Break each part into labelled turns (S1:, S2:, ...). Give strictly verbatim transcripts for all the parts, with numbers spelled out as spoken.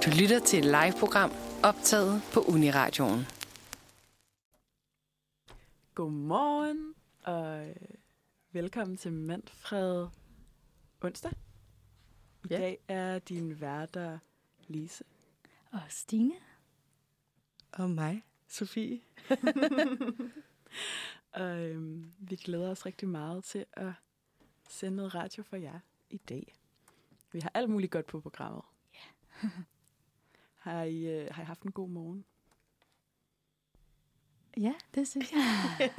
S1: Du lytter til et live-program optaget på Uniradioen.
S2: Godmorgen og velkommen til Manfred onsdag. I
S3: Ja.
S2: dag er din værter Lise.
S4: Og Stine.
S3: Og mig, Sofie.
S2: og øhm, vi glæder os rigtig meget til at sende noget radio for jer i dag. Vi har alt muligt godt på programmet.
S4: Ja.
S2: har, I, øh, har I haft en god morgen?
S4: Ja, det synes jeg.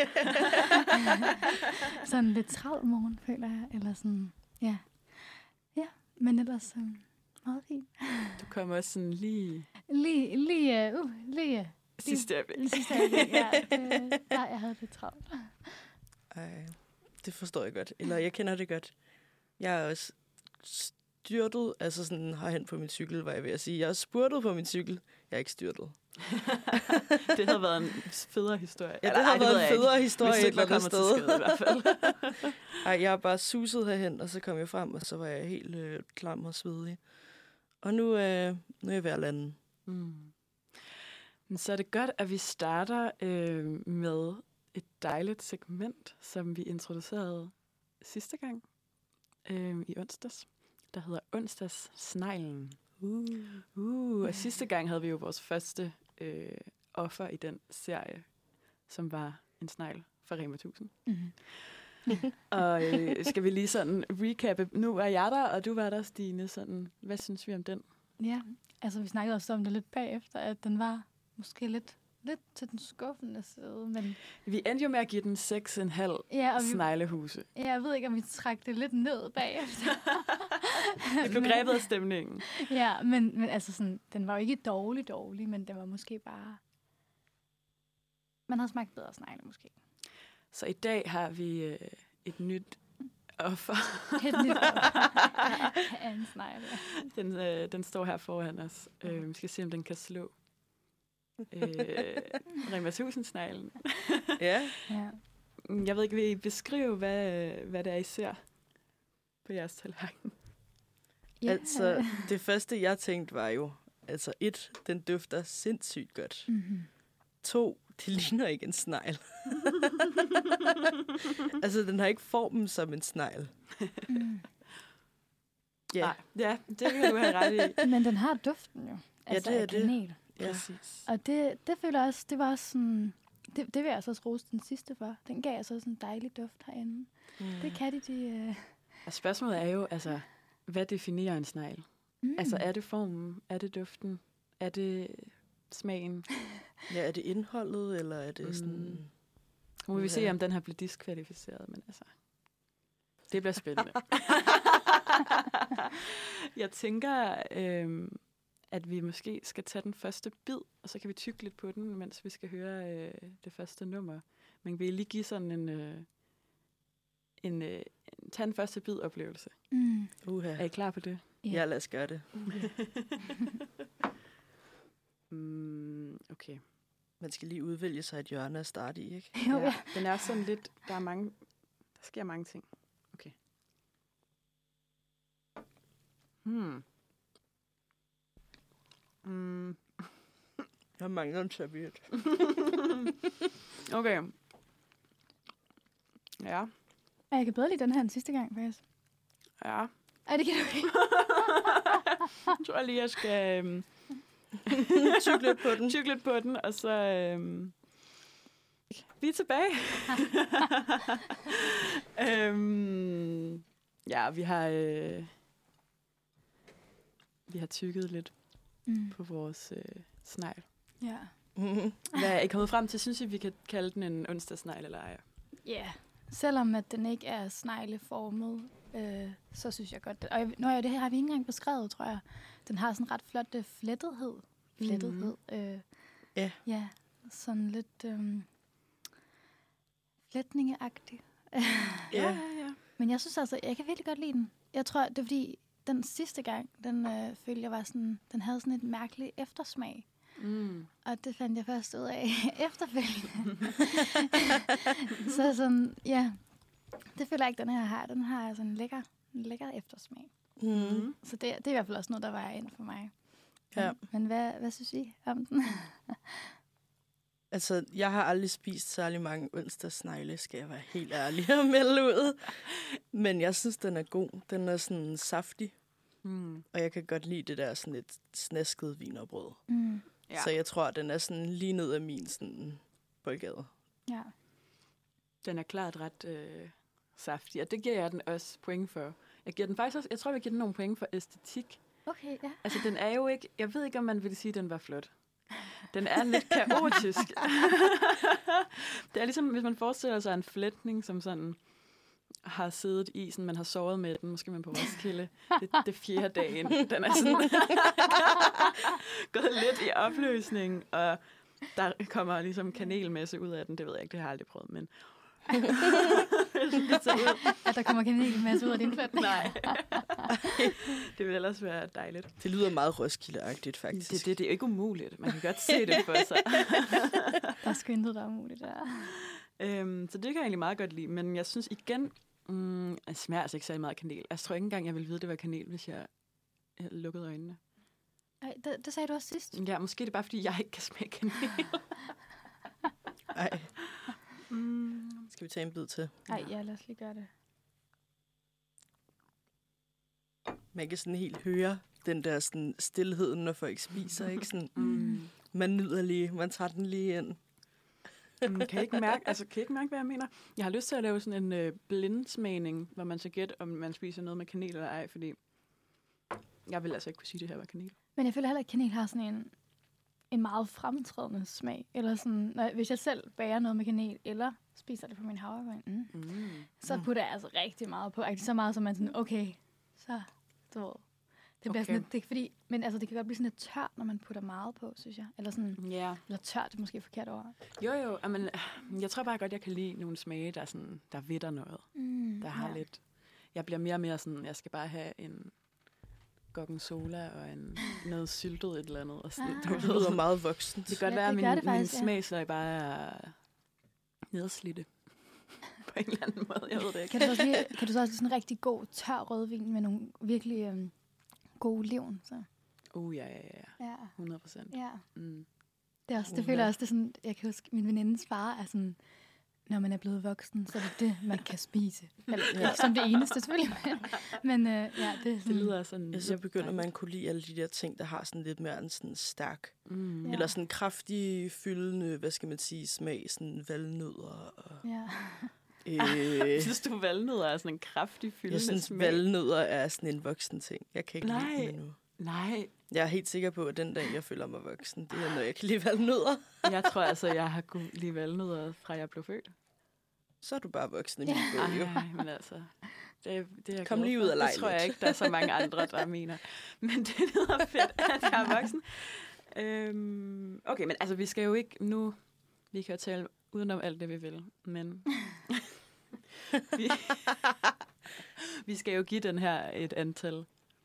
S4: Sådan lidt travl morgen, føler jeg. Eller sådan, ja. Ja, men ellers um, meget fint.
S2: Du kommer også sådan lige
S4: Lige, lige, uh, lige, uh,
S2: sidste øjeblik.
S4: lige sidste øjeblik, ja. Det, nej, jeg havde det travlt.
S3: Ej, det forstår jeg godt. Eller jeg kender det godt. Jeg er også styrtet, altså sådan herhen på min cykel, var jeg ved at sige. Jeg er spurtet på min cykel. Jeg er ikke styrtet.
S2: det havde været en federe historie.
S3: Ja, det havde været en federe historie
S2: Hvis
S3: et eller andet sted.
S2: Skade, i hvert fald.
S3: Ej, jeg har bare suset herhen, og så kom jeg frem, og så var jeg helt øh, klam og svedig. Og nu, øh, nu er jeg ved at lande.
S2: Mm. Men så er det godt, at vi starter øh, med et dejligt segment, som vi introducerede sidste gang øh, i onsdags, der hedder Onsdags Sneglen.
S3: Uh.
S2: Uh, og sidste gang havde vi jo vores første øh, offer i den serie, som var en snegl fra Rema tusind.
S4: Mm-hmm.
S2: og øh, skal vi lige sådan recappe. Nu er jeg der, og du var der, Stine. Sådan, hvad synes vi om den?
S4: Ja, altså vi snakkede også om det lidt bagefter, at den var måske lidt, lidt til den skuffende side, men...
S2: Vi endte jo med at give den seks komma fem
S4: Ja, og vi,
S2: sneglehuse.
S4: ja, jeg ved ikke, om vi trak det lidt ned bagefter.
S2: Det blev grebet af stemningen.
S4: Ja, men, men altså sådan, den var jo ikke dårlig dårlig, men den var måske bare... Man havde smagt bedre snegle, måske.
S2: Så i dag har vi øh, et nyt offer.
S4: Et nyt af en snegle.
S2: Den, øh, den står her foran os. Øh, vi skal se, om den kan slå øh, Rema tusind-sneglen.
S3: Ja.
S4: Ja.
S2: Jeg ved ikke, vil I beskrive, hvad, hvad det er, I ser på jeres tallerken?
S4: Ja.
S3: Altså, det første, jeg tænkte, var jo, altså et, den dufter sindssygt godt.
S4: Mm-hmm.
S3: To, det ligner ikke en snegl. altså, den har ikke formen som en snegl.
S4: Mm.
S3: Ja,
S2: Nej, ja, det kan du have ret i.
S4: Men den har duften jo. Altså
S3: det er
S4: af
S3: det.
S4: kanel.
S3: ja.
S2: Præcis.
S4: Og det, det føler jeg også, det var også sådan... Det, det vil jeg altså også rose den sidste for. Den gav altså også en dejlig duft herinde.
S3: Mm.
S4: Det kan de, de... Uh...
S2: Og spørgsmålet er jo, altså, hvad definerer en snegl?
S4: Mm.
S2: Altså, er det formen? Er det duften? Er det smagen?
S3: Ja, er det indholdet, eller er det
S2: Mm.
S3: sådan...
S2: Nu må vi se,
S3: Ja.
S2: om den her bliver diskvalificeret, men altså, det bliver spændende. Jeg tænker, øh, at vi måske skal tage den første bid, og så kan vi tygge lidt på den, mens vi skal høre øh, det første nummer. Men vil I lige give sådan en, øh, en, øh, en tage den første bid-oplevelse?
S4: Mm.
S3: Uha.
S2: Er I klar på det?
S4: Ja.
S3: Ja, lad os gøre det.
S2: mm, okay.
S3: Man skal lige udvælge sig et hjørne at starte i, ikke?
S4: Jo, ja.
S2: Den er sådan lidt, der er mange, der sker mange ting. Okay. Hmm. Mm.
S3: Jeg mangler en serviet.
S2: Okay. Ja,
S4: Jeg kan bedre lide den her end sidste gang, faktisk.
S2: ja.
S4: Ej, det kan du ikke.
S2: Jeg tror lige, jeg skal øhm,
S3: Tyk lidt på den.
S2: tykke lidt på den, og så... Øhm, vi er tilbage. øhm, ja, vi har... Øh, vi har tykket lidt
S4: Mm.
S2: på vores øh, snegl.
S4: Ja.
S3: Mm.
S2: Hvad er I kommet frem til? Synes I, vi kan kalde den en onsdagsnegl eller ej?
S4: Ja. Yeah. Selvom at den ikke er snegleformet, øh, så synes jeg godt... Og jeg, nå ja, det her har vi ikke engang beskrevet, tror jeg. Den har sådan ret flot øh, flettethed. Flettethed. Mm. Øh,
S3: Ja.
S4: Ja, sådan lidt øh, flætningeagtig.
S3: Ja.
S2: ja, ja.
S4: Men jeg synes altså, jeg kan virkelig godt lide den. Jeg tror, det er fordi, den sidste gang, den øh, følte jeg var sådan... Den havde sådan et mærkeligt eftersmag.
S2: Mm.
S4: Og det fandt jeg først ud af efterfølgende. Så sådan, ja, det føler jeg ikke, den her har. Den har sådan en lækker, en lækker eftersmag.
S3: Mm.
S4: Så det, det er i hvert fald også noget, der var ind for mig.
S3: Ja.
S4: Men hvad, hvad synes I om den?
S3: Altså, jeg har aldrig spist særlig mange onsdagssnegle, skal jeg være helt ærlig og melde ud. Men jeg synes, den er god. Den er sådan saftig,
S2: Mm.
S3: og jeg kan godt lide det der sådan lidt snasket vinerbrød.
S4: Mm.
S2: Ja.
S3: Så jeg tror, den er sådan lige ned af min sådan boldgade.
S4: Ja.
S2: Den er klart ret øh, saftig, og det giver jeg den også point for. Jeg giver den faktisk også, jeg tror, jeg giver den nogle point for æstetik.
S4: Okay, ja.
S2: Altså, den er jo ikke, jeg ved ikke, om man ville sige, at den var flot. Den er lidt kaotisk. Det er ligesom, hvis man forestiller sig en flætning, som sådan har siddet i, sådan man har sovet med den, måske man på Roskilde, det, det fjerde dagen. Den er sådan gået lidt i opløsning, og der kommer ligesom kanelmasse ud af den. Det ved jeg ikke, det har jeg aldrig prøvet, men
S4: At der kommer kanelmasse ud af din flætning.
S2: nej. Det vil ellers være dejligt.
S3: Det lyder meget Roskilde-agtigt, faktisk.
S2: Det, det, det er ikke umuligt. Man kan godt se det for sig.
S4: Der er sgu intet, der er umuligt der.
S2: øhm, så det kan jeg egentlig meget godt lide. Men jeg synes igen, mm, jeg smager altså ikke særlig meget kanel. Jeg tror ikke engang, jeg ville vide, det var kanel, hvis jeg havde lukket øjnene.
S4: Ej, det, det sagde du også sidst.
S2: Ja, måske det er bare, fordi jeg ikke kan smage kanel.
S3: Ej,
S2: mm.
S3: skal vi tage en bid til?
S4: Nej, ja, lad os lige gøre det.
S3: Man kan sådan helt høre den der sådan stillheden, når folk spiser, ikke? Sådan,
S2: Mm.
S3: man nyder lige, man tager den lige ind.
S2: Mm, kan I ikke mærke, altså, kan I ikke mærke, hvad jeg mener? Jeg har lyst til at lave sådan en øh, blindsmagning, hvor man så gætter, om man spiser noget med kanel eller ej, fordi jeg vil altså ikke kunne sige, at det her var kanel.
S4: Men jeg føler heller ikke, at kanel har sådan en, en meget fremtrædende smag. Eller sådan, når, hvis jeg selv bager noget med kanel, eller spiser det på min havregryn, mm,
S2: Mm.
S4: så putter jeg altså rigtig meget på. Ikke så meget, som man sådan, okay, så, du ved. Det bliver
S2: Okay.
S4: sådan lidt, det er fordi, men altså, det kan godt blive sådan lidt tørt, når man putter meget på, synes jeg. Eller sådan,
S2: Ja.
S4: eller tørt, det er måske forkert ord.
S2: Jo, jo, men jeg tror bare godt, jeg kan lide nogle smage, der, sådan, der vitter noget.
S4: Mm,
S2: Der har
S4: ja.
S2: lidt... Jeg bliver mere og mere sådan, jeg skal bare have en gorgonzola og en, noget syltet et eller andet. Og sådan,
S4: Ah.
S2: du
S3: Det
S2: ved.
S3: lyder meget voksen.
S2: Det kan godt
S4: Ja,
S2: være, at
S4: det
S2: min,
S4: gør det
S2: min
S4: faktisk, ja.
S2: smagslag bare er nedslidte. På en eller anden måde, jeg ved det ikke.
S4: Kan du, også lige, kan du så også sådan en rigtig god tør rødvin med nogle virkelig øhm, gode oliven? Så.
S2: Uh, ja, ja, ja.
S4: Ja,
S2: hundrede procent.
S4: ja.
S2: Mm.
S4: Det, er også, det
S3: Uha.
S4: føler jeg også, det er sådan, jeg kan huske, min venindes far er sådan, når man er blevet voksen, så er det det, man kan spise. Eller, ja. Ikke som det eneste, selvfølgelig, men, men øh, ja, det er
S2: Det
S4: sådan,
S2: lyder sådan...
S3: Ja, så begynder man at kunne lide alle de der ting, der har sådan lidt mere en sådan stærk,
S2: Mm.
S4: Ja.
S3: eller sådan kraftig, fyldende, hvad skal man sige, smag, sådan valnødder. Og,
S4: ja.
S3: øh,
S2: Synes du, valnødder er sådan en kraftig fyldende
S3: jeg synes,
S2: smag?
S3: valnødder er sådan en voksen ting. Jeg kan ikke
S2: Nej.
S3: lide dem endnu.
S2: Nej,
S3: Jeg er helt sikker på, at den dag, jeg føler mig voksen, det er, når jeg kan lide valnødder.
S2: jeg tror altså, jeg har kunnet lide valnødder, fra jeg blev født.
S3: Så er du bare voksen i min bog, jo.
S2: Ej, men altså... Det, det er jeg
S3: Kom
S2: glad
S3: lige
S2: for.
S3: ud af
S2: Det tror jeg
S3: lejlighed.
S2: ikke, der er så mange andre, der mener. Men det lyder fedt, at jeg er voksen. Øhm, okay, men altså, vi skal jo ikke nu... Vi kan jo tale udenom alt det, vi vil. Men... vi, vi skal jo give den her et antal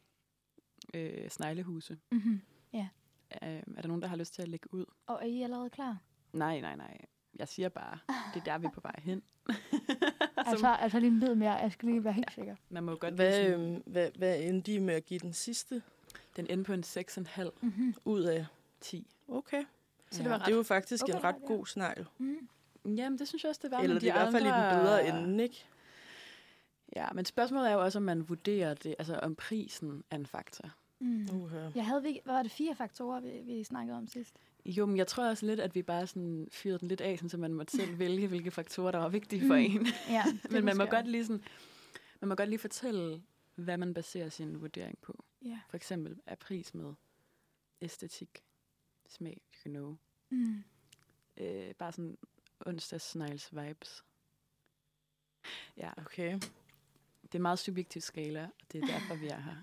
S2: øh, sneglehuse.
S4: Mm-hmm.
S2: Øh, er der nogen, der har lyst til at lægge ud?
S4: Og er I allerede klar?
S2: Nej, nej, nej. Jeg siger bare, det er der, vi er på vej hen.
S4: Altså, altså lige en bid mere, jeg skal lige være helt sikker.
S2: Man må jo godt
S3: Hvad,
S2: blive sådan,
S3: øhm, hvad, hvad endte I med at give den sidste
S2: den ender på en seks komma fem
S4: Mm-hmm.
S3: ud af?
S2: ti.
S3: Okay.
S4: Så det var
S3: Det er jo faktisk
S4: Okay,
S3: en ret
S4: ja.
S3: god snegl.
S4: Mm.
S2: Jamen, det synes jeg også, det var.
S3: Eller
S2: men
S3: det er i
S2: de
S3: hvert fald i den
S2: andre-
S3: bedre ende, ikke?
S2: Ja, men spørgsmålet er jo også, om man vurderer det, altså om prisen er en faktor.
S4: Mm.
S3: Uh-huh.
S4: Jeg havde, vi, hvad var det, fire faktorer, vi, vi snakkede om sidst?
S2: Jo, men jeg tror også lidt, at vi bare sådan fyrede den lidt af, sådan, så man måtte selv vælge, hvilke faktorer, der var vigtige for
S4: Mm.
S2: en.
S4: Ja, det
S2: Men man må,
S4: husker jeg.
S2: godt lige sådan, man må godt lige fortælle, hvad man baserer sin vurdering på.
S4: Ja.
S2: For eksempel er pris med æstetik, smag, you know.
S4: Mm.
S2: Øh, bare sådan onsdags vibes. Ja,
S3: Okay.
S2: det er en meget subjektiv skala, og det er derfor, vi er her.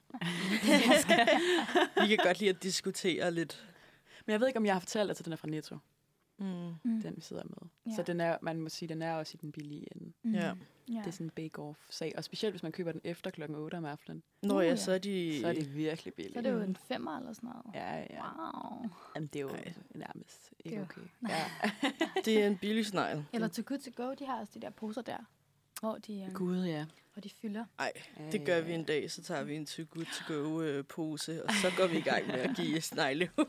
S3: Vi kan godt lide at diskutere lidt.
S2: Men jeg ved ikke, om jeg har fortalt, at den er fra Netto,
S3: Mm.
S4: Mm.
S2: den vi sidder med.
S4: Ja.
S2: Så den er, man må sige, den er også i den billige ende.
S4: Mm.
S3: Ja.
S4: Ja.
S2: Det er sådan en bake-off-sag. Og specielt, hvis man køber den efter klokken otte om aftenen,
S3: Nå
S4: Uh,
S3: ja,
S4: ja.
S3: så er de...
S2: så er det virkelig billigt.
S4: Så er det jo en femmer eller sådan noget.
S2: Ja, ja.
S4: Wow.
S2: Jamen, det er jo
S3: Ej.
S2: nærmest
S4: Det
S2: ikke
S4: er jo-
S2: okay.
S4: Nej.
S2: Ja.
S3: Det er en billig snegl.
S4: Eller Too Good To Go, de har også de der poser der. Hvor de, øh,
S2: Gud, ja.
S4: hvor de fylder.
S3: Ej, det gør vi en dag. Så tager vi en too good to go øh, pose, og så går vi i gang med at give sneglehus.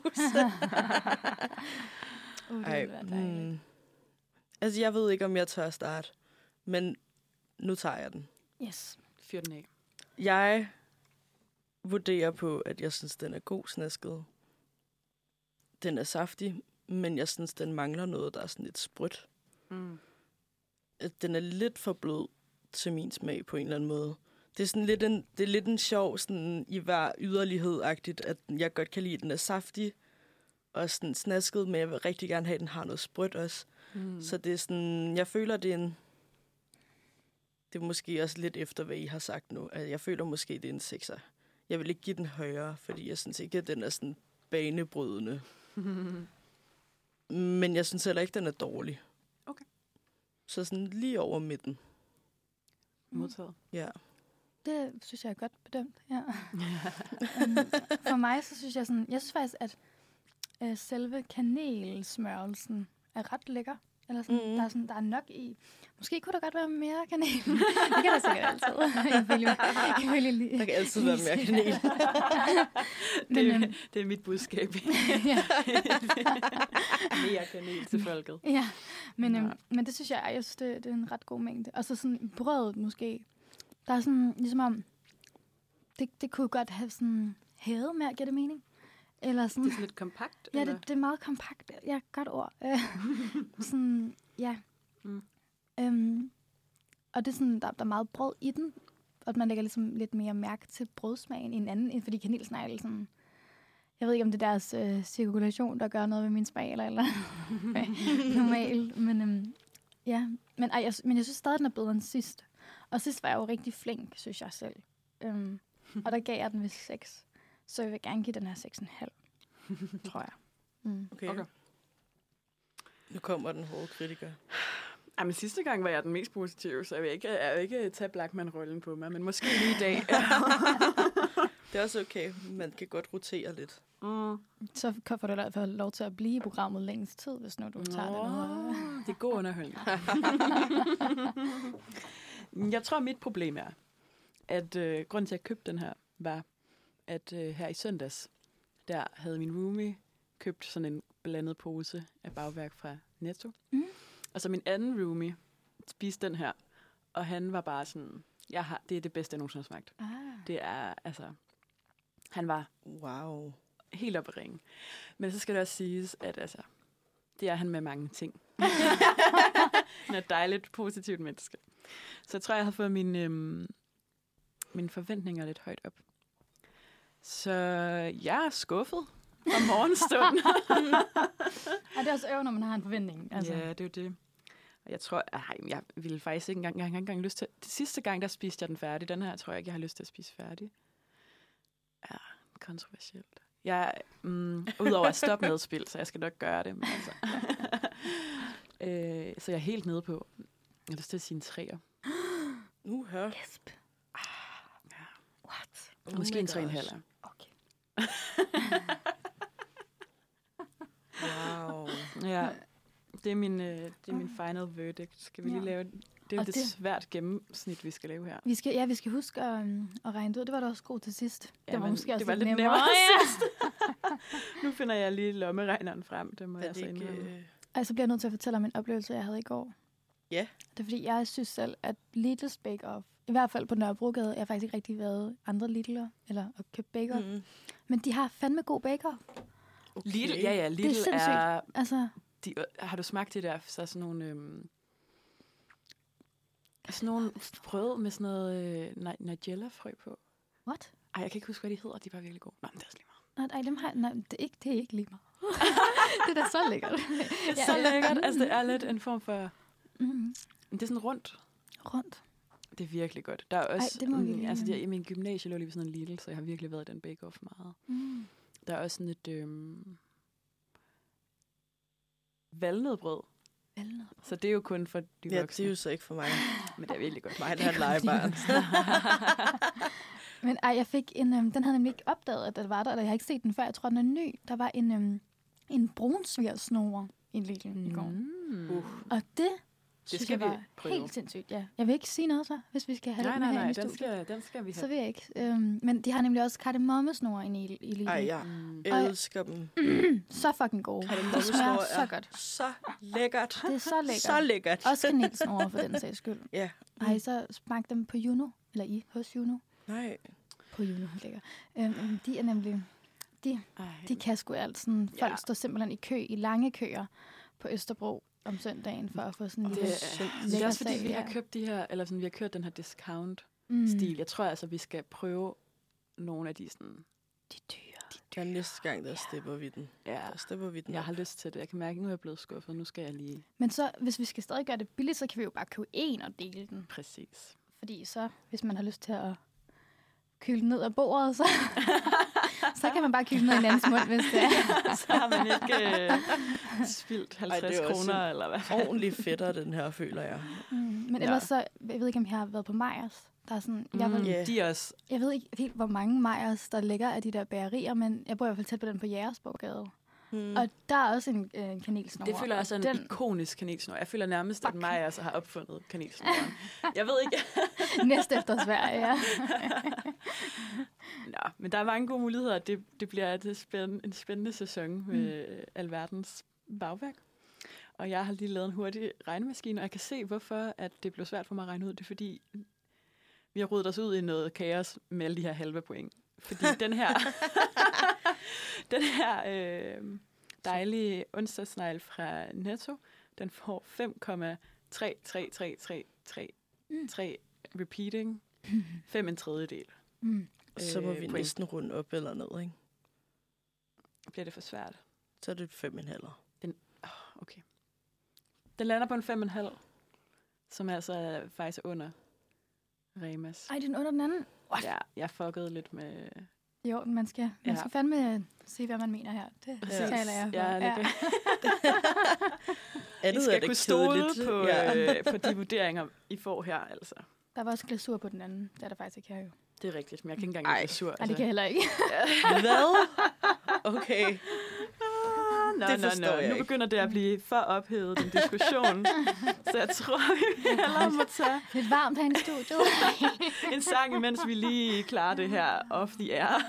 S4: uh, det
S3: Ej,
S4: ville være dejligt.
S3: mm. Altså, jeg ved ikke, om jeg tør at starte, men nu tager jeg den.
S4: Yes.
S2: Fyr den af.
S3: Jeg vurderer på, at jeg synes, den er god snasket. Den er saftig, men jeg synes, den mangler noget, der er sådan lidt sprødt.
S2: Mm.
S3: Den er lidt for blød til min smag på en eller anden måde. Det er sådan lidt en, det er lidt en sjov sådan, i hver yderlighed-agtigt, at jeg godt kan lide, at den er saftig og sådan snasket, men jeg vil rigtig gerne have, at den har noget sprødt også.
S2: Mm.
S3: Så det er sådan, jeg føler, det er en... Det er måske også lidt efter, hvad I har sagt nu. Altså, jeg føler måske, det er en sekser. Jeg vil ikke give den højere, fordi jeg synes ikke, at den er sådan banebrydende. Men jeg synes heller ikke, den er dårlig.
S2: Okay.
S3: Så sådan lige over midten.
S2: Modtaget.
S3: Ja.
S4: Det synes jeg er godt bedømt, ja. um, for mig, så synes jeg sådan... Jeg synes faktisk, at øh, selve kanelsmørelsen er ret lækker. Eller sådan,
S3: Mhm.
S4: der, er sådan, der er nok i... Måske kunne der godt være mere kanel. Det kan der sikkert altid. Jeg vil jo, jeg vil jo lige,
S3: Der kan altid være mere kanel.
S4: Men,
S2: det,
S4: øhm,
S2: det er mit budskab.
S4: ja.
S2: Mere kanel til folket.
S4: Ja, men, øhm,
S2: Ja.
S4: men det synes jeg, jeg synes, det, det er en ret god mængde. Og så sådan brødet måske. Der er sådan, ligesom om, det, det kunne godt have sådan hævet mere, giver det mening? Eller sådan,
S2: Det er sådan lidt kompakt?
S4: ja,
S2: eller?
S4: det, det er meget kompakt. Ja, godt ord. Øh, sådan, ja.
S2: Mm.
S4: Øhm, og det er sådan, der, der er meget brød i den, og man lægger ligesom lidt mere mærke til brødsmagen i en anden, end fordi kanelsnegle sådan... Jeg ved ikke, om det er deres øh, cirkulation, der gør noget ved min smag, eller, eller normalt. Men, øhm, ja. men, ej, jeg, men jeg synes stadig, den er bedre end sidst. Og sidst var jeg jo rigtig flink, synes jeg selv. Øhm, og der gav jeg den ved seks. Så jeg vil gerne give den her seks komma fem, tror jeg. Mm.
S3: Okay.
S2: Okay.
S3: Nu kommer den hårde kritiker.
S2: Ej, men sidste gang var jeg den mest positive, så jeg vil ikke, jeg vil ikke tage Blackman-rollen på mig, men måske lige i dag.
S3: Det er også okay. Man kan godt rotere lidt.
S2: mm.
S4: Så får du i hvert fald lov til at blive i programmet længst tid, hvis nu du tager
S2: Nå,
S4: den.
S2: det er god underholdning. Jeg tror, mit problem er, at øh, grunden til, at jeg købte den her, var, at øh, her i søndags, der havde min roomie købt sådan en blandet pose af bagværk fra Netto.
S4: Mm.
S2: Og så min anden roomie spiste den her, og han var bare sådan, jeg har, det er det bedste, jeg nogensinde har smagt.
S4: Ah.
S2: Det er, altså, han var
S3: Wow.
S2: helt oppe at ringe. Men så skal det også siges, at altså, det er han med mange ting. Han er et dejligt, positivt menneske. Så jeg tror, jeg har fået mine, øhm, mine forventninger lidt højt op. Så jeg er skuffet om morgenstunden.
S4: Og det er også øv, når man har en forventning. Altså.
S2: Ja, det er jo det. Og jeg tror, ej, jeg ville faktisk ikke engang, jeg har ikke engang lyst til, det sidste gang, der spiste jeg den færdig. Den her tror jeg ikke, jeg har lyst til at spise færdig. Ja, kontroversielt. Jeg mm, udover at stoppe medspil, så jeg skal nok gøre det. Men altså. øh, så jeg er helt nede på, jeg har lyst til at sige en treer.
S3: Nu hør.
S4: Lisp.
S2: Ja.
S4: What?
S3: Oh
S2: Måske
S3: my
S2: en tre og en
S3: gosh.
S2: halv.
S4: Okay.
S3: Wow.
S2: Ja, det er min, øh, det er min final verdict. Skal vi lige
S4: Ja.
S2: lave det? Det er jo
S4: Og
S2: det,
S4: det-
S2: det svært gennemsnit, vi skal lave her.
S4: Vi skal, ja, vi skal huske at, um, at regne det ud. Det var da også god til sidst.
S2: Ja,
S4: det var
S2: men
S4: måske også
S2: det var
S4: lidt
S2: lidt
S4: nemmere.
S2: nemmere Nu finder jeg lige lommeregneren frem. Det må
S3: Er
S2: jeg
S3: det
S2: så
S3: ikke...
S2: indrømme.
S3: Øh...
S4: Ej, så bliver jeg nødt til at fortælle om en oplevelse, jeg havde i går.
S3: Ja.
S4: Det er fordi, jeg synes selv, at Lidl's Bake Off, i hvert fald på Nørrebrogade, jeg har faktisk ikke rigtig været andre Lidl'er, eller at købe bake off.
S3: Mm.
S4: Men de har fandme god bake off.
S3: Okay.
S2: Lidl, ja, ja, Lidl
S4: sindssygt.
S2: er...
S4: Altså,
S2: De, har du smagt det der, så sådan nogle... Øhm, sådan nogle brød med sådan noget øh, ni- Nigella-frø på.
S4: what?
S2: Ej, jeg kan ikke huske, hvad de hedder. De er bare virkelig gode. Nej, men det er også lige meget.
S4: Nej, ej, dem har, nej, det er ikke, det er ikke lige mig. Det er da så lækkert.
S2: Det er så lækkert. Altså, det er lidt en form for...
S4: Mm,
S2: Det er sådan rundt.
S4: rundt.
S2: Det er virkelig godt. Der er også...
S4: det må vi
S2: mm,
S4: lige-
S2: altså, der, i min gymnasie lå lige ved sådan en Lidl, så jeg har virkelig været i den bake-off meget.
S4: Mm.
S2: Der er også sådan et... Øhm, valnødbrød.
S4: Valnød.
S2: Så det er jo kun for de
S3: Ja, det
S2: voksne.
S3: er jo så ikke for mig.
S2: Men det er virkelig godt.
S3: Mig, der er et legebarn.
S4: Men ej, jeg fik en, øhm, den havde nemlig ikke opdaget, at den var der, eller jeg har ikke set den før. Jeg tror, den er ny. Der var en, øhm, en brunsvigersnore i Lidl i går.
S2: Mm.
S3: Uh.
S4: Og det synes
S2: skal
S4: jeg
S2: vi
S4: var
S2: prøve.
S4: helt sindssygt, ja. Jeg vil ikke sige noget så, hvis vi skal have
S2: Nej,
S4: det
S2: nej,
S4: med
S2: nej,
S4: her i
S2: den
S4: studiet.
S2: skal, den skal vi
S4: Så
S2: have.
S4: vil jeg ikke. Øhm, men de har nemlig også kardemommesnore i, i Lidl.
S3: Ej, jeg
S2: Mm.
S3: elsker dem.
S4: Så fucking gode. Det
S3: Kardemommesnore
S4: smager
S3: er
S4: så godt.
S3: Så lækkert.
S4: Det er så lækkert.
S3: Så lækkert.
S4: Også kanelsnore for den sags skyld.
S3: Ja.
S4: Har I så smagt dem på Juno? Eller I hos Juno?
S3: Nej.
S4: På Juno, lækker. Øhm, de er nemlig... De,
S2: Ej,
S4: de kan sgu alt. Sådan, folk
S2: Ja.
S4: står simpelthen i kø, i lange køer på Østerbro om søndagen for at få sådan en
S2: det,
S4: lille
S2: er, det er
S4: lækker
S2: også fordi,
S4: sag,
S2: vi har
S4: ja.
S2: købt de her, eller sådan, vi har kørt den her discount
S4: mm,
S2: stil. Jeg tror altså, vi skal prøve nogle af de sådan...
S4: De er dyre.
S3: Ja, næste gang, der stepper vi den.
S2: Ja,
S3: Der stepper vi den.
S2: jeg har lyst til det. Jeg kan mærke, at nu er jeg blevet skuffet. Nu skal jeg lige...
S4: Men så, hvis vi skal stadig gøre det billigt, så kan vi jo bare købe en og dele den.
S2: Præcis.
S4: Fordi så, hvis man har lyst til at køle den ned af bordet, så, så kan man bare køle den ned i en andens mund, hvis det er.
S2: Så har man ikke øh, spildt
S3: Ej, det
S2: halvtreds
S3: er også
S2: kroner, eller hvad?
S3: Ordentlig fedtere, den her, føler jeg.
S4: Mm, men
S2: Ja.
S4: ellers så, jeg ved ikke, om jeg har været på Meyers. Der er sådan, jeg,
S2: Mm,
S4: ved,
S3: Ja.
S2: De er også...
S4: jeg ved ikke helt, hvor mange Meyers, der ligger af de der bagerier, men jeg bor i hvert fald tæt på den på Jægersborggade.
S3: Hmm.
S4: Mm. Og der er også en øh, kanelsnore.
S2: Det føler jeg også er en
S4: den,
S2: ikonisk kanelsnor. Jeg føler nærmest,
S4: Fuck.
S2: at mig altså har opfundet kanelsnoren. Jeg ved ikke.
S4: næste efter Sverige, ja.
S2: Nå, men der er mange gode muligheder. Det, det bliver et spændende, en spændende sæson med mm. alverdens bagværk. Og jeg har lige lavet en hurtig regnemaskine, og jeg kan se, hvorfor at det blev svært for mig at regne ud. Det er fordi, vi har rodet os ud i noget kaos med alle de her halve point. Fordi den her, den her øh, dejlige onsdagsnegl fra Netto, den får fem komma tre tre tre tre tre tre repeating, fem en tredjedel.
S4: Mm.
S3: Så må
S2: øh,
S3: vi
S2: point.
S3: næsten runde op eller ned, ikke?
S2: Bliver det for svært?
S3: Så er det fem en halv.
S2: Okay. Den lander på en fem komma fem, som altså er faktisk under Remas.
S4: Ej, den under den anden.
S2: Ja, jeg fuckede lidt med...
S4: Jo, man skal, man
S2: Ja.
S4: skal fandme se, hvad man mener her. Det
S2: Præcis.
S4: taler jeg for.
S2: Ja,
S4: Ja.
S2: det I
S3: Andet er
S2: skal
S3: det
S2: kunne stole
S3: kedeligt.
S2: på,
S3: Ja.
S2: øh, på de vurderinger, I får her, altså.
S4: Der var også glasur på den anden. Det er der faktisk ikke her jo.
S2: Det er rigtigt, men jeg kan ikke engang
S3: Ej.
S2: lide sur.
S4: Nej, det kan jeg heller ikke.
S3: Hvad? Okay.
S2: Nå,
S3: Det
S2: nå,
S3: forstår
S2: nå.
S3: jeg
S2: Nu
S3: ikke.
S2: begynder det at blive for ophedet, den diskussion. Så jeg tror, vi hellere må tage
S4: Lidt varmt herinde i studiet.
S2: en sang, imens vi lige klarer det her off the air.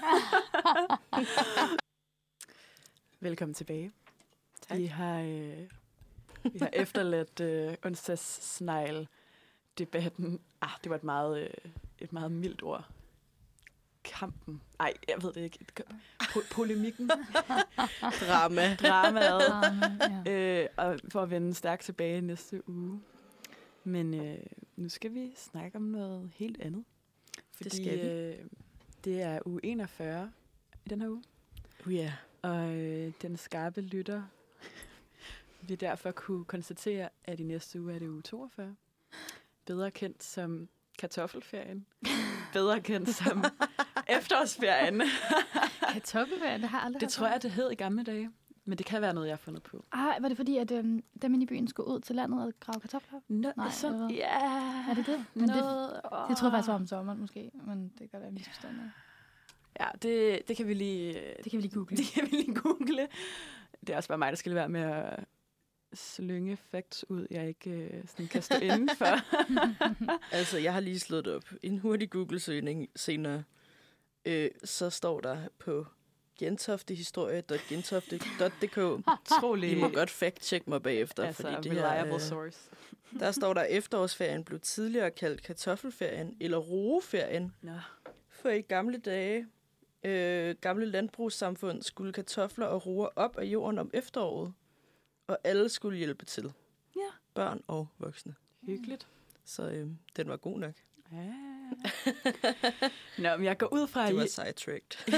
S2: Velkommen tilbage.
S3: Tak.
S2: Vi har, øh, vi har efterladt øh, onsdagssnegl-debatten. Ah, det var et meget, øh, et meget mildt ord. Kampen. Nej, jeg ved det ikke. Po- polemikken.
S3: Drama.
S2: Dramaet.
S4: ja.
S2: øh, og for at vende stærkt tilbage næste uge. Men øh, nu skal vi snakke om noget helt andet. Fordi
S3: Det skal vi.
S2: Øh, det er uge enogfyrre i den her uge.
S3: Uh, ja.
S2: Og øh, den skarpe lytter vil derfor kunne konstatere, at i næste uge er det uge toogfyrre. Bedre kendt som kartoffelferien. Bedre kendt som efterårsferien.
S4: Kartoffelvand, det har jeg aldrig
S2: Det
S4: hørt
S2: tror
S4: om.
S2: jeg, det hed i gamle dage. Men det kan være noget, jeg har fundet på.
S4: Ah, var det fordi, at øhm, dem inde i byen skulle ud til landet og grave kartofler?
S2: Nå,
S4: Nej,
S2: sådan,
S4: eller hvad?
S2: ja.
S4: Er det det? Men det,
S2: Noget,
S4: det tror jeg faktisk var om sommeren måske, men det kan godt være misforstået.
S2: Ja, det, det kan vi lige...
S4: Det kan vi lige google.
S2: Det kan vi lige google. Det er også bare mig, der skal lade være med at slynge facts ud, jeg ikke øh, sådan kan stå inden for.
S3: Altså, jeg har lige slået det op. En hurtig Google-søgning senere. Øh, så står der på gentoftehistorie punktum gentofte punktum d k.
S2: Trolig,
S3: I må godt fact-check mig bagefter,
S2: altså,
S3: fordi det
S2: reliable
S3: her... Øh,
S2: source.
S3: der står der, efterårsferien blev tidligere kaldt kartoffelferien eller roeferien.
S2: Nå.
S3: For i gamle dage, øh, gamle landbrugssamfund, skulle kartofler og roer op af jorden om efteråret, og alle skulle hjælpe til.
S2: Ja.
S3: Børn og voksne.
S2: Hyggeligt.
S3: Så øh, den var god nok.
S2: Ja. Nå, men jeg går ud fra,
S3: Det var
S2: at I,
S3: sidetracked.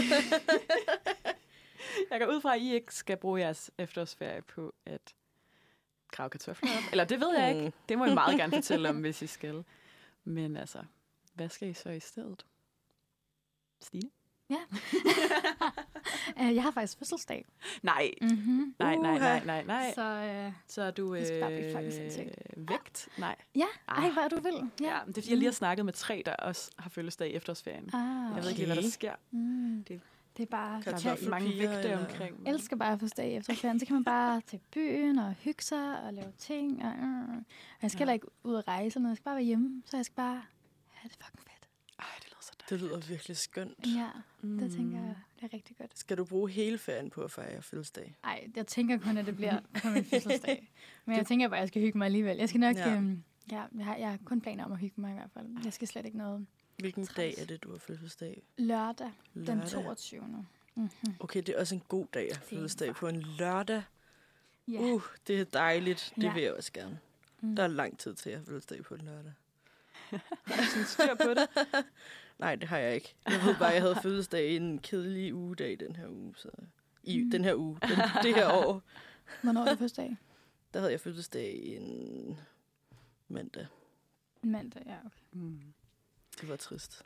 S2: jeg går ud fra, at I ikke skal bruge jeres efterårsferie på at grave kartofler op. Eller det ved jeg ikke. Det må I meget gerne fortælle om, hvis I skal. Men altså, hvad skal I så i stedet? Stine?
S4: Ja. Øh, jeg har faktisk fødselsdag.
S2: Nej.
S4: Mm-hmm.
S2: Nej, nej, nej, nej, nej.
S4: Så øh,
S2: Så er du
S4: Det skal bare blive fucking
S2: øh,
S4: sindssygt.
S2: vægt? Nej.
S4: ja, ej,
S2: Ah.
S4: hvad du vil.
S2: Ja, ja, men det er fordi, jeg lige har snakket med tre, der også har fødselsdag i efterårsferien.
S4: Ah,
S2: Jeg ved ikke lige, hvad der sker.
S4: Mm. Det er bare...
S2: Der er
S3: Kartoffelpiger
S2: mange vægte
S3: eller-
S2: omkring.
S4: Jeg elsker bare fødselsdag efter ferien. Så kan man bare tage i byen og hygge sig og lave ting. Og, øh. og jeg skal
S2: Ja.
S4: heller ikke ud og rejse, eller noget. Jeg skal bare være hjemme. Så jeg skal bare have det fucking fedt.
S2: Ej, det lyder så
S3: Det
S2: dejligt.
S3: lyder virkelig skønt.
S4: Ja,
S2: Mm.
S4: det tænker jeg, det er rigtig godt.
S3: Skal du bruge hele ferien på at fejre fødselsdag?
S4: Ej, jeg tænker kun, at det bliver på min fødselsdag. Men jeg tænker bare, at jeg skal hygge mig alligevel. Jeg skal nok...
S3: Ja.
S4: Ja. Øhm, ja, jeg, har, jeg har kun planer om at hygge mig i hvert fald. Jeg skal slet ikke noget.
S3: Hvilken
S4: Træls.
S3: dag er det, du har fødselsdag?
S4: Lørdag,
S3: Lørdag.
S4: den toogtyvende Mm-hmm.
S3: Okay, det er også en god dag at have fødselsdag på en lørdag.
S4: Ja.
S3: Uh, det er dejligt. Det
S4: Ja.
S3: vil jeg også gerne.
S4: Mm.
S3: Der er lang tid til at have fødselsdag på en lørdag.
S2: Har du sådan styr på det?
S3: Nej, det har jeg ikke. Jeg ved bare, at jeg havde fødselsdag i en kedelig ugedag den her uge. Så i
S4: Mm.
S3: den her uge, den, det her år,
S4: Hvornår er det fødselsdag?
S3: der havde jeg fødselsdag en mandag.
S4: En mandag, ja, okay.
S2: Mm.
S3: Det var trist.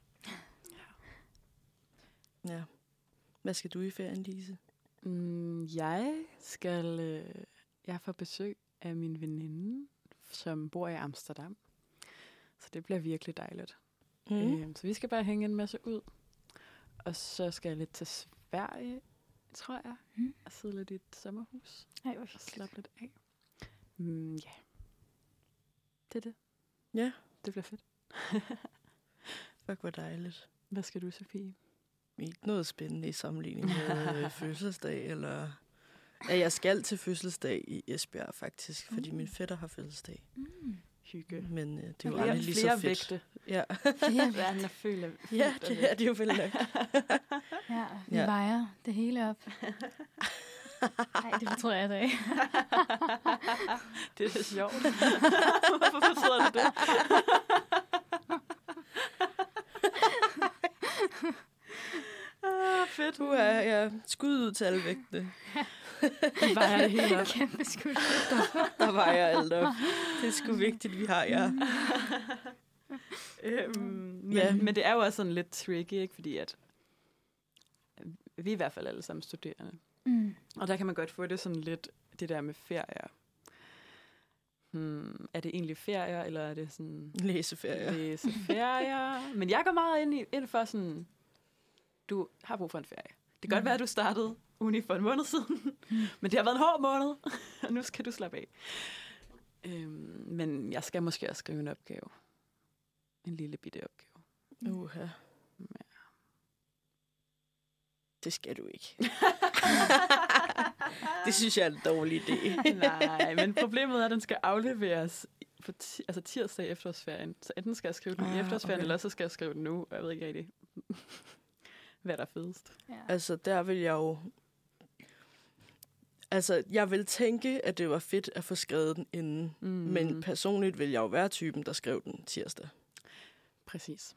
S3: Ja. Hvad skal du i ferien, Lise?
S2: Mm, jeg skal... Øh, jeg får besøg af min veninde, som bor i Amsterdam. Så det bliver virkelig dejligt.
S3: Mm.
S2: Øh, så vi skal bare hænge en masse ud. Og så skal jeg lidt til Sverige, tror jeg.
S4: Mm.
S2: Og sidde lidt i et sommerhus.
S4: Ej, hvor
S2: Og
S4: hyggeligt.
S2: slappe lidt af. Mm, ja. Det er det.
S3: Ja.
S2: Det bliver fedt.
S3: Fuck, hvor dejligt.
S2: Hvad skal du, Sofie?
S3: Ikke noget spændende i sammenligning med øh, fødselsdag, eller... Ja, jeg skal til fødselsdag i Esbjerg, faktisk, fordi min fætter har fødselsdag.
S4: Mm.
S2: Hygge.
S3: Men øh, det er jo
S2: Flere,
S3: aldrig lige
S2: flere
S3: så fedt.
S2: vægte.
S3: Ja.
S4: Flere
S2: Hvad han er føler.
S3: ja, det er det jo vel nok.
S4: Ja, vi
S3: Ja.
S4: ja. vejer det hele op. Nej, det fortryder jeg da ikke.
S2: Det er da sjovt. Hvorfor fortryder du det? ah, fedt.
S3: Du er ja, skud ud til alle vægtene.
S2: Vi vejer det hele op.
S4: Kæmpe skud.
S3: Der var jeg alt op. Det er sgu vigtigt, vi har jer.
S2: øhm, men,
S3: Ja.
S2: men det er jo også sådan lidt tricky, ikke? Fordi at vi er i hvert fald alle sammen studerende.
S4: Mm.
S2: Og der kan man godt få det sådan lidt, det der med ferier. Hmm, er det egentlig ferier, eller er det sådan...
S3: Læseferie.
S2: Læseferier. Men jeg går meget ind, i, ind for sådan, du har brug for en ferie. Det kan godt
S4: Mm.
S2: være, at du startede uni for en måned siden, men det har været en hård måned, og nu skal du slappe af. Øhm, men jeg skal måske også skrive en opgave. En lille bitte opgave.
S3: Uha.
S2: Ja.
S3: Det skal du ikke. Det synes jeg er en dårlig idé.
S2: Nej, men problemet er, at den skal afleveres på ti- altså tirsdag i efterårsferien. Så enten skal jeg skrive den i
S3: Ah,
S2: efterårsferien,
S3: okay.
S2: eller så skal jeg skrive den nu. Og jeg ved ikke rigtig, hvad der er fedest.
S4: Ja.
S3: Altså, der vil jeg jo... Altså, jeg vil tænke, at det var fedt at få skrevet den inden.
S2: Mm.
S3: Mm. Men personligt vil jeg jo være typen, der skrev den tirsdag.
S2: Præcis.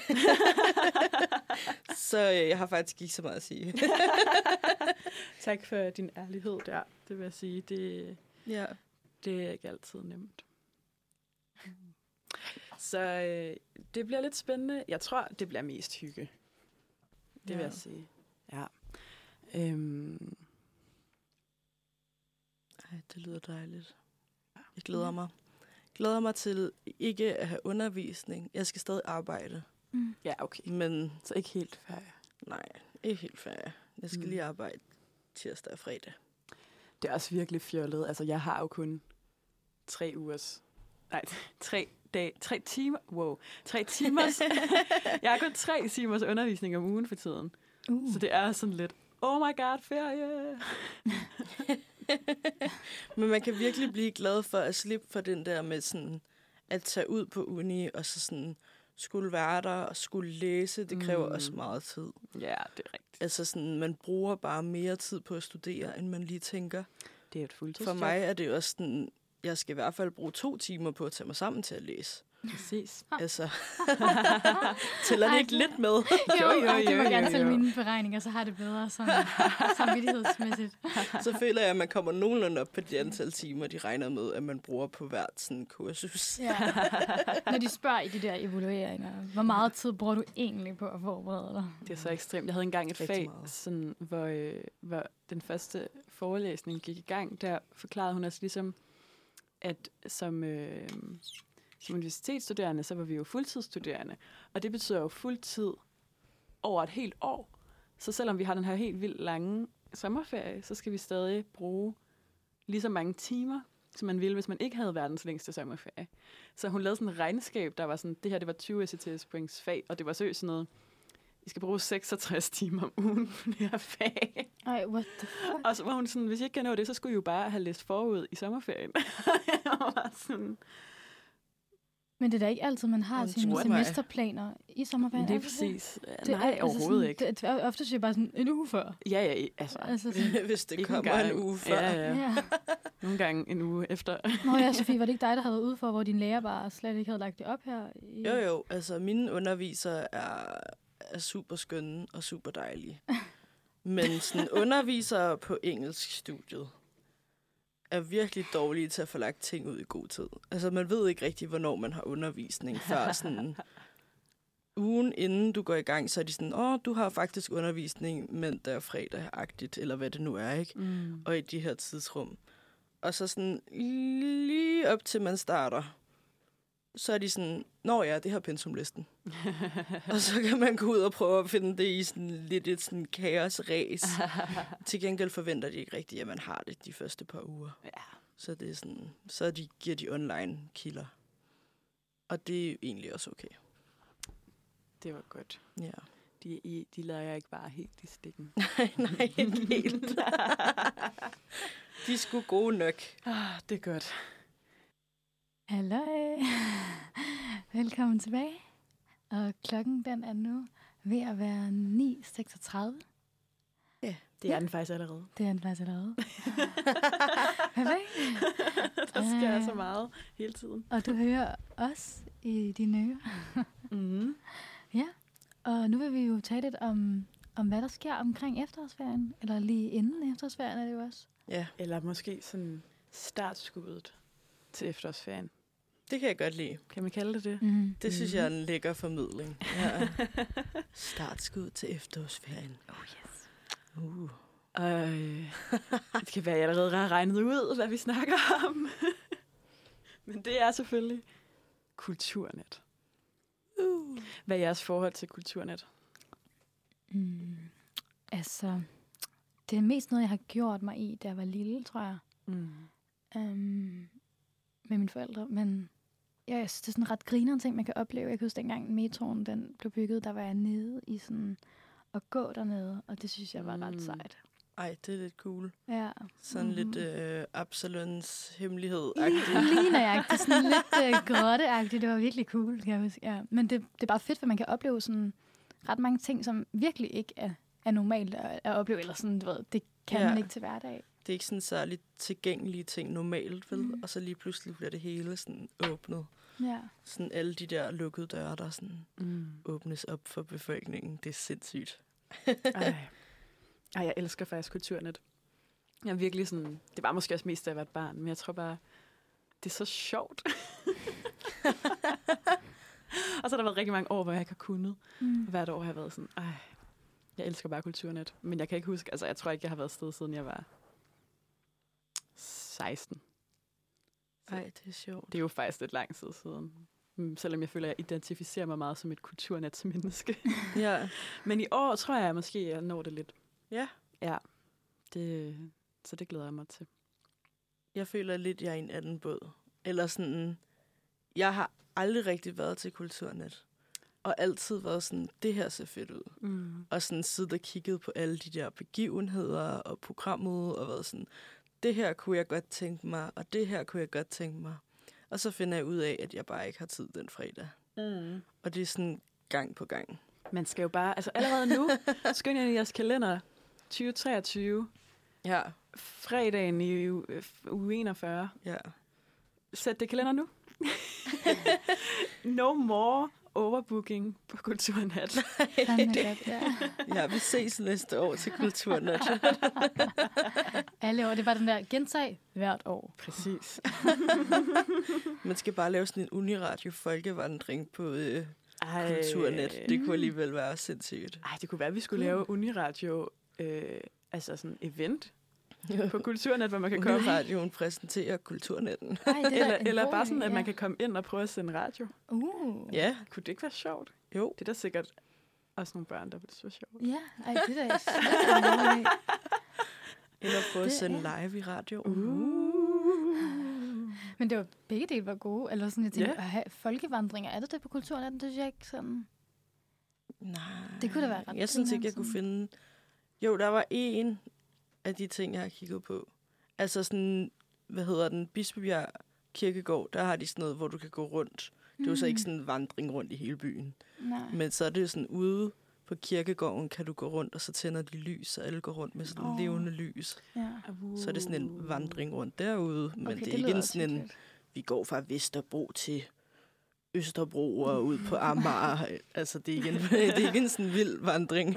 S3: Så øh, jeg har faktisk ikke så meget at sige.
S2: Tak for din ærlighed der. Det vil jeg sige, det,
S3: Ja.
S2: det er ikke altid nemt. Så øh, det bliver lidt spændende. Jeg tror, det bliver mest hygge. Det vil
S3: Ja.
S2: jeg sige. Ja. Øhm,
S3: Ej, det lyder dejligt. Jeg glæder mig. Jeg glæder mig til ikke at have undervisning. Jeg skal stadig arbejde.
S4: Mm.
S2: ja, okay.
S3: Men
S2: Så ikke helt ferie.
S3: nej, ikke helt færdig. Jeg skal
S2: Mm.
S3: lige arbejde tirsdag og fredag.
S2: Det er også virkelig fjollet. Altså, jeg har jo kun tre ugers... Nej, tre dage... Tre timer... Wow. Tre timers... jeg har kun tre timers undervisning om ugen for tiden.
S4: Uh.
S2: Så det er sådan lidt... Oh my god, ferie!
S3: Men man kan virkelig blive glad for at slippe for den der med sådan at tage ud på uni og så sådan skulle være der og skulle læse. Det kræver
S2: Mm.
S3: også meget tid.
S2: Ja, det er rigtigt.
S3: Altså sådan, man bruger bare mere tid på at studere, end man lige tænker.
S2: Det er et fuldtidsjob.
S3: For mig er det jo også sådan, jeg skal i hvert fald bruge to timer på at tage mig sammen til at læse.
S2: Præcis.
S3: Altså, tæller det
S4: Ej,
S3: ikke
S4: det-
S3: lidt med?
S4: Jo,
S2: Jo,
S4: jo,
S2: jo,
S4: jo, det må
S2: jo,
S4: gerne
S2: jo,
S4: tælle
S2: jo.
S4: mine beregninger, så har det bedre sådan, samvittighedsmæssigt.
S3: Så føler jeg, at man kommer nogenlunde op på de antal timer, de regner med, at man bruger på hvert sådan kursus.
S4: Ja. Når de spørger i de der evalueringer, hvor meget tid bruger du egentlig på at forberede dig?
S2: Det er så ekstremt. Jeg havde engang et
S3: Rigtig
S2: fag,
S3: meget.
S2: sådan, hvor, øh, hvor den første forelæsning gik i gang. Der forklarede hun os ligesom, at som, øh, som universitetsstuderende, så var vi jo fuldtidsstuderende. Og det betyder jo fuldtid over et helt år. Så selvom vi har den her helt vildt lange sommerferie, så skal vi stadig bruge lige så mange timer, som man ville, hvis man ikke havde verdens længste sommerferie. Så hun lavede sådan et regnskab, der var sådan, det her det var tyve E C T S-points fag, og det var seriøst sådan noget, I skal bruge seksogtres timer om ugen på det her fag.
S4: Ej, what the fuck?
S2: Og så var hun sådan, hvis I ikke kan nå det, så skulle I jo bare have læst forud i sommerferien. Jeg var sådan...
S4: Men det er da ikke altid, man har
S3: Jeg
S4: sine
S3: tror mig.
S4: semesterplaner i sommerferien.
S2: Det er
S4: er
S2: præcis.
S4: Det,
S2: Nej,
S4: altså
S2: overhovedet
S4: sådan,
S2: ikke.
S4: Det, det, ofte siger jeg bare sådan en uge før.
S2: Ja, ja, altså.
S4: Altså sådan,
S3: Hvis det
S2: Ikke
S3: kommer
S2: engang.
S3: en uge før.
S2: Ja, ja.
S4: ja.
S2: Nogle gange en uge efter.
S4: Nå ja, Sofie, var det ikke dig, der havde været ude for, hvor din lærer bare slet ikke havde lagt det op her? I...
S3: Jo, jo. Altså, mine undervisere er, er super skønne og super dejlige. Men sådan undervisere på engelskstudiet er virkelig dårlige til at få lagt ting ud i god tid. Altså, man ved ikke rigtig, hvornår man har undervisning før sådan... Ugen inden du går i gang, så er de sådan, åh, du har faktisk undervisning mandag og fredag-agtigt, eller hvad det nu er, ikke?
S2: Mm.
S3: Og i de her tidsrum. Og så sådan lige op til man starter, så er de sådan, nå ja, det her pensumlisten. Og så kan man gå ud og prøve at finde det i sådan lidt et sådan kaos-ræs. Til gengæld forventer de ikke rigtigt, at man har det de første par uger.
S2: Ja.
S3: Så det er sådan, så de, giver de online kilder. Og det er egentlig også okay.
S2: Det var godt.
S3: Ja.
S2: De, I, de lader jeg ikke bare helt i stikken.
S3: Nej, nej, ikke helt. De er sgu gode nok.
S2: Ah, det er godt.
S4: Hallo. Velkommen tilbage. Og klokken den er nu ved at være ni seksogtredive.
S2: Det er den faktisk allerede.
S4: Det er den faktisk allerede. Perfekt.
S2: Der sker så meget hele tiden.
S4: Og du hører os i dine ører.
S2: Mm.
S4: Og nu vil vi jo tale lidt om, om hvad der sker omkring efterårsferien. Eller lige inden efterårsferien er det jo også.
S3: Ja,
S2: Eller måske sådan startskuddet til efterårsferien.
S3: det kan jeg godt lide.
S2: Kan man kalde det det?
S4: Mm.
S3: Det synes jeg er en lækker formidling. Ja. Startskud til efterårsferien.
S2: Oh yes.
S3: Uh.
S2: Øh, det kan være, at jeg allerede har regnet ud, hvad vi snakker om. Men det er selvfølgelig Kulturnet.
S3: Uh.
S2: Hvad er jeres forhold til Kulturnet?
S4: Mm. Altså, det er mest noget, jeg har gjort mig i, da jeg var lille, tror jeg.
S2: Mm.
S4: Um, med mine forældre. Men ja, jeg synes, det er sådan en ret grinerende ting, man kan opleve. Jeg kan huske, dengang metroen den blev bygget, der var jeg nede i sådan at gå dernede, og det synes jeg var mm. ret
S2: Mm.
S4: sejt.
S3: Ej, det er lidt cool.
S4: Ja.
S3: Sådan
S4: Mhm.
S3: lidt øh, Absalons hemmelighed.
S4: Lige nøjagtigt. Sådan lidt uh, grotteagtigt. Det var virkelig cool, kan jeg huske. Ja. Men det, det er bare fedt, for man kan opleve sådan ret mange ting, som virkelig ikke er, er normalt at, at opleve. Eller sådan, du ved, det kan
S3: Ja.
S4: man ikke til hverdag.
S3: Det er ikke sådan særligt tilgængelige ting normalt, vel?
S4: Mm.
S3: Og så lige pludselig bliver det hele sådan åbnet.
S4: Ja.
S3: Sådan alle de der lukkede døre, der sådan
S2: Mm.
S3: åbnes op for befolkningen. Det er sindssygt.
S2: Ej. Ej, jeg elsker faktisk Kulturnet. Jeg er virkelig sådan, det var måske også mest, da jeg var et barn, men jeg tror bare, det er så sjovt. Og så har der været rigtig mange år, hvor jeg ikke har kunnet.
S4: Mm.
S2: Hvert år har jeg været sådan, ej, jeg elsker bare Kulturnet. Men jeg kan ikke huske, altså jeg tror ikke, jeg har været afsted, siden jeg var seksten.
S3: Ej, det er sjovt.
S2: Det er jo faktisk lidt lang tid siden. Mm, Selvom jeg føler, at jeg identificerer mig meget som et kulturnetsmenneske.
S3: Ja.
S2: Men i år tror jeg, at måske jeg når det lidt.
S3: Ja.
S2: Ja, det, så det glæder jeg mig til.
S3: Jeg føler lidt, jeg er i en anden båd. Eller sådan, jeg har aldrig rigtig været til Kulturnet. Og altid været sådan, det her ser fedt ud.
S2: Mm.
S3: Og sådan siddet og kigget på alle de der begivenheder og programmet, og været sådan, det her kunne jeg godt tænke mig, og det her kunne jeg godt tænke mig. Og så finder jeg ud af, at jeg bare ikke har tid den fredag.
S2: Mm.
S3: Og det er sådan gang på gang.
S2: Man skal jo bare, altså allerede nu, skynd jer i jeres kalender, tyve treogtyve,
S3: Ja,
S2: fredagen i u- uge enogfyrre.
S3: ja.
S2: Sæt det i kalender nu. No more overbooking på Kulturnet.
S4: Fandme godt, ja.
S3: Ja, vi ses næste år til Kulturnet.
S4: Alle år, det var den der gentag hvert år.
S2: Præcis.
S3: Man skal bare lave sådan en uniradio folkevandring på øh,
S2: Ej,
S3: Kulturnet. Det kunne alligevel være sindssygt.
S2: Ej, det kunne være, at vi skulle lave Uniradio, øh, altså sådan event på Kulturnet, hvor man kan komme.
S3: Uniradioen præsenterer Kulturnetten.
S4: Ej, det er da
S2: Eller,
S4: en
S2: eller
S4: god
S2: bare
S4: idé,
S2: sådan, at
S4: ja.
S2: man kan komme ind og prøve at sende radio.
S4: Uh.
S3: Ja,
S2: Kunne det ikke være sjovt?
S3: jo.
S2: Det er da sikkert Også nogle børn, der ville så sjovt.
S4: Ja, ej, det der er slet ikke.
S3: Eller prøve at
S4: Det
S3: sende
S4: er-
S3: live i radio.
S2: Uh.
S4: Men det var begge dele var gode. Eller sådan, jeg tænkte,
S2: Ja.
S4: at have folkevandringer, er det det på kulturen? Det synes jeg ikke sådan.
S3: Nej.
S4: Det kunne da være ret
S3: Jeg synes ikke, jeg
S4: grineren,
S3: kunne finde... Jo, der var en af de ting, jeg har kigget på. Altså sådan, hvad hedder den, Bispebjerg Kirkegård, der har de sådan noget, hvor du kan gå rundt. Det er jo så ikke sådan en vandring rundt i hele byen.
S4: Nej.
S3: Men så er det sådan ude på kirkegården, kan du gå rundt, og så tænder de lys, så alle går rundt med sådan en
S4: Åh.
S3: levende lys.
S4: Ja.
S3: Så er det sådan en vandring rundt derude. Men
S4: Okay,
S3: det er
S4: det
S3: ikke
S4: lyder
S3: en
S4: også
S3: sådan en,
S4: hyggeligt.
S3: vi går fra Vesterbro til Østerbro og ud på Amager. Altså, det er ikke en, det er ikke en sådan vild vandring.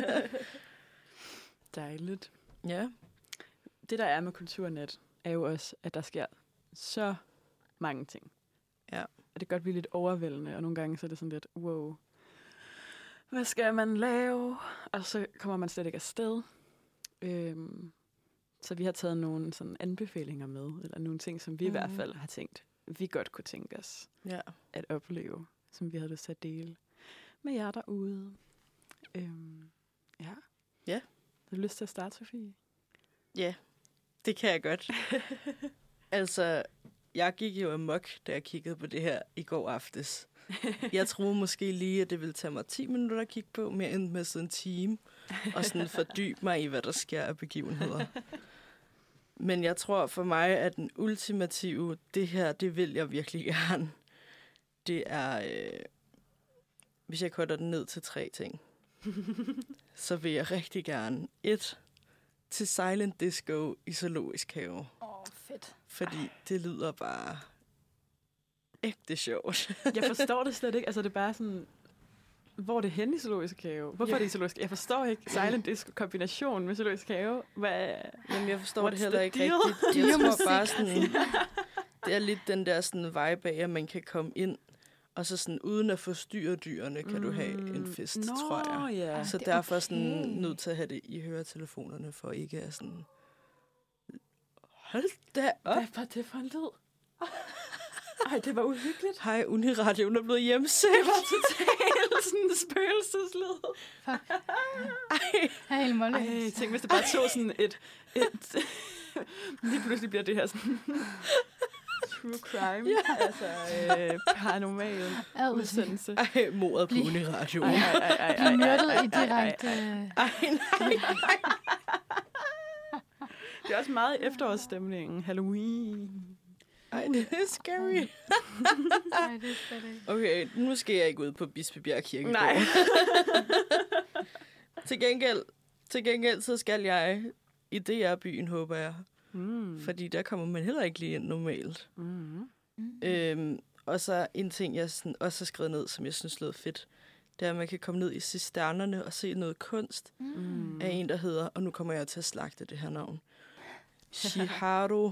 S2: Dejligt.
S3: Ja.
S2: Det, der er med Kulturnet, er jo også, at der sker så mange ting.
S3: Ja.
S2: Og det kan godt blive lidt overvældende, og nogle gange så er det sådan lidt, wow, hvad skal man lave? Og så kommer man slet ikke afsted. Øhm, så vi har taget nogle sådan anbefalinger med, eller nogle ting, som vi mm. i hvert
S3: Mhm.
S2: fald har tænkt, vi godt kunne tænke os
S3: Ja.
S2: at opleve, som vi havde lyst til at dele med jer derude. Øhm, ja.
S3: Ja.
S2: Har du lyst til at starte, Sofie?
S3: Ja, det kan jeg godt. Altså, jeg gik jo amok, da jeg kiggede på det her i går aftes. Jeg troede måske lige, at det ville tage mig ti minutter at kigge på, mere end med sådan en time, og sådan fordybe mig i, hvad der sker af begivenheder. Men jeg tror for mig, at den ultimative, det her, det vil jeg virkelig gerne. Det er, øh, hvis jeg kutter den ned til tre ting, så vil jeg rigtig gerne et til Silent Disco i Zoologisk Have.
S4: Åh, oh, fedt.
S3: Fordi det lyder bare ægte sjovt.
S2: Jeg forstår det slet ikke. Altså, det er bare sådan, hvor er det henne i Zoologisk Have? Hvorfor
S3: Ja.
S2: er det i Zoologisk Have? Jeg forstår ikke Silent Disco kombination med Zoologisk Have. Hvad?
S3: Jamen, jeg forstår
S2: What's
S3: det heller
S2: the
S3: ikke
S2: deal?
S3: rigtigt. Jeg tror
S4: Dyremusik.
S3: bare sådan, det er lidt den der sådan vibe af, at man kan komme ind, og så sådan uden at forstyrre dyrene, kan du have en fest,
S2: Nå,
S3: tror jeg.
S2: ja.
S3: Så
S4: det er
S3: derfor sådan
S4: okay.
S3: nødt til at have det i høretelefonerne, for ikke at sådan... Hold da op!
S2: Hvad var det for en lyd? Ej, det var uhyggeligt.
S3: Hej, Uniradioen er blevet hjemsendt.
S2: Det var totalt sådan en spøgelseslyd.
S4: Fuck.
S3: Ej.
S4: Her er helt mål.
S2: Ej, tænk, hvis det bare tog sådan et... et lige pludselig bliver det her sådan... true crime.
S3: Ja.
S2: Altså, øh, paranormal udsendelse.
S3: Ej, mordet på
S4: Bliv-
S3: Uniradioen.
S2: Ej, ej, ej, ej,
S4: Bliv
S2: ej,
S4: myrdet
S2: ej,
S4: i
S2: ej, ej,
S4: direkte...
S2: ej.
S3: Ej, nej, nej.
S2: Det er også meget i efterårsstemningen. Halloween.
S3: Ej, det er scary.
S4: Nej, det er slet ikke.
S3: Okay, nu skal jeg ikke ud på Bispebjerg Kirkegård.
S2: Nej.
S3: til, gengæld, til gengæld, så skal jeg i D R-byen, håber jeg.
S2: Mm.
S3: Fordi der kommer man heller ikke lige ind normalt.
S2: Mm.
S4: Mm.
S3: Øhm, og så en ting, jeg sådan også har skrevet ned, som jeg synes lød fedt, det er, at man kan komme ned i cisternerne og se noget kunst
S2: Mm.
S3: af en, der hedder, og nu kommer jeg til at slagte det her navn, Shiharu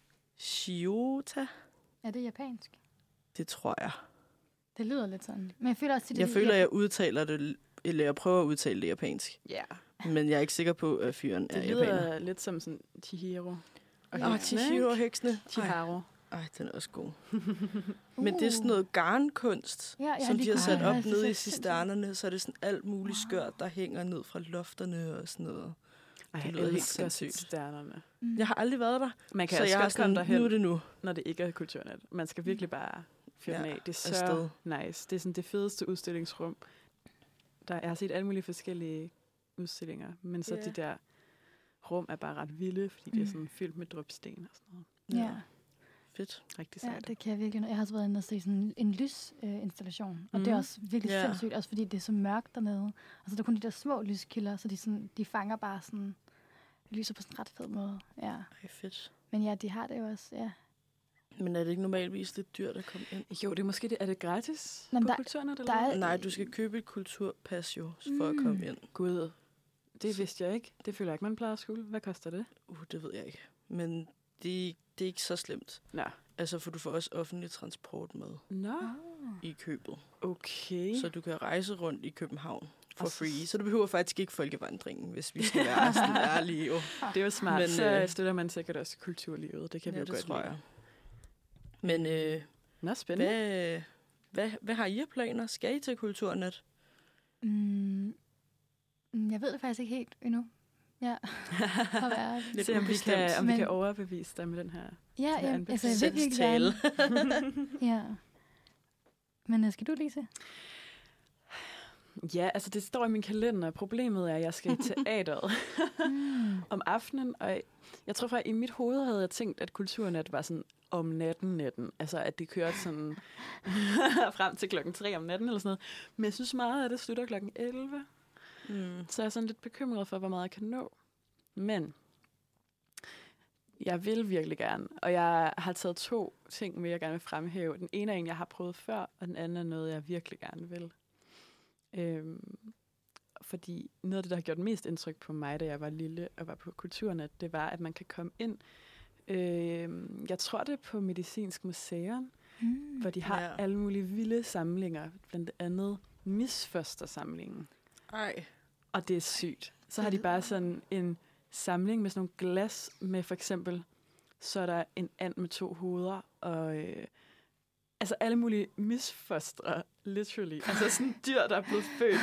S3: Shiota.
S4: Er det japansk?
S3: Det tror jeg.
S4: Det lyder lidt sådan. Men jeg føler også, at det
S3: Jeg føler, jeg udtaler det, eller jeg prøver at udtale det japansk.
S2: Ja.
S3: Men jeg er ikke sikker på, at fyren er
S2: Det
S3: japaner.
S2: lyder lidt som sådan Chihiro. Og
S3: Åh,
S2: heksene,
S3: Chihiro og
S2: ikke?
S3: heksene. Ej,
S2: Chihiro.
S3: ej, den er også god. Men det er sådan noget garnkunst,
S4: Ja, jeg har
S3: som
S4: lige
S3: de har
S4: kunnet-
S3: sat
S4: Ej,
S3: op
S4: det ser
S3: nede i
S4: sindssygt ud.
S3: cisternerne, så er det sådan alt muligt skørt, der hænger ned fra lofterne og sådan noget.
S2: Ej,
S3: Det
S2: jeg
S3: lyder helt
S2: elsker
S3: sindssygt.
S2: stjernerne.
S4: Mm.
S3: Jeg har aldrig været der,
S2: Man kan
S3: så
S2: også
S3: jeg har
S2: godt komme
S3: sådan,
S2: derhen,
S3: nu er det nu.
S2: når det ikke er Kulturnet. Man skal virkelig bare fyre
S3: Ja,
S2: den af. Det er så
S3: afsted.
S2: nice. Det er sådan det fedeste udstillingsrum. Der, jeg har set alle mulige forskellige udstillinger, men så
S3: Ja.
S2: de der rum er bare ret vilde, fordi det er
S4: Mm.
S2: sådan fyldt med drypsten og sådan noget.
S4: Ja,
S3: Fedt.
S2: Rigtig
S4: ja,
S2: sejt.
S4: det kan jeg virkelig. Jeg har også været inde og se sådan en lysinstallation, og det er
S2: Mhm.
S4: også virkelig
S3: Ja.
S4: sindssygt, også fordi det er så mørkt dernede. Og så er der kun de der små lyskilder, så de, sådan, de fanger bare sådan lyser på sådan en ret fed måde. Ja.
S3: Ej, fedt.
S4: Men ja, de har det jo også, ja.
S3: Men er det ikke normalvis lidt dyrt at komme ind?
S2: Jo, det er måske det. Er det gratis
S4: Nå,
S2: på
S4: der-
S2: Kulturnet? Eller
S4: der
S2: hvad?
S4: er-
S3: Nej, du skal købe et kulturpas jo, for
S4: Mm.
S3: at komme ind.
S2: Gud, det vidste jeg ikke. Det føler jeg ikke, man plejer at skulle. Hvad koster det?
S3: Uh, det ved jeg ikke. Men det, det er ikke så slemt.
S2: Nå.
S3: Altså, for du får også offentlig transport med
S2: Nå,
S4: Oh.
S3: i købet.
S2: okay.
S3: Så du kan rejse rundt i København for
S2: Og så-
S3: free. Så du behøver faktisk ikke folkevandringen, hvis vi skal være sådan ærlige. Jo.
S2: Det er jo smart.
S3: Men,
S2: Men, så
S3: øh,
S2: støtter man sikkert også kulturlivet. Det kan vi
S3: Ja,
S2: jo
S3: det
S2: godt
S3: tror
S2: lide.
S3: jeg. Men øh,
S2: Nå, spændende.
S3: hvad, hvad, hvad har I af planer? Skal I til Kulturnet?
S4: Mm, mm, jeg ved det faktisk ikke helt endnu. Ja, for være
S2: Se, om vi
S3: ubestemt.
S2: kan, om vi
S4: Men-
S2: kan overbevise dig med den her.
S4: Ja,
S2: Ja,
S4: ja
S2: en
S4: altså jeg vil virkelig
S3: Selvtale.
S4: gerne. Ja. Men øh, skal du lige se?
S2: Ja, altså det står i min kalender. Problemet er, at jeg skal i teateret
S4: Mm.
S2: om aftenen, og jeg tror faktisk, i mit hoved havde jeg tænkt, at kulturnat var sådan om natten natten. Altså, at det kørte sådan frem til klokken tre om natten eller sådan noget. Men jeg synes meget, at det slutter klokken elleve.
S3: Mm.
S2: Så jeg er sådan lidt bekymret for, hvor meget jeg kan nå. Men jeg vil virkelig gerne. Og jeg har taget to ting med, jeg gerne vil fremhæve. Den ene er en, jeg har prøvet før, og den anden er noget, jeg virkelig gerne vil. Øhm, fordi noget af det, der har gjort mest indtryk på mig, da jeg var lille og var på Kulturnat, det var, at man kan komme ind. Øhm, jeg tror, det er på Medicinsk Museum,
S4: Mm.
S2: hvor de har
S3: Ja.
S2: alle mulige vilde samlinger. Blandt andet Misfoster-samlingen.
S3: Ej.
S2: Og det er sygt. Så har de bare sådan en samling med sådan nogle glas med for eksempel, så er der en and med to hoveder, og øh, altså alle mulige misfostre, literally. Altså sådan dyr, der er blevet født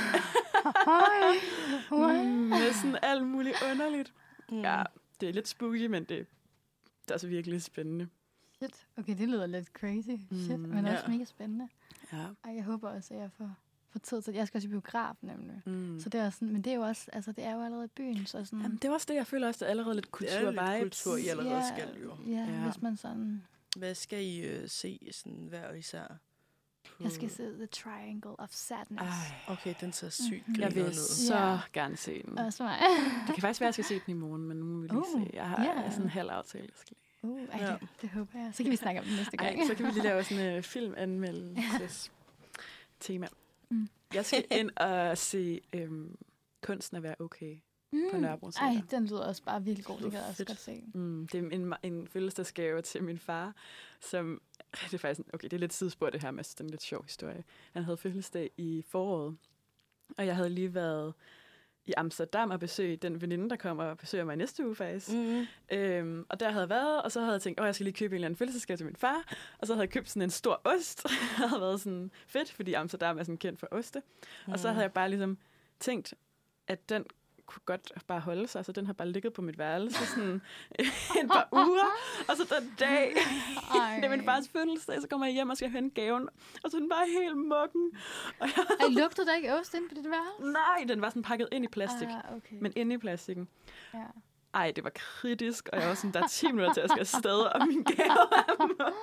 S4: Oj,
S2: mm,
S4: what?
S2: med sådan alt muligt underligt.
S3: Mm.
S2: Ja, det er lidt spooky, men det, det er altså virkelig spændende.
S4: Shit. Okay, det lyder lidt crazy. Shit,
S2: Mm,
S4: men
S3: ja.
S4: også mega spændende.
S2: Ja.
S4: Ej, jeg håber også, at jeg får, får tid til. Jeg skal også i biografen nemlig.
S2: Mm.
S4: Så det er sådan, men det er jo også, altså det er jo allerede i byen, så sådan.
S2: Jamen, det er også det, jeg føler også, det er allerede lidt
S3: Det er lidt
S2: kultur-vibes.
S3: kultur, I allerede skal jo.
S4: Ja,
S2: Ja.
S4: ja, hvis man sådan.
S3: Hvad skal I øh, se sådan hver især? På...
S4: Jeg skal se The Triangle of Sadness.
S2: Ej,
S3: Okay, den ser sygt
S4: Mhm.
S2: jeg
S3: grineren
S2: vil
S3: ud.
S2: så
S4: Ja.
S2: gerne se den.
S4: Også mig.
S2: Det kan faktisk være, at jeg skal se den i morgen, men nu må vi lige
S4: Uh,
S2: se. Jeg har
S4: ja.
S2: sådan en halv aftale, jeg skal lige.
S4: Uh, ej,
S3: Ja.
S4: det, det håber jeg. Så kan vi snakke om det næste gang.
S2: Ej, så kan vi lige lave sådan en uh, filmanmeldelses tema.
S4: Mm.
S2: Jeg skal ind og se øhm, Kunsten at være okay. på Nørrebro Teater.
S4: Ej, den lyder også bare virkelig god. Det kan jeg også
S3: Fedt.
S4: godt se.
S2: Mm, det er en, en fødselsdagsgave til min far, som... Det er faktisk... Okay, det er lidt sidespor, det her, men det er en lidt sjov historie. Han havde fødselsdag i foråret, og jeg havde lige været i Amsterdam og besøge den veninde, der kommer og besøger mig næste uge faktisk.
S3: Mm.
S2: Øhm, og der havde jeg været, og så havde jeg tænkt, åh, jeg skal lige købe en eller anden fødselsdagsgave til min far. Og så havde jeg købt sådan en stor ost. Det havde været sådan fedt, fordi Amsterdam er sådan kendt for oste. Mm. Og så havde jeg bare ligesom tænkt, at den kunne godt bare holde sig, så den har bare ligget på mit værelse sådan et par uger. Og så den dag, det er min fars fødselsdag, så kommer jeg hjem og skal hente gaven, og så er den bare helt muggen. Og jeg,
S4: Ej, lugtede der ikke ost inde på dit værelse?
S2: nej, den var sådan pakket ind i plastik,
S4: Ah, okay.
S2: men inde i plastikken.
S4: Ja.
S2: Ej, det var kritisk, og jeg var sådan, der er ti minutter til, at jeg skal afsted, og min gave er mugget.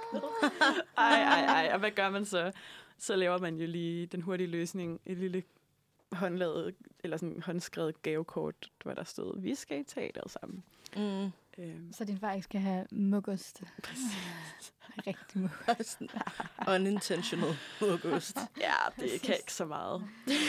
S2: Ej, ej, ej, og hvad gør man så? Så laver man jo lige den hurtige løsning, et lille håndlavet, eller sådan håndskrevet gavekort, hvor der stod, vi skal i teateret sammen.
S3: Mm.
S2: Øhm,
S4: Så din far ikke skal have muggost. Rigtig muggost.
S3: Unintentional august.
S2: ja, det kan ikke så meget.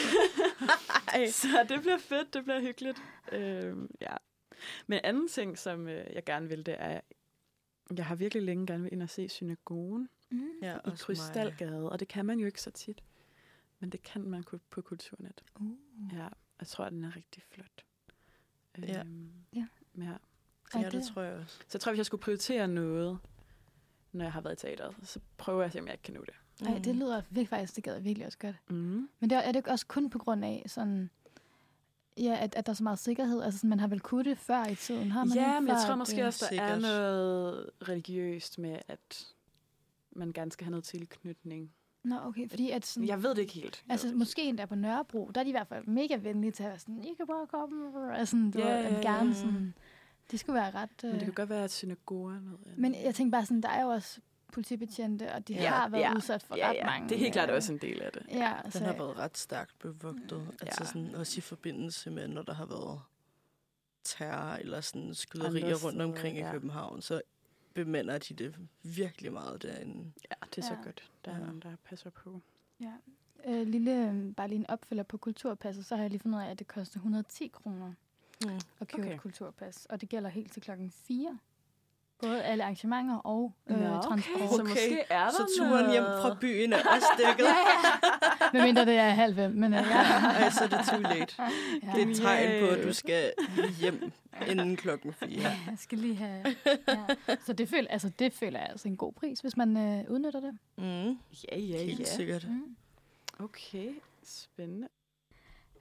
S2: Så det bliver fedt, det bliver hyggeligt. Øhm, ja. Men en anden ting, som øh, jeg gerne vil, det er, jeg har virkelig længe gerne vil ind og se synagogen
S4: Mm.
S3: Ja,
S2: i
S3: også mig.
S2: Krystalgade, og det kan man jo ikke så tit. Men det kan man ku- på Kulturnet.
S4: Uh.
S2: Ja, jeg tror, den er rigtig flot.
S3: Ja.
S2: Øhm,
S4: Ja.
S2: ja.
S3: Ja,
S4: Ej,
S3: det
S4: det-
S3: tror jeg også.
S2: Så jeg tror, hvis jeg skulle prioritere noget, når jeg har været i teateret, så prøver jeg at se, om jeg ikke kan nå det.
S4: Ej, det lyder virkelig faktisk, det gad jeg virkelig også godt.
S2: Mm.
S4: Men det er, er det ikke også kun på grund af sådan, ja, at, at der er så meget sikkerhed? Altså, sådan, man har vel kunnet det før i tiden, har man
S2: Ja,
S4: ikke?
S2: men jeg
S4: før,
S2: tror
S4: at
S2: måske
S4: det-
S2: også, der er
S3: Sikkert.
S2: noget religiøst med, at man gerne skal have noget tilknytning.
S4: Nå, okay, fordi at sådan,
S2: Jeg ved det ikke helt.
S4: altså måske der på Nørrebro, der er de i hvert fald mega venlige til at være sådan, I kan bare komme, altså, du
S2: Ja,
S4: ved,
S2: ja,
S4: at
S2: ja.
S4: gerne sådan, det skulle være ret...
S2: Men det
S4: Øh,
S2: kan godt være, at synagoger er noget andet.
S4: men jeg tænker bare sådan, der er jo også politibetjente, og de
S2: Ja,
S4: har været
S2: ja,
S4: udsat for
S2: ja,
S4: ret
S2: ja.
S4: mange...
S2: Det er helt klart
S4: øh,
S2: også en del af det.
S4: Ja,
S3: Den
S4: så,
S3: har været ret stærkt bevogtet. Ja. Altså
S2: Ja.
S3: sådan, også i forbindelse med, når der har været terror eller sådan skyderier
S2: Andre
S3: rundt omkring
S2: steder,
S3: i
S2: ja.
S3: København, så bemander de det virkelig meget derinde.
S2: Ja, det er så
S4: Ja.
S2: godt. Der er
S3: Ja.
S2: nogen, der passer på.
S4: ja. Øh, lille, øh, bare lige en opfølger på kulturpasset, så har jeg lige fundet ud af, at det koster et hundrede og ti kroner
S3: Mm.
S4: at købe
S2: Okay.
S4: et kulturpas. Og det gælder helt til klokken fire. Både alle arrangementer og øh,
S2: Nå, okay.
S4: transport.
S2: Så måske er der
S3: Så turen hjem
S2: noget.
S3: fra byen er også dækket.
S4: Ja, ja. Medmindre det er halv fem, men øh, ja.
S3: Ej, så er det too late.
S4: ja.
S3: Det er et tegn på, at
S2: Yeah.
S3: du skal hjem inden klokken fire.
S4: Ja, jeg skal lige have... Ja. Så det føler, altså, det føler jeg altså en god pris, hvis man øh, udnytter det.
S3: Mm.
S2: Ja, ja,
S3: Helt
S2: ja.
S3: sikkert.
S4: Mm.
S2: Okay, spændende.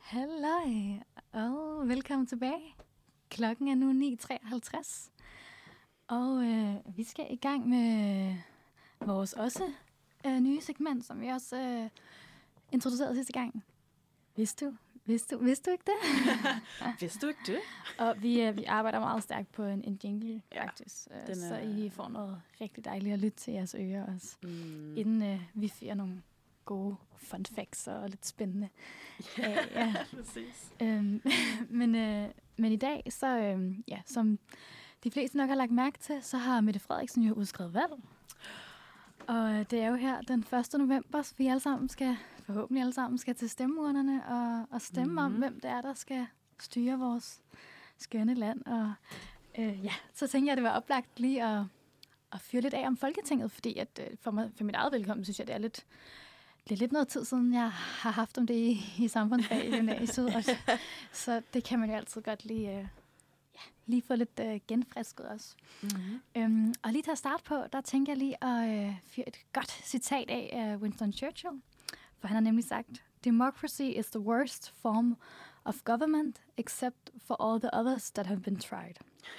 S4: Halløj, og velkommen tilbage. Klokken er nu ni treoghalvtreds, og øh, vi skal i gang med vores også øh, nye segment, som vi også øh, introducerede sidste gang. Vidste du? Vidste du, vidste du ikke det?
S2: Vidste du ikke det?
S4: Og vi, øh, vi arbejder meget stærkt på en, en jingle,
S2: Ja,
S4: faktisk. Øh,
S2: den
S4: så
S2: er-
S4: I får noget rigtig dejligt at lytte til jeres ører også.
S2: Mm.
S4: Inden øh, vi får nogle gode fun facts og lidt spændende. Ja, ja.
S2: Præcis.
S4: Øhm, men, øh, men i dag, så øh, ja, som de fleste nok har lagt mærke til, så har Mette Frederiksen jo udskrevet valg. Og øh, det er jo her den første november, så vi alle sammen skal, forhåbentlig alle sammen, skal til stemmeurnerne og, og stemme mm-hmm. om, hvem det er, der skal styre vores skønne land. Og øh, ja, så tænker jeg, at det var oplagt lige at, at fyre lidt af om Folketinget, fordi at, øh, for, mig, for mit eget velkommen, synes jeg, det er lidt... Det er lidt noget tid siden, jeg har haft om det i, i samfundsfag i gymnasiet, og så, så det kan man jo altid godt lige, øh, ja, lige få lidt øh, genfrisket også.
S2: Mm-hmm.
S4: Øhm, og lige til at starte på, der tænker jeg lige at øh, fyre et godt citat af af Winston Churchill, for han har nemlig sagt, "Democracy is the worst form of government, except for all the others that have been tried."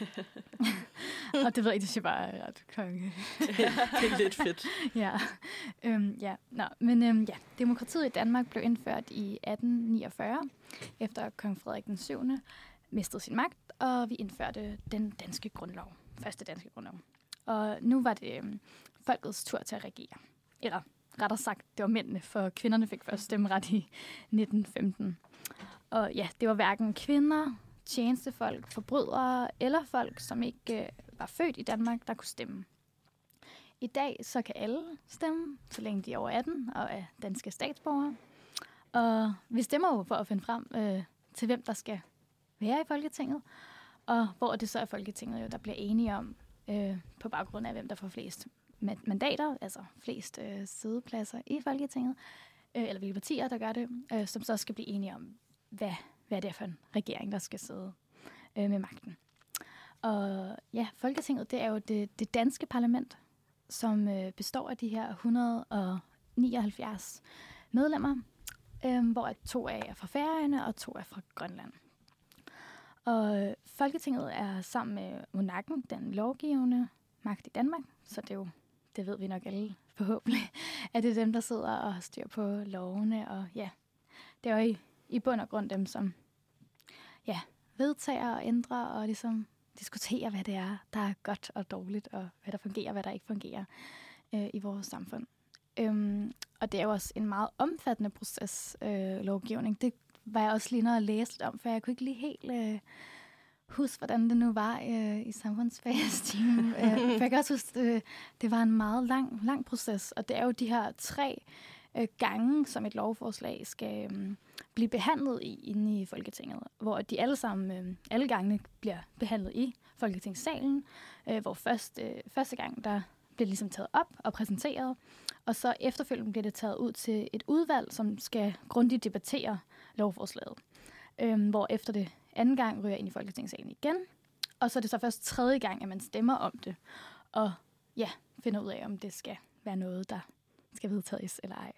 S4: Og det ved jeg ikke, det siger bare ret konge.
S3: Det er lidt fedt.
S4: Ja, øhm, ja. Nå, men øhm, ja, demokratiet i Danmark blev indført i atten niogfyrre, efter kong Frederik den syvende mistede sin magt, og vi indførte den danske grundlov, første danske grundlov. Og nu var det øhm, folkets tur til at regere. Eller rettere sagt, det var mændene, for kvinderne fik først stemmeret i nitten femten. Og ja, det var hverken kvinder, tjenestefolk, forbrydere eller folk, som ikke øh, var født i Danmark, der kunne stemme. I dag så kan alle stemme, så længe de er over atten og er danske statsborgere. Og vi stemmer jo for at finde frem øh, til, hvem der skal være i Folketinget, og hvor det så er Folketinget, jo, der bliver enige om, øh, på baggrund af, hvem der får flest mandater, altså flest øh, sædepladser i Folketinget, øh, eller hvilke partier, der gør det, øh, som så skal blive enige om, hvad, hvad det er for en regering, der skal sidde øh, med magten. Og ja, Folketinget, det er jo det, det danske parlament, som øh, består af de her et hundrede og nioghalvfjerds medlemmer, øh, hvor to er fra Færøerne og to er fra Grønland. Og øh, Folketinget er sammen med monarken den lovgivende magt i Danmark, så det er jo, det ved vi nok alle forhåbentlig, at det er dem, der sidder og har styr på lovene, og ja, det er jo i, i bund og grund dem, som ja, vedtager og ændrer og ligesom diskuterer, hvad det er, der er godt og dårligt, og hvad der fungerer og hvad der ikke fungerer øh, i vores samfund. Øhm, og det er jo også en meget omfattende proces, øh, lovgivning. Det var jeg også lige noget at læse lidt om, for jeg kunne ikke lige helt øh, huske, hvordan det nu var øh, i samfundsfagstimen. øh, for jeg kan også huske, øh, det var en meget lang, lang proces, og det er jo de her tre øh, gange, som et lovforslag skal øh, blive behandlet i inde i Folketinget, hvor de alle sammen, øh, alle gangene bliver behandlet i Folketingssalen, øh, hvor først, øh, første gang, der bliver det ligesom taget op og præsenteret, og så efterfølgende bliver det taget ud til et udvalg, som skal grundigt debattere lovforslaget. Øhm, hvor efter det anden gang ryger ind i Folketingssalen igen, og så er det så først tredje gang, at man stemmer om det, og ja, finder ud af, om det skal være noget, der skal vedtages eller ej.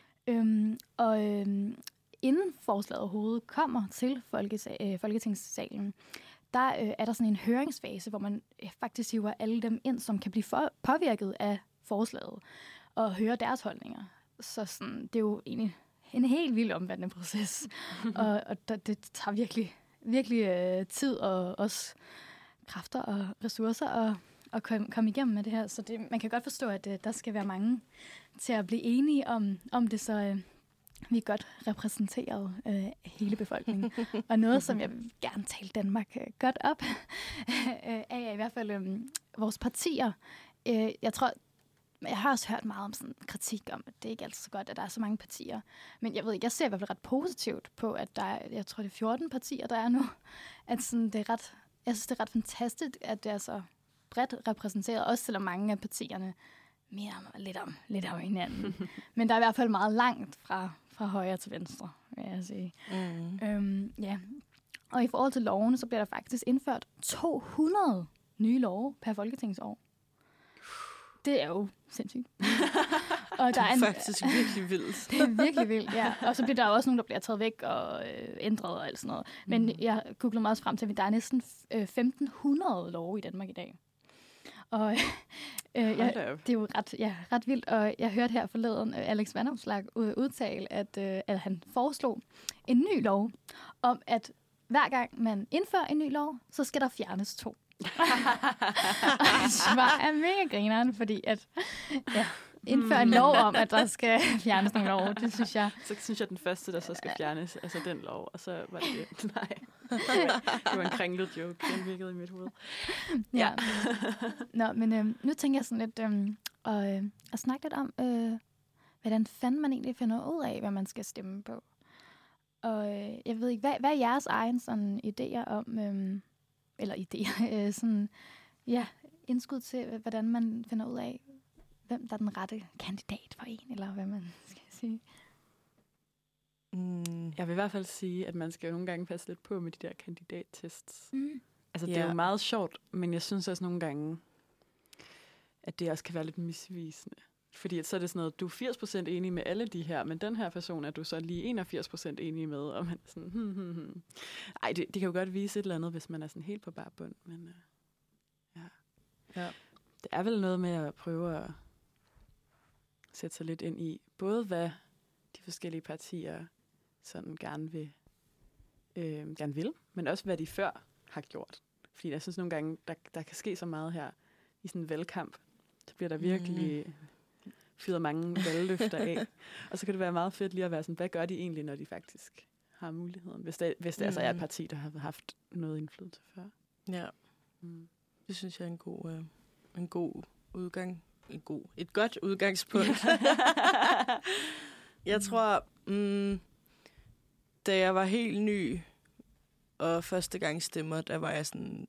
S4: Øhm, og øhm, inden forslaget overhovedet kommer til Folkesa- øh, Folketingssalen, der øh, er der sådan en høringsfase, hvor man øh, faktisk hiver alle dem ind, som kan blive for- påvirket af forslaget, og høre deres holdninger. Så sådan, det er jo egentlig en helt vild omfattende proces, og, og det, det tager virkelig, virkelig øh, tid og også kræfter og ressourcer at, at komme, komme igennem med det her. Så det, man kan godt forstå, at øh, der skal være mange til at blive enige om, om det, så øh, vi er godt repræsenteret øh, hele befolkningen. Og noget, som jeg vil gerne tale Danmark øh, godt op, øh, er i hvert fald øh, vores partier. Øh, jeg tror, jeg har også hørt meget om sådan kritik om, at det ikke er altid så godt, at der er så mange partier. Men jeg ved ikke, jeg ser i hvert fald ret positivt på, at der er, jeg tror, det er fjorten partier, der er nu. At sådan, det er ret, jeg synes, det er ret fantastisk, at det er så bredt repræsenteret, også selvom mange af partierne mere lidt om, lidt om hinanden. Men der er i hvert fald meget langt fra, fra højre til venstre, vil jeg sige. Mm. Øhm, ja. Og i forhold til lovene, så bliver der faktisk indført to hundrede nye love per folketingsår. Det er jo sindssygt. Og der er en,
S3: faktisk virkelig vildt.
S4: det er virkelig vildt, ja. Og så bliver der også nogen, der bliver taget væk og øh, ændret og alt sådan noget. Men mm. jeg googlede mig også frem til, at der er næsten øh, femten hundrede love i Danmark i dag. Og øh, jeg, det er jo ret, ja, ret vildt, og jeg hørte her forleden øh, Alex Vanopslagh udtale, at, øh, at han foreslog en ny lov om, at hver gang man indfører en ny lov, så skal der fjernes to. Og hans svar er mega grineren, fordi at ja, indføre en lov om, at der skal fjernes nogle lov, det synes jeg.
S2: Så synes jeg, den første, der så skal fjernes, altså den lov, og så var det det. Nej, det var en kringlet joke, den virkede i mit hoved.
S4: Ja. Nå, men øh, nu tænker jeg sådan lidt øh, og, øh, at snakke lidt om, øh, hvordan fanden man egentlig finder ud af, hvad man skal stemme på. Og øh, jeg ved ikke, hvad, hvad er jeres egen sådan idéer om, øh, eller idéer, øh, sådan, ja, indskud til, hvordan man finder ud af, hvem der er den rette kandidat for en, eller hvad man skal sige.
S2: Mm. Jeg vil i hvert fald sige, at man skal jo nogle gange passe lidt på med de der kandidattests. Mm. Altså, det
S3: yeah.
S2: er jo meget sjovt, men jeg synes også nogle gange, at det også kan være lidt misvisende. Fordi så er det sådan noget, du er firs procent enig med alle de her, men den her person er du så lige enogfirs procent enig med, og man er sådan, hmm, hmm, hmm. Ej, det, det kan jo godt vise et eller andet, hvis man er sådan helt på bar bund, men uh, ja. ja. Det er vel noget med at prøve at sætte sig lidt ind i, både hvad de forskellige partier sådan gerne vil, øh, gerne vil, men også hvad de før har gjort. Fordi jeg synes nogle gange, der, der kan ske så meget her i sådan en valgkamp, så bliver der virkelig mm. fyret mange valgløfter af. Og så kan det være meget fedt lige at være sådan, hvad gør de egentlig, når de faktisk har muligheden? Hvis det, hvis det mm. altså er et parti, der har haft noget indflydelse før.
S3: Ja, mm. det synes jeg er en god, øh, en god udgang. En god, et godt udgangspunkt. Jeg tror, mm, da jeg var helt ny og første gang stemmer, der var jeg sådan,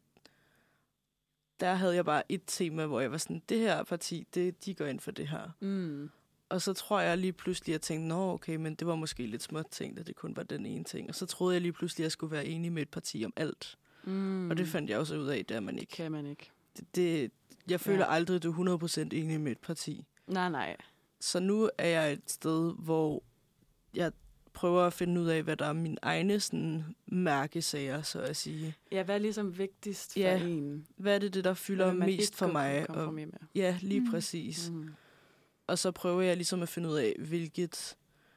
S3: der havde jeg bare et tema, hvor jeg var sådan, det her parti, det, de går ind for det her. Mm. Og så tror jeg lige pludselig, at jeg tænkte, nå okay, men det var måske lidt småt ting, at det kun var den ene ting. Og så troede jeg lige pludselig, at jeg skulle være enig med et parti om alt. Mm. Og det fandt jeg også ud af, der man ikke.
S2: Kan man ikke.
S3: Det, det, jeg føler ja. aldrig, at du er hundrede procent enig med et parti.
S2: Nej, nej.
S3: Så nu er jeg et sted, hvor jeg prøver at finde ud af, hvad der er mine egne sådan, mærkesager, så at sige.
S2: Ja, hvad er ligesom vigtigst for
S3: ja.
S2: en?
S3: Hvad er det, det der fylder mest for mig? Og,
S2: med?
S3: Ja, lige mm. præcis. Mm. Og så prøver jeg ligesom at finde ud af, hvilket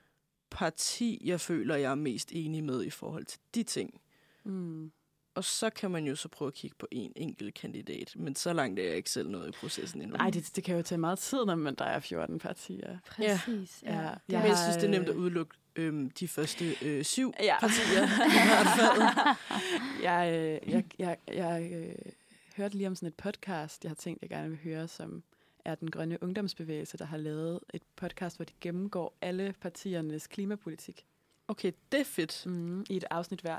S3: parti, jeg føler, jeg er mest enig med i forhold til de ting. Mm. Og så kan man jo så prøve at kigge på en enkelt kandidat. Men så langt er jeg ikke selv noget i processen endnu.
S2: Nej, det, det kan jo tage meget tid, når man der er fjorten partier.
S4: Præcis, ja. ja.
S3: ja. Jeg, har, jeg synes, det er nemt at udelukke øhm, de første øh, syv ja. partier i hvert fald.
S2: jeg øh, jeg, jeg, jeg øh, hørte lige om sådan et podcast, jeg har tænkt, jeg gerne vil høre, som er den grønne ungdomsbevægelse, der har lavet et podcast, hvor de gennemgår alle partiernes klimapolitik.
S3: Okay, det er fedt.
S2: Mm, I et afsnit hver.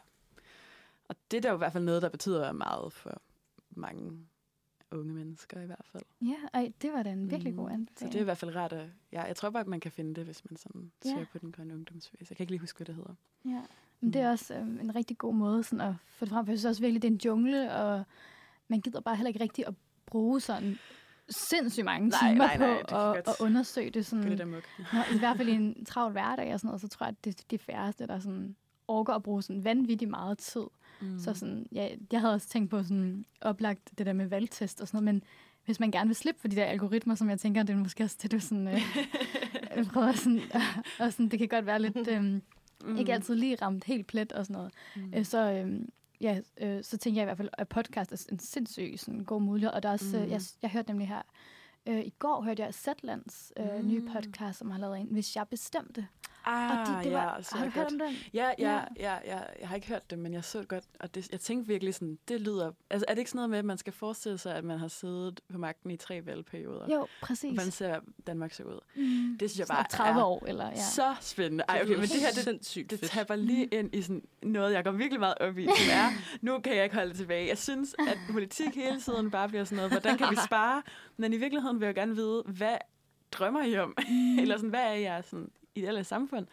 S2: Og det er der jo i hvert fald noget, der betyder meget for mange unge mennesker i hvert fald.
S4: Ja, ej, det var da en virkelig mm. god anbefaling.
S2: Så det er i hvert fald ret at, ja, jeg tror bare, at man kan finde det, hvis man sådan ja. søger på den grønne ungdomsbevægelse. Jeg kan ikke lige huske, hvad det hedder.
S4: Ja, men mm. det er også øhm, en rigtig god måde sådan at få det frem. Jeg synes også virkelig, det er en jungle, og man gider bare heller ikke rigtig at bruge sådan sindssygt mange
S2: nej,
S4: timer
S2: nej, nej,
S4: på at, at undersøge det. Sådan,
S2: det der
S4: når, i hvert fald i en travl hverdag og sådan noget, så tror jeg, at det er de færreste, der sådan orker at bruge sådan vanvittigt meget tid. Mm. Så sådan, ja, jeg havde også tænkt på sådan oplagt det der med valgtest og sådan noget, men hvis man gerne vil slippe for de der algoritmer, som jeg tænker, det er måske også det, du sådan, øh, prøver sådan, øh, og sådan, det kan godt være lidt, øh, mm. ikke altid lige ramt helt plet og sådan noget. Mm. Øh, så, øh, ja, øh, så tænker jeg i hvert fald, at podcast er en sindssyg sådan, god mulighed, og der er også, mm. øh, jeg, jeg hørte nemlig her, øh, i går hørte jeg Zetlands øh, mm. nye podcast, som har lavet en, Hvis jeg bestemte.
S2: Ah,
S4: og det, det var,
S2: ja,
S4: har du hørt
S2: godt.
S4: om den?
S2: Ja, ja, ja, ja, jeg har ikke hørt det, men jeg så det godt, og det, jeg tænkte virkelig sådan, det lyder, altså er det ikke sådan noget med, at man skal forestille sig, at man har siddet på magten i tre valgperioder?
S4: Jo, præcis.
S2: Hvordan ser Danmark så ud?
S4: Mm.
S2: Det synes jeg bare
S4: tredive år, eller ja.
S2: Så spændende. Ej, okay, men det her, det, det tapper lige ind i sådan noget, jeg går virkelig meget op i, som er, nu kan jeg ikke holde det tilbage. Jeg synes, at politik hele tiden bare bliver sådan noget, hvordan kan vi spare? Men i virkeligheden vil jeg gerne vide, hvad drømmer I om? Mm. Eller sådan, hvad er jeres sådan, ideelle samfund?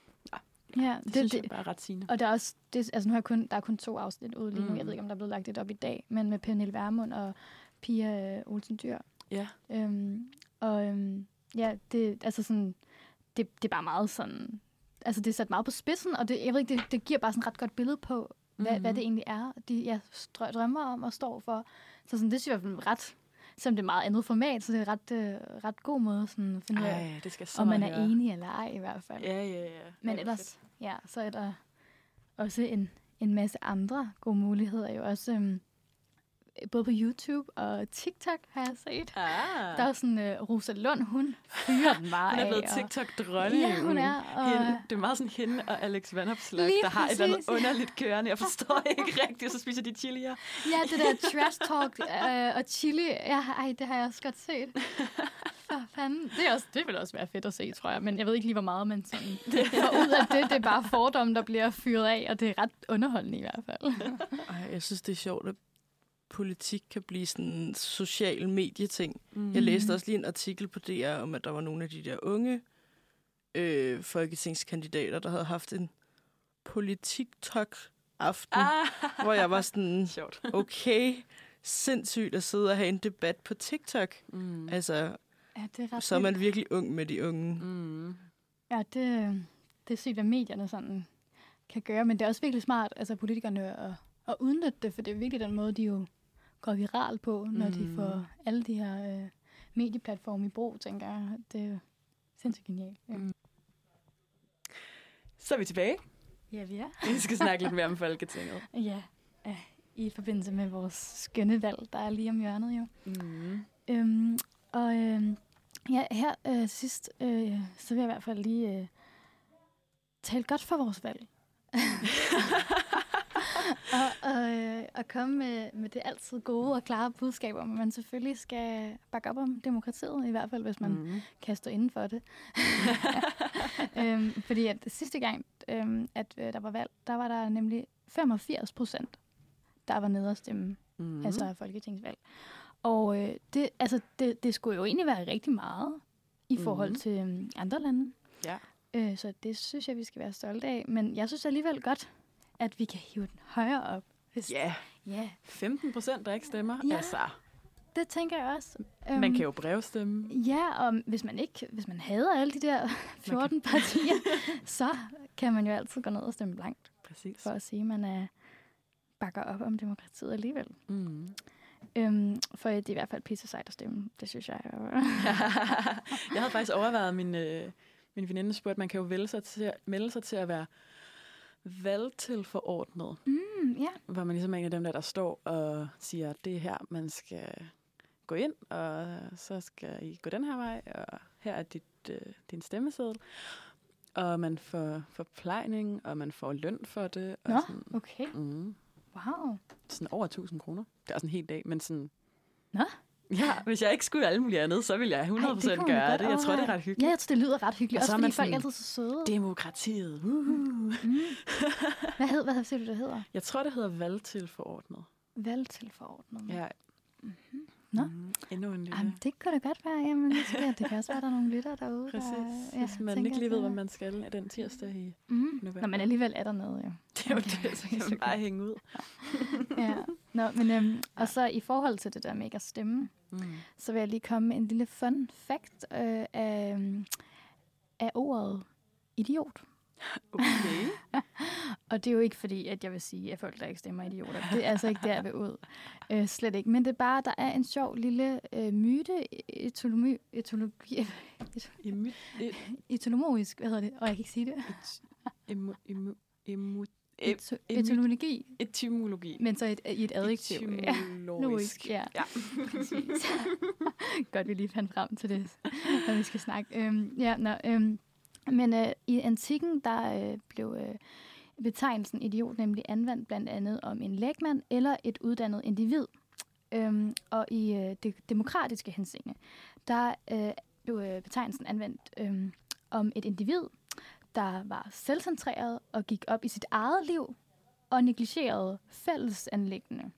S4: Ja,
S2: det,
S4: det
S2: synes
S4: det,
S2: jeg bare er ret sigende.
S4: Og der er også, det, altså nu har jeg kun, der er kun to afsnit ude lige nu. Mm. Jeg ved ikke, om der er blevet lagt et op i dag, men med Pernille Vermund og Pia Olsen Dyr.
S2: Ja.
S4: Øhm, og øhm, ja, det, altså sådan, det, det er bare meget sådan, altså det er sat meget på spidsen, og det, jeg ved ikke, det, det giver bare sådan et ret godt billede på, hvad, mm-hmm. hvad det egentlig er, de ja, drømmer om og står for. Så sådan, det synes jeg er ret, selvom det er meget andet format, så det er et ret, øh, ret god måde sådan, at finde ud af,
S2: det skal så
S4: om man er
S2: høre.
S4: enig eller ej i hvert fald.
S2: Ja, ja, ja.
S4: Men
S2: Ej,
S4: ellers, ja, så er der også en, en masse andre gode muligheder. Jo også øhm, både på YouTube og TikTok har jeg set.
S2: Ah.
S4: Der er sådan uh, Rosa Lund, hun fyrer den bare
S2: Hun er
S4: af.
S2: blevet TikTok-dronning.
S4: Ja, hun er. Og
S2: Hende, det er meget sådan hende og Alex Vanopslagh,
S4: Lige
S2: der har et eller andet
S4: præcis.
S2: underligt kørende. Jeg forstår ikke rigtigt, så spiser de chilier.
S4: Ja, det der trash talk øh, og chili. Ja, ej, det har jeg også godt set. For fanden. Det, er også, det vil også være fedt at se, tror jeg. Men jeg ved ikke lige, hvor meget man sådan får ud af det. Det er bare fordomme, der bliver fyret af, og det er ret underholdende i hvert fald.
S3: Ej, jeg synes, det er sjovt, at politik kan blive sådan en social medieting.
S2: Mm.
S3: Jeg læste også lige en artikel på D R om, at der var nogle af de der unge øh, folketingskandidater, der havde haft en politik-talk-aften,
S2: Ah.
S3: hvor jeg var sådan,
S2: Sjovt.
S3: okay, sindssygt at sidde og have en debat på TikTok.
S2: Mm.
S3: Altså,
S4: Ja, det er ret
S3: så er man
S4: vildt.
S3: virkelig ung med de unge.
S2: Mm.
S4: Ja, det, det er sygt, hvad medierne sådan kan gøre, men det er også virkelig smart, altså politikerne, at, at udnytte det, for det er virkelig den måde, de jo går viral på, når mm. de får alle de her øh, medieplatforme i brug, tænker jeg. Det er jo sindssygt genialt. Ja.
S2: Mm. Så er vi tilbage.
S4: Ja, vi er.
S2: Vi skal snakke lidt mere om Folketinget.
S4: Ja, ja, i forbindelse med vores skønne valg, der er lige om hjørnet jo.
S2: Mm.
S4: Øhm, og øhm, ja, her øh, sidst, øh, så vil jeg i hvert fald lige øh, tale godt for vores valg. og og, øh, og komme med, med det altid gode og klare budskab om, at man selvfølgelig skal bakke op om demokratiet, i hvert fald hvis man
S2: Mm.
S4: kan stå inden for det. øhm, fordi at sidste gang, øhm, at øh, der var valg, der var der nemlig femogfirs procent, der var nede at stemme,
S2: Mm.
S4: mm. altså folketingsvalg. Og øh, det, altså, det, det skulle jo egentlig være rigtig meget i forhold
S2: Mhm.
S4: til øhm, andre lande.
S2: Ja.
S4: Øh, så det synes jeg, vi skal være stolte af. Men jeg synes alligevel godt, at vi kan hive den højere op. Hvis,
S2: Ja,
S4: ja,
S2: femten procent, der ikke stemmer.
S4: Ja.
S2: Altså,
S4: det tænker jeg også.
S2: man kan jo brevstemme.
S4: Ja, og hvis man ikke, hvis man hader alle de der fjorten partier, så kan man jo altid gå ned og stemme blankt,
S2: Præcis.
S4: for at sige, at man er, bakker op om demokratiet alligevel.
S2: Mm.
S4: Øhm, for det er i hvert fald pisse sejt at stemme, det synes jeg.
S2: Jeg havde faktisk overvejet, min, øh, min veninde spurgte, at man kan jo vælge sig til, melde sig til at være valgtilforordnet.
S4: Mm, ja.
S2: Hvor man ligesom er en af dem, der, der står og siger, at det er her, man skal gå ind, og så skal I gå den her vej, og her er dit, øh, din stemmeseddel. Og man får forplejning, og man får løn for det. Og
S4: Nå,
S2: sådan,
S4: okay.
S2: mm,
S4: Wow.
S2: sådan over tusind kroner. Det er også en hel dag, men sådan...
S4: Nå.
S2: Ja, hvis jeg ikke skulle alt muligt andet, så ville jeg hundrede procent
S4: kunne man
S2: gøre
S4: godt
S2: det. Jeg tror, det er
S4: overveje.
S2: ret hyggeligt.
S4: Ja, jeg tror, det lyder ret hyggeligt.
S2: Og så
S4: Også
S2: er man
S4: fordi folk er
S2: sådan,
S4: altid så søde.
S2: Demokratiet. Uh.
S4: Mm. Hvad, hed, hvad siger du, det hedder?
S2: Jeg tror, det hedder valgtilforordnet.
S4: Valgtilforordnet.
S2: Ja.
S4: Mm-hmm. Nå.
S2: Mm, endnu en lille...
S4: Jamen, det kunne da godt være. Jamen, det, skal, det kan også være, der er nogle lytter derude.
S2: Præcis.
S4: Der,
S2: Hvis man
S4: tænker,
S2: ikke lige ved,
S4: at-
S2: hvad man skal af den tirsdag i
S4: Mm.
S2: november.
S4: Når man alligevel er dernede, jo.
S2: Det er jo
S4: Okay,
S2: det, så kan
S4: så
S2: man bare
S4: godt.
S2: hænge ud.
S4: Ja. Nå, men, øhm, og så i forhold til det der med ikke at stemme,
S2: Mm.
S4: så vil jeg lige komme med en lille fun fact øh, af, øhm, af ordet idiot.
S2: Okay.
S4: Og det er jo ikke fordi, at jeg vil sige, at folk, der ikke stemmer, er idioter. Det er altså ikke der, jeg vil ud. Øh, slet ikke. Men det er bare, der er en sjov lille øh, myte, etologi, etologi,
S2: Emy, et,
S4: etologisk, hvad hedder det? Og jeg kan ikke sige det.
S2: et, emu, emu, emu,
S4: Eto,
S2: emy-
S4: etymologi,
S2: etymologi.
S4: men så et, i et adjektiv. Ja.
S2: Etymologisk.
S4: Ja.
S2: Ja.
S4: Præcis. Godt, vi lige fandt frem til det, når vi skal snakke. Øhm, ja, nå, øhm, men øh, i antikken, der øh, blev øh, betegnelsen idiot nemlig anvendt blandt andet om en lægmand eller et uddannet individ. Øhm, og i øh, det demokratiske henseende, der øh, blev øh, betegnelsen anvendt øh, om et individ, der var selvcentreret og gik op i sit eget liv og negligerede fællesanliggende.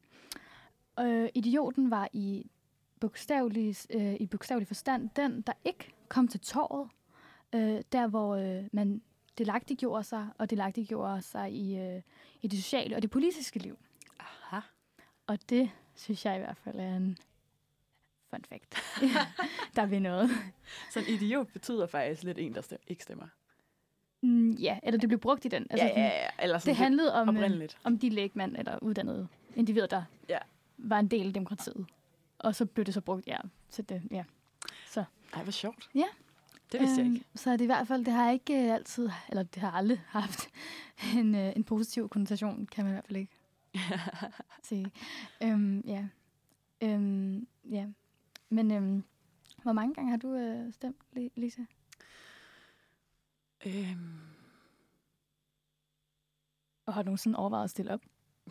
S4: Øh, idioten var i bogstavelig, øh, i bogstavelig forstand den, der ikke kom til torvet, øh, der hvor øh, man delagtiggjorde sig, og delagtiggjorde sig i, øh, i det sociale og det politiske liv.
S2: Aha.
S4: Og det synes jeg i hvert fald er en fun fact. Der vil noget.
S2: Så en idiot betyder faktisk lidt en, der stem- ikke stemmer.
S4: Mm, ja, eller det blev brugt i den. Altså,
S2: ja, ja, ja. Eller sådan
S4: det handlede om, øh,
S2: lidt.
S4: om de lægmænd eller uddannede individer, der
S2: ja.
S4: var en del af demokratiet. Og så blev det så brugt, ja, til det, ja. Så.
S2: Ej, hvor sjovt.
S4: Ja.
S2: Det vidste
S4: øhm,
S2: jeg ikke.
S4: Så det i hvert fald, det har ikke altid, eller det har aldrig haft en, øh, en positiv konnotation, kan man i hvert fald ikke sige. Øhm, ja. Øhm, ja. Men øhm, hvor mange gange har du øh, stemt, Lisa?
S2: Øhm.
S4: Og har du nogensinde overvejet at stille op?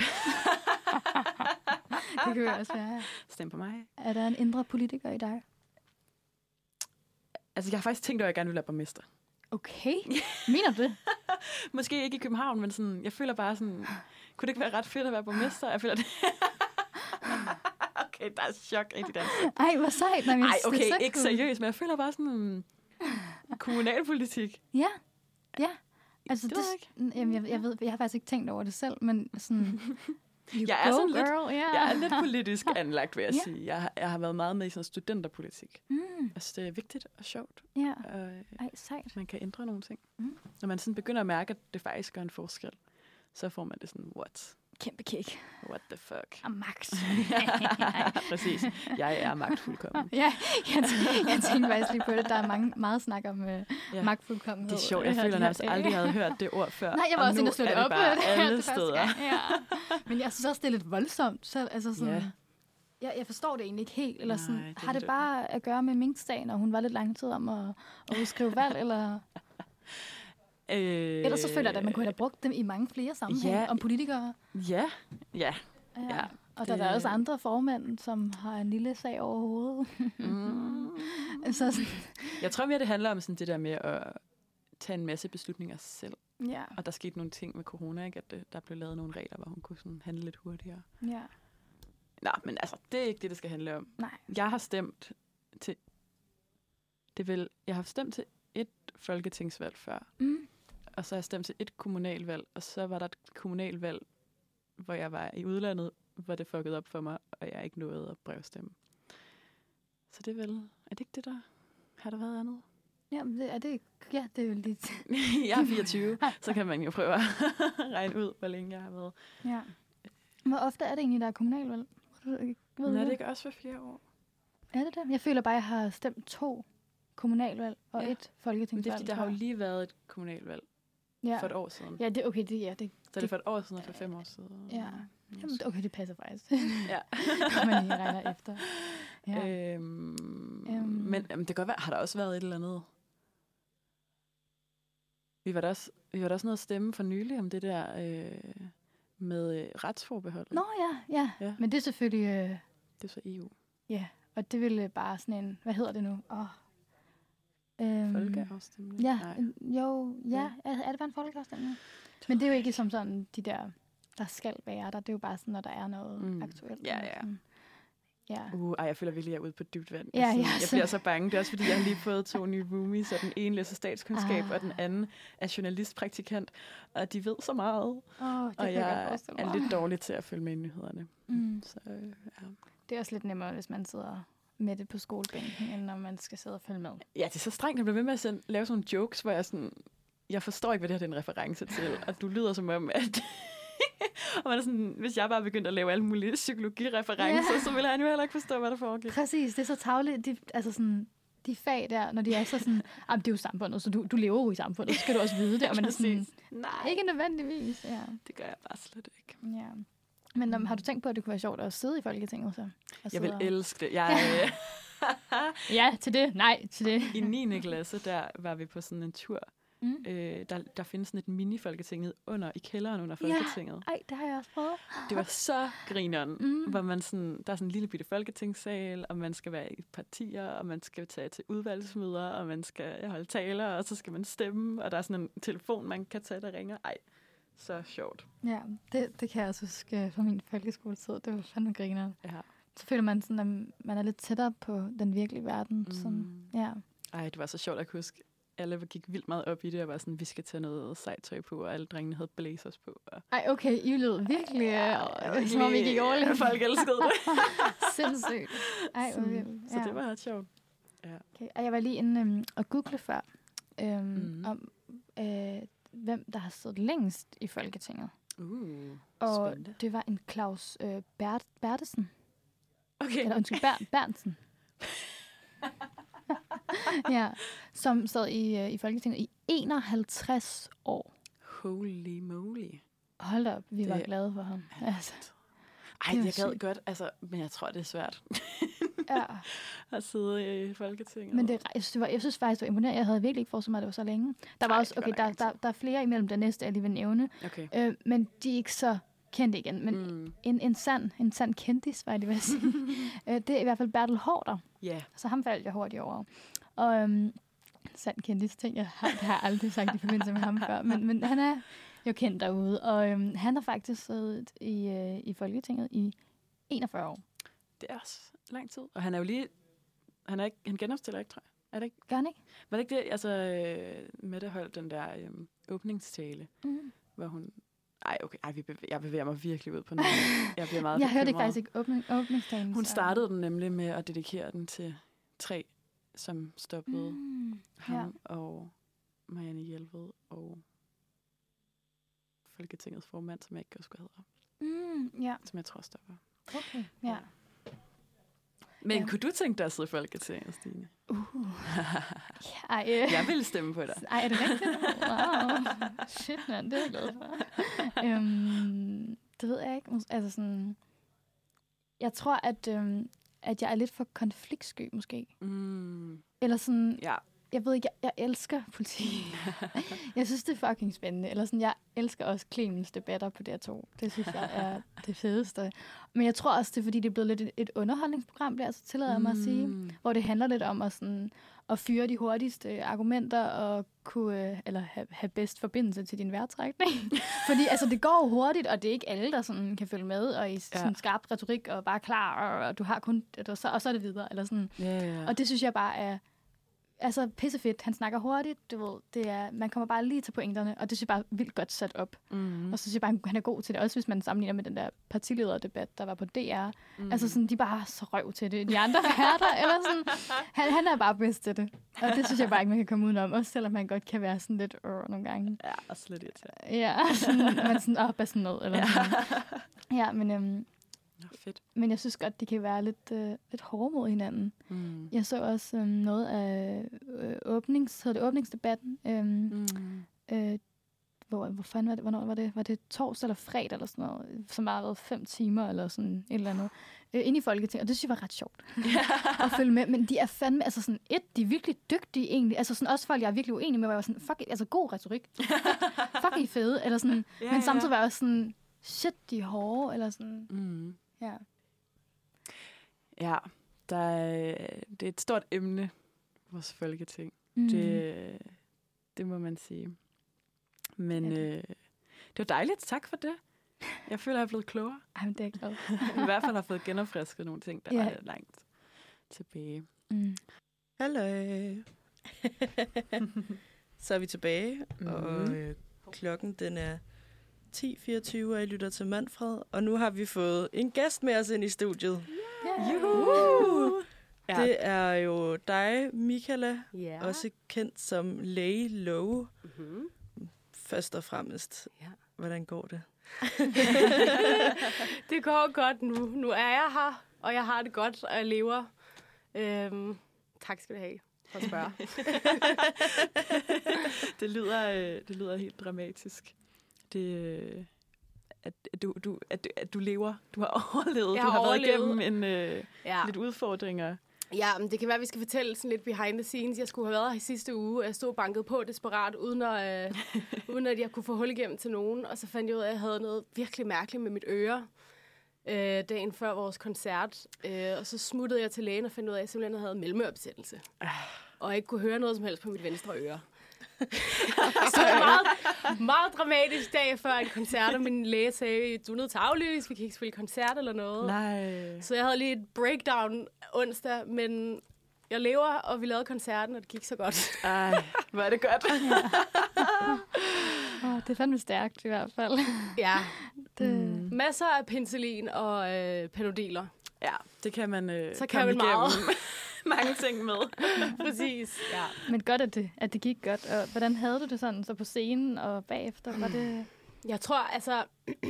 S4: Det kan jo også være.
S2: Stem på mig.
S4: Er der en indre politiker i dig?
S2: Altså, jeg har faktisk tænkt over, at jeg gerne vil være borgmester.
S4: Okay. Mener du det?
S2: Måske ikke i København, men sådan, jeg føler bare sådan, kunne det ikke være ret fedt at være borgmester? Jeg føler det. Okay, der er chok rigtig der.
S4: Ej, hvor sejt. Nej,
S2: Ej, okay, ikke seriøst, men jeg føler bare sådan kommunalpolitik.
S4: Ja, ja. Altså,
S2: det,
S4: det,
S2: det
S4: jamen, jeg, jeg ved, jeg har faktisk ikke tænkt over det selv, men sådan...
S2: Jeg er,
S4: go,
S2: sådan
S4: girl,
S2: lidt,
S4: yeah.
S2: jeg er lidt politisk anlagt, vil jeg
S4: Ja.
S2: sige. Jeg, har- jeg har været meget med i sådan studenterpolitik.
S4: Mm,
S2: Altså, det er vigtigt og sjovt.
S4: ja.
S2: Og
S4: Ej, sejt.
S2: man kan ændre nogle ting.
S4: Mm.
S2: Når man sådan begynder at mærke, at det faktisk gør en forskel, så får man det sådan, what?
S4: Kæmpe kick.
S2: What the fuck?
S4: Og max.
S2: Præcis. Jeg er magtfuldkommen.
S4: Ja, jeg, tæ- jeg tænkte faktisk lige på det. Der er mange, meget snak om uh,
S2: Ja.
S4: magtfuldkommenhed.
S2: Det er sjovt. Jeg
S4: her
S2: føler
S4: de
S2: nærmest
S4: her
S2: aldrig,
S4: dage.
S2: jeg havde hørt det ord før.
S4: Nej, jeg var
S2: og
S4: også
S2: nu
S4: inde og slå
S2: er
S4: det
S2: det
S4: op.
S2: bare
S4: det
S2: alle
S4: første
S2: steder.
S4: gang, Ja. Men jeg synes også, det er lidt voldsomt. Så, altså sådan,
S2: Ja.
S4: jeg, jeg forstår det egentlig ikke helt. Eller sådan,
S2: Nej, det er
S4: har det
S2: lidt-
S4: bare at gøre med minkstagen, og hun var lidt lang tid om at, at udskrive valg? Eller?
S2: Øh,
S4: Ellers så føler jeg, at man kunne have brugt dem i mange flere sammenhænge
S2: Ja.
S4: om politikere.
S2: Ja, ja.
S4: Ja.
S2: Ja,
S4: Og der
S2: det-
S4: er også andre formænd, som har en lille sag over hovedet.
S2: Mm.
S4: Så sådan,
S2: Jeg tror mere, det handler om sådan det der med at tage en masse beslutninger selv.
S4: ja,
S2: Og der skete nogle ting med corona, ikke? At øh, der blev lavet nogle regler, hvor hun kunne sådan handle lidt hurtigere.
S4: ja.
S2: Nej, men altså, det er ikke det, det skal handle om.
S4: Nej.
S2: Jeg har stemt til... Det vil, jeg har stemt til et folketingsvalg før,
S4: Mm.
S2: og så har jeg stemt til et kommunalvalg, og så var der et kommunalvalg, hvor jeg var i udlandet, hvor det fuckede op for mig, og jeg ikke nåede at brevstemme. Så det er vel... Er det ikke det, der... Har der været andet?
S4: Ja, men det er det. Ja, det er jo lidt.
S2: Jeg er fireogtyve, så kan man jo prøve at regne ud, hvor længe jeg har været.
S4: Ja. Hvor ofte er det egentlig, der er kommunalvalg? Ved du ikke- ved
S2: Men
S4: du
S2: er det ikke også for flere år?
S4: Er det det? Jeg føler bare, at jeg har stemt to kommunalvalg og
S2: Ja.
S4: et
S2: Men det er
S4: folketingsvalg.
S2: fordi, der har jo
S4: tror jeg.
S2: lige været et kommunalvalg
S4: ja.
S2: for et år siden.
S4: Ja, det, okay, det, ja, det,
S2: Så er det for et år siden og for fem år siden.
S4: Ja. Jamen, okay, det passer faktisk.
S2: Ja.
S4: Når man lige regner efter. Ja.
S2: Øhm,
S4: Øhm.
S2: Men jamen, det kan godt være, har der også været et eller andet... Vi var der også, vi var der også noget at stemme for nylig om det der øh, med øh, retsforbehold.
S4: Nå ja, ja,
S2: Ja.
S4: men det er selvfølgelig... Øh,
S2: Det er så E U.
S4: ja, og det ville bare sådan en... Hvad hedder det nu? Åh. Øhm,
S2: Folkeafstemning?
S4: Ja,
S2: Nej.
S4: en- jo, ja. Er, er det bare en folkeafstemning? Men det er jo ikke som sådan de der, der skal være der. Det er jo bare sådan, når der er noget
S2: Mm.
S4: mm. aktuelt.
S2: Ja,
S4: eller
S2: ja.
S4: sådan. Ja.
S2: Uh, ej, jeg føler virkelig, at jeg er ude på dybt vand.
S4: Ja,
S2: Jeg, sådan,
S4: ja,
S2: jeg
S4: så-
S2: bliver så bange. Det er også, fordi jeg har lige fået to nye roomies, og den ene læser statskundskab,
S4: Ah.
S2: og den anden er journalistpraktikant. Og de ved så meget,
S4: Åh, det
S2: og
S4: kan jeg godt
S2: jeg
S4: forestille
S2: er
S4: mig.
S2: lidt dårlig til at følge med i nyhederne.
S4: Mm.
S2: Så øh, ja.
S4: Det er også lidt nemmere, hvis man sidder med det på skolebænken, end når man skal sidde og følge med.
S2: Ja, det er så strengt. Jeg bliver ved med at sende, lave sådan nogle jokes, hvor jeg sådan... Jeg forstår ikke, hvad det her det er en reference til. Og du lyder som om, at... og man er sådan, hvis jeg bare begyndte at lave alle mulige psykologireferencer,
S4: Ja.
S2: så ville han jo heller ikke forstå, hvad der foregik.
S4: Præcis, det er så tavligt. De, altså sådan, de fag der, når de er så sådan, ah, det er jo samfundet, så du, du lever jo i samfundet, så skal du også vide det. Og man er sådan,
S2: Præcis. Nej,
S4: ikke nødvendigvis. Ja.
S2: det gør jeg bare slet ikke.
S4: Ja. Men um, har du tænkt på, at det kunne være sjovt at sidde i Folketinget så? At
S2: Jeg vil
S4: sidde og-
S2: elske det. Jeg, øh,
S4: Ja, til det. Nej, til det.
S2: I niende klasse, der var vi på sådan en tur.
S4: Mm.
S2: Øh, der, der findes sådan et mini-folketinget under, i kælderen under Folketinget.
S4: Ej, det har jeg også prøvet.
S2: Det var så grineren,
S4: Mm.
S2: hvor man sådan, der er sådan en lille bitte folketingssal, og man skal være i partier, og man skal tage til udvalgsmøder, og man skal holde taler, og så skal man stemme, og der er sådan en telefon, man kan tage, der ringer. Ej, så sjovt.
S4: Ja, det, det kan jeg også huske fra min folkeskoletid. Det var fandme grineren.
S2: Ja.
S4: Så føler man sådan, at man er lidt tættere på den virkelige verden. Mm. Sådan,
S2: Mm.
S4: ja.
S2: Ej, det var så sjovt at kunne huske. alle gik vildt meget op i det, og var sådan, vi skal tage noget sejt tøj på, og alle drengene havde blazers på. Og
S4: Ej, okay, I lød virkelig, ja, som om I gik overligt.
S2: Folk elskede det.
S4: Sindssygt. Ej, okay.
S2: Så det var ret sjovt. Ja.
S4: Okay. Og jeg var lige inde øhm, og google før, øhm,
S2: Mhm.
S4: om øh, hvem der har siddet længst i Folketinget.
S2: Uh,
S4: Og
S2: spændende.
S4: det var en Claus øh, Bert, Bertesen.
S2: Okay.
S4: Eller undskyld, Ber, Berntsen. Ja, som sad i, øh, i Folketinget i enoghalvtreds år.
S2: Holy moly.
S4: Hold da op, vi
S2: Det
S4: var
S2: er
S4: glade for ham. Altså,
S2: Ej,
S4: det var
S2: jeg gad
S4: sygt.
S2: godt, altså, men jeg tror, det er svært
S4: ja.
S2: at sidde i Folketinget.
S4: Men det, jeg, synes, det var, jeg synes faktisk, det var imponerende. Jeg havde virkelig ikke forestillet mig, at det var så længe. Der var
S2: Ej,
S4: også,
S2: det var
S4: okay, der,
S2: lang tid.
S4: der, der er flere imellem det næste, jeg lige vil nævne.
S2: Okay.
S4: Øh, men de er ikke så kendte igen. Men
S2: Mm.
S4: en, en sand, en sand kendis, var jeg lige ved at sige. øh, det er i hvert fald Bertel Haarder.
S2: Ja.
S4: Så ham faldt jeg hurtigt over. Og øhm, sand kendis, ting jeg har, det har jeg aldrig sagt i forbindelse med ham før. Men, men han er jo kendt derude. Og øhm, han har faktisk siddet i, øh, i Folketinget i enogfyrre år.
S2: Det er også lang tid. Og han er jo lige... Han, er ikke, han genopstiller ikke, tror jeg. Er det ikke?
S4: Gør han ikke?
S2: Var det ikke det? Altså, øh, Mette holdt den der øh, åbningstale,
S4: Mm.
S2: hvor hun... Ej, okay. Ej, vi bevæger, jeg bevæger mig virkelig ud på noget. Jeg bliver meget
S4: Jeg hørte ikke
S2: bekymret.
S4: faktisk ikke åbning, åbningstalen.
S2: Hun
S4: så-
S2: startede den nemlig med at dedikere den til tre, som stoppede mm.
S4: Mm.
S2: ham
S4: Ja.
S2: og Marianne Jelved og Folketingets formand, som jeg ikke kan huske, hvad hedder,
S4: Mm, ja,
S2: som jeg tror stopper.
S4: okay. Ja.
S2: Men
S4: Ja.
S2: kunne du tænke dig at sidde i Folketinget, Stine?
S4: Uh. Ej, øh.
S2: Jeg ville stemme på dig.
S4: Ej, er det rigtigt? Wow. Shit, mand, det er jeg glad for. øhm, det ved jeg ikke. Mås- Altså sådan... Jeg tror, at, øhm, at jeg er lidt for konfliktsky, måske.
S2: Mm.
S4: Eller sådan...
S2: Ja.
S4: Jeg ved ikke, jeg, jeg elsker politik. Jeg synes, det er fucking spændende. Eller sådan, jeg elsker også Clemens debatter på D R to. Det synes jeg er det fedeste. Men jeg tror også, det er, fordi det er blevet lidt et, et underholdningsprogram, bliver altså tillader jeg mig at sige.
S2: Mm.
S4: Hvor det handler lidt om at, sådan, at fyre de hurtigste argumenter og kunne, øh, eller have, have bedst forbindelse til din vejrtrækning. Fordi altså, det går jo hurtigt, og det er ikke alle, der sådan, kan følge med, og i sådan,
S2: Ja.
S4: skarp retorik, og bare klar, og, og du har kun, og så, og så er det videre. Eller sådan.
S2: Ja, ja.
S4: Og det synes jeg bare er altså pissefedt. Han snakker hurtigt, du ved. Det er, man kommer bare lige til pointerne, og det synes jeg bare er vildt godt sat op.
S2: Mm.
S4: Og så synes jeg bare, han er god til det. Også hvis man sammenligner med den der partilederdebat, der var på D R.
S2: Mm.
S4: Altså sådan, de er bare så røv til det. De andre værter, eller sådan. Han, han er bare bedst til det. Og det synes jeg bare ikke, man kan komme udenom. Også selvom man godt kan være sådan lidt øh, nogle gange.
S2: Ja, og slet irriterende.
S4: Ja, sådan, man sådan, åh, bare sådan noget. Eller sådan. Ja, men, øhm,
S2: Nå, fedt.
S4: men jeg synes godt, det kan være lidt, øh, lidt hårde mod hinanden.
S2: Mm.
S4: Jeg så også øhm, noget af øh, åbnings, hedder det åbningsdebatten. Øhm,
S2: Mm.
S4: øh, hvor, hvor fanden var det? Hvornår var det? Var det torsdag eller fredag eller sådan noget? Som bare har været fem timer eller sådan et eller andet. Øh, inde i Folketinget. Og det synes jeg var ret sjovt at følge med. Men de er fandme, altså sådan et, de er virkelig dygtige egentlig. Altså sådan også folk, jeg er virkelig uenig med, hvor jeg var sådan, fuck, altså god retorik. Fuck, I er fede. Eller sådan,
S2: Ja,
S4: men samtidig
S2: ja.
S4: var jeg også sådan, shit, de er hårde. Eller sådan,
S2: Mm.
S4: ja.
S2: Ja, der er, det er et stort emne, vores folketing.
S4: Mm.
S2: Det, det må man sige. Men
S4: Ja, det.
S2: øh, det var dejligt. Tak for det. Jeg føler, jeg er blevet klogere.
S4: Ej, men det er jeg glad.
S2: I hvert fald har fået genopfrisket nogle ting, der
S4: Ja.
S2: er langt tilbage.
S4: Mm.
S3: Hallo. Så er vi tilbage,
S2: Mhm.
S3: og øh, klokken den er ti fireogtyve, og I lytter til Manfred. Og nu har vi fået en gæst med os ind i studiet.
S4: Yeah.
S2: Juhu! Ja.
S3: Det er jo dig, Michaela,
S5: Ja.
S3: også kendt som Lay Low,
S5: Mm-hmm.
S3: først og fremmest.
S5: Ja.
S3: Hvordan går det?
S5: Det går godt nu. Nu er jeg her, og jeg har det godt, og jeg lever. Øhm, tak skal du have for at spørge.
S2: det, lyder, øh, det lyder helt dramatisk. Det, øh, at, at, du, du, at, at du lever. Du har overlevet.
S5: Jeg
S2: du
S5: har
S2: har været
S5: overlevet.
S2: igennem en, øh,
S5: Ja.
S2: lidt udfordringer.
S5: Ja, men det kan være, at vi skal fortælle sådan lidt behind the scenes. Jeg skulle have været her i sidste uge, og jeg stod banket på desperat, uden at, øh, uden at jeg kunne få hul igennem til nogen. Og så fandt jeg ud af, at jeg havde noget virkelig mærkeligt med mit øre øh, dagen før vores koncert. Øh, og så smuttede jeg til lægen og fandt ud af, at jeg simpelthen havde mellemørebetændelse. Og ikke kunne høre noget som helst på mit venstre øre. Så det var meget, meget dramatisk dag før en koncert, og min læge sagde, du er nødt til at aflyse, vi kan ikke spille koncert eller noget.
S2: Nej.
S5: Så jeg havde lige et breakdown onsdag, men jeg lever, og vi lavede koncerten, og det gik så godt.
S2: Ej, hvor er det godt.
S4: Oh, det er fandme stærkt i hvert fald.
S5: Ja.
S4: Det,
S2: Mm.
S5: Masser af penicillin og øh, panodiler.
S2: Ja, det kan man øh,
S5: Så kan
S2: komme
S5: man meget.
S2: igennem mange ting med.
S5: Præcis. Ja.
S4: Men godt, at det, at det gik godt. Og hvordan havde du det sådan så på scenen og bagefter? Var det...
S5: Jeg tror, altså...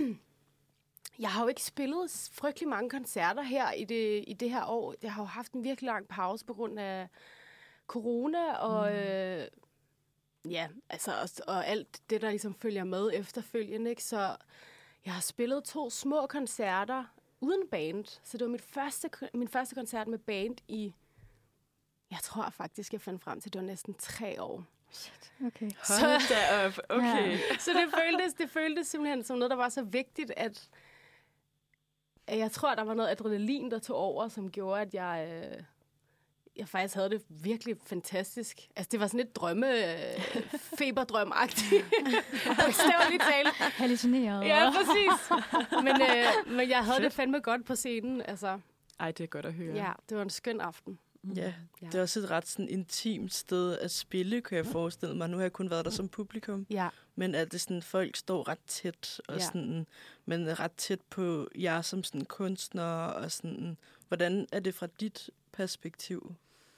S5: jeg har jo ikke spillet frygtelig mange koncerter her i det, i det her år. Jeg har jo haft en virkelig lang pause på grund af corona og... Mm. Øh, ja, altså, og, og alt det, der ligesom følger med efterfølgende, ikke? Så jeg har spillet to små koncerter uden band. Så det var mit første, min første koncert med band i... Jeg tror faktisk, jeg fandt frem til, det var næsten tre år.
S4: Shit, okay.
S2: Hold da op. Okay.
S4: Ja.
S5: Så det føltes, det føltes simpelthen som noget, der var så vigtigt, at, at jeg tror, der var noget adrenalin, der tog over, som gjorde, at jeg, øh, jeg faktisk havde det virkelig fantastisk. Altså, det var sådan lidt drømme, øh, feberdrøm-agtigt. Bogstaveligt talt.
S4: Hallucineret.
S5: Ja, præcis. Men, øh, men jeg havde det fandme godt på scenen. Altså,
S2: Ej, det er godt at høre.
S5: ja, det var en skøn aften.
S3: Ja,
S5: Ja.
S3: det er også et ret sådan intimt sted at spille, kan jeg forestille mig. Nu har jeg kun været der som publikum.
S5: Ja.
S3: Men at det sådan, folk står ret tæt, og
S5: Ja.
S3: sådan, men er ret tæt på jer som sådan kunstnere, og sådan, hvordan er det fra dit perspektiv?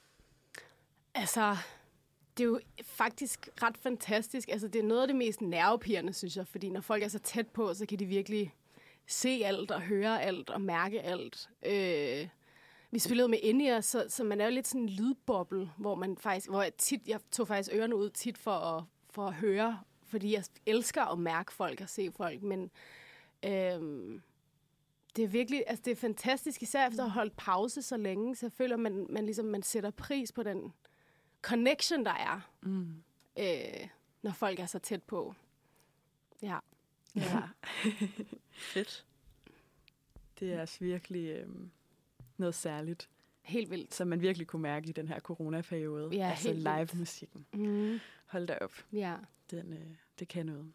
S5: Altså, det er jo faktisk ret fantastisk. Altså, det er noget af det mest nervepirrende, synes jeg. Fordi når folk er så tæt på, så kan de virkelig se alt og høre alt og mærke alt. Øh, vi spillede med In-Ear, så, så man er jo lidt sådan en lydboble, hvor man faktisk, hvor jeg tit, jeg tog faktisk ørerne ud tit for at, for at høre, fordi jeg elsker at mærke folk og se folk, men øhm, det er virkelig, altså det er fantastisk, især efter at have holdt pause så længe, så jeg føler, man, man ligesom, man sætter pris på den connection, der er,
S2: Mm.
S5: øh, når folk er så tæt på. Ja.
S2: Ja.
S3: Fedt.
S2: Det er også virkelig øh, noget særligt,
S5: Helt vildt.
S2: som man virkelig kunne mærke i den her coronaperiode.
S5: Ja,
S2: altså
S5: helt vildt.
S2: live-musikken.
S5: Mm.
S2: Hold da op.
S5: Ja.
S2: Den, øh, det kan noget.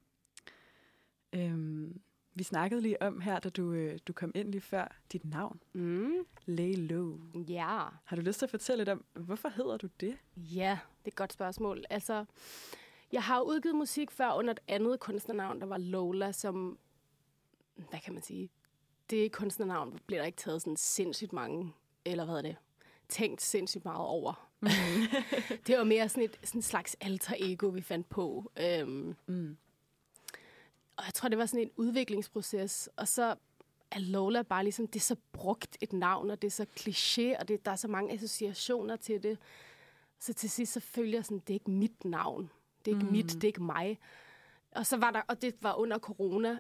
S2: Øhm, vi snakkede lige om her, da du, øh, du kom ind lige før, dit navn.
S5: Mm.
S2: Lay Low.
S5: Ja.
S2: Har du lyst til at fortælle lidt om, hvorfor hedder du det?
S5: Ja, det er et godt spørgsmål. Altså, jeg har udgivet musik før under et andet kunstnernavn, der var Lola, som, hvad kan man sige, det kunstnernavn bliver der ikke taget sådan sindssygt mange, eller hvad er det, tænkt sindssygt meget over. Mm. Det var mere sådan et sådan en slags alter ego, vi fandt på. Øhm,
S2: Mm.
S5: og jeg tror, det var sådan en udviklingsproces, og så er Lola bare ligesom, det er så brugt et navn, og det er så kliché, og det, der er så mange associationer til det. Så til sidst så følger jeg sådan, det er ikke mit navn. Det er ikke mm. mit, det er ikke mig. Og så var der, og det var under corona.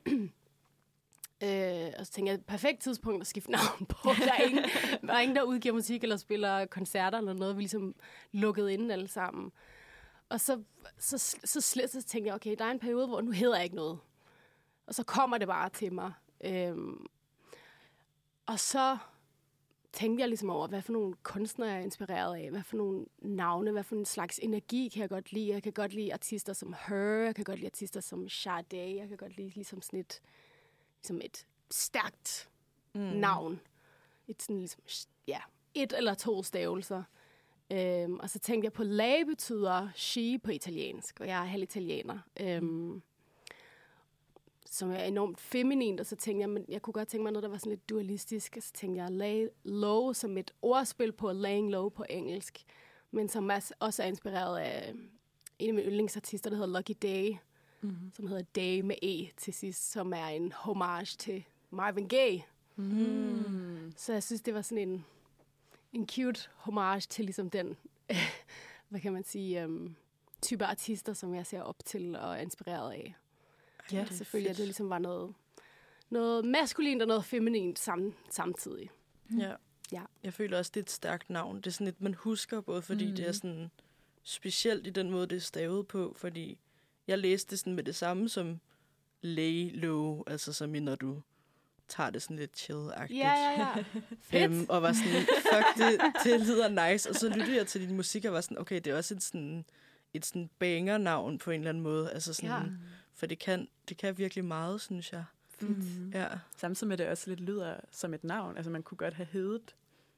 S5: øh, og så tænkte jeg, perfekt tidspunkt at skifte navn på. Der er ingen, der, er ingen, der udgiver musik eller spiller koncerter eller noget. Vi ligesom lukkede inde alle sammen. Og så, så, så, så, så, så tænkte jeg, okay, der er en periode, hvor nu hedder jeg ikke noget. Og så kommer det bare til mig. Øhm, og så tænkte jeg ligesom over, hvad for nogle kunstnere jeg er inspireret af, hvad for nogle navne, hvad for en slags energi kan jeg godt lide. Jeg kan godt lide artister som Her, jeg kan godt lide artister som Sade, jeg kan godt lide ligesom sådan et, ligesom et stærkt mm. navn. Et sådan ligesom, ja, et eller to stavelser. Øhm, og så tænkte jeg på, Lay betyder she på italiensk, og jeg er halv italiener. Øhm, som er enormt feminint, og så tænkte jeg, men jeg kunne godt tænke mig noget, der var sådan lidt dualistisk, og så tænkte jeg lay low som et ordspil på laying low på engelsk, men som også er inspireret af en af mine yndlingsartister, der hedder Lucky Day, mm-hmm. som hedder Day med E til sidst, som er en homage til Marvin Gaye. Mm. Så jeg synes, det var sådan en, en cute homage til ligesom den, hvad kan man sige, um, type artister, som jeg ser op til og er inspireret af.
S2: Ja,
S5: det selvfølgelig, at det ligesom var noget, noget maskulint og noget feminint sam, samtidig.
S3: Ja.
S5: Ja.
S3: Jeg føler også, det er et stærkt navn. Det er sådan et, man husker, både fordi mm. det er sådan specielt i den måde, det er stavet på, fordi jeg læste det sådan med det samme som lay low, altså som i, når du tager det sådan lidt chill-agtigt.
S5: Ja, ja, ja. Fedt.
S3: Øhm, og var sådan, fuck, det, det lyder nice. Og så lyttede jeg til din musik og var sådan, okay, det er også et sådan, et sådan banger-navn på en eller anden måde. Altså sådan, ja. For det kan, det kan virkelig meget, synes jeg.
S2: Mm.
S3: Ja.
S2: Samtidig med det også lidt lyder som et navn. Altså man kunne godt have heddet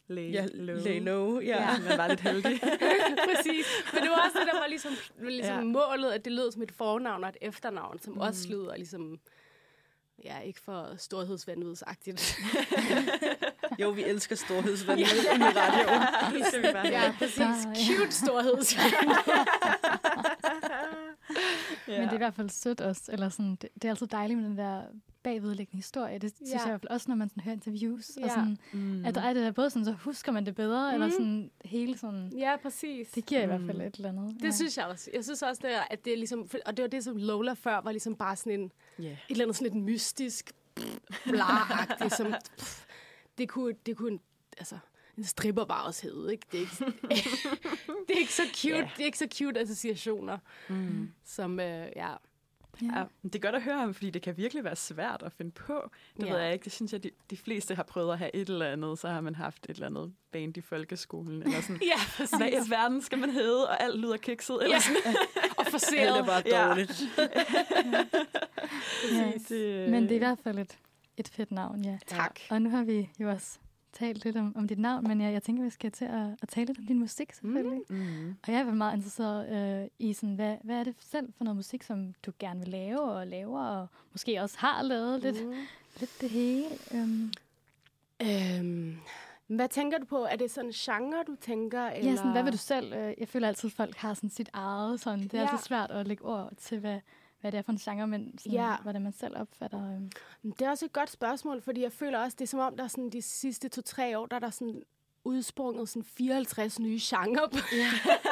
S2: lay
S3: Ja,
S2: low.
S3: lay low, ja.
S2: Ja, man var lidt heldig.
S5: Præcis. Men det var også det, der var ligesom, ligesom
S2: Ja.
S5: ja. målet, at det lød som et fornavn og et efternavn, som mm. også lyder ligesom, ja, ikke for storhedsvanvidsagtigt.
S3: Jo, vi elsker storhedsvandet i radioen.
S2: Det skal vi bare have.
S5: Ja, præcis. Cute storhedsvanvid.
S4: Ja. Men det er i hvert fald sødt også. Eller sådan, det, det er altid dejligt med den der bagvedliggende historie. Det synes
S5: Ja.
S4: jeg i hvert fald også, når man sådan hører interviews.
S5: Ja.
S4: Og sådan,
S2: Mm.
S4: at der er det der både sådan, så husker man det bedre, mm. eller
S5: Mhm.
S4: sådan hele sådan...
S5: Ja, præcis.
S4: Det giver i hvert
S2: Mm.
S4: fald et eller andet.
S5: Det synes jeg også. Jeg synes også, det er, at det er ligesom... Og det var det, som Lola før var ligesom bare sådan en...
S2: Yeah.
S5: Et eller andet sådan lidt mystisk, bla-agtigt, som... Pff, det kunne... Det kunne altså, en stripper bare også hedde, ikke? Det er ikke, det er ikke så cute,
S2: Yeah.
S5: det er ikke så cute associationer,
S2: Mm.
S5: som, øh, ja...
S2: Ja, det er godt at høre ham, fordi det kan virkelig være svært at finde på. Det
S5: Ja.
S2: ved jeg ikke. Det synes jeg, de, de fleste har prøvet at have et eller andet. Så har man haft et eller andet band i folkeskolen. Eller sådan,
S5: Ja, præcis.
S2: hvad i alverden skal man hedde? Og alt lyder kikset. Eller
S5: Ja.
S2: sådan.
S5: Og
S3: Alt
S5: forseret.
S3: er bare
S2: Ja.
S3: dårligt.
S4: Ja.
S2: Det,
S4: Men det er i hvert fald et, et fedt navn, ja.
S5: Tak.
S4: Og nu har vi jo også talt lidt om, om dit navn, men jeg, jeg tænker, vi skal til at, at tale lidt om din musik, selvfølgelig. Mm.
S2: Mm.
S4: Og jeg er meget interesseret øh, i, sådan, hvad, hvad er det selv for noget musik, som du gerne vil lave og laver, og måske også har lavet lidt,
S5: Mm.
S4: lidt det hele. Um,
S5: Øhm, hvad tænker du på? Er det sådan en genre, du tænker? Eller?
S4: ja, sådan, hvad vil du selv? Øh, jeg føler altid, at folk har sådan sit eget. Sådan, det er
S5: Ja.
S4: altid svært at lægge ord til, hvad, hvad det er for en genre, men sådan,
S5: Ja.
S4: hvordan man selv opfatter. Øh.
S5: Det er også et godt spørgsmål, fordi jeg føler også, det er som om, der er sådan de sidste to-tre år, der er der sådan udsprunget sådan fireoghalvtreds nye genrer, ja.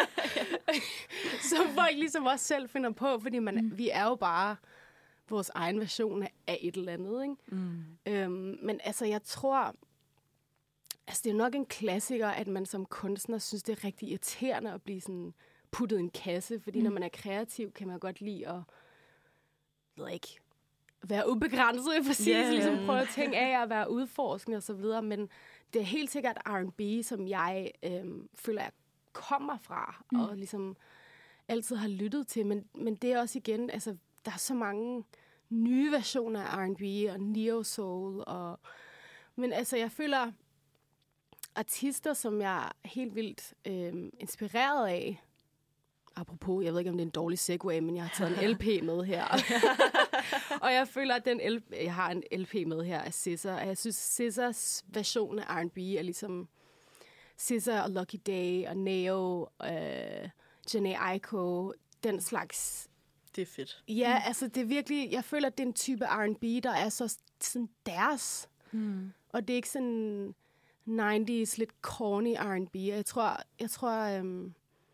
S5: som folk ligesom også selv finder på, fordi man, mm. vi er jo bare vores egen version af et eller andet, ikke?
S2: Mm.
S5: Øhm, men altså, jeg tror, altså det er nok en klassiker, at man som kunstner synes, det er rigtig irriterende at blive sådan puttet i en kasse, fordi mm. når man er kreativ, kan man godt lide at, ved ikke, være ubegrænset, præcis,
S2: Yeah.
S5: ligesom prøve at tænke af at være udforskende og så videre, men det er helt sikkert R and B, som jeg øhm, føler, jeg kommer fra, mm. og ligesom altid har lyttet til, men, men det er også igen, altså, der er så mange nye versioner af R and B og neo-soul, og, men altså, jeg føler, artister, som jeg er helt vildt øhm, inspireret af, apropos, jeg ved ikke, om det er en dårlig segue, men jeg har taget en L P med her. Og jeg føler, at den L P, jeg har en L P med her af S Z A, og jeg synes, S Z A's version af R and B er ligesom S Z A og Lucky Day og Neo, øh, Jhené Aiko, den slags.
S3: Det er fedt.
S5: Ja, mm. altså det er virkelig, jeg føler, at det er en type R and B, der er så sådan deres.
S2: Mm.
S5: Og det er ikke sådan nioghalvfemserne lidt corny R and B. Jeg tror, jeg tror, øhm,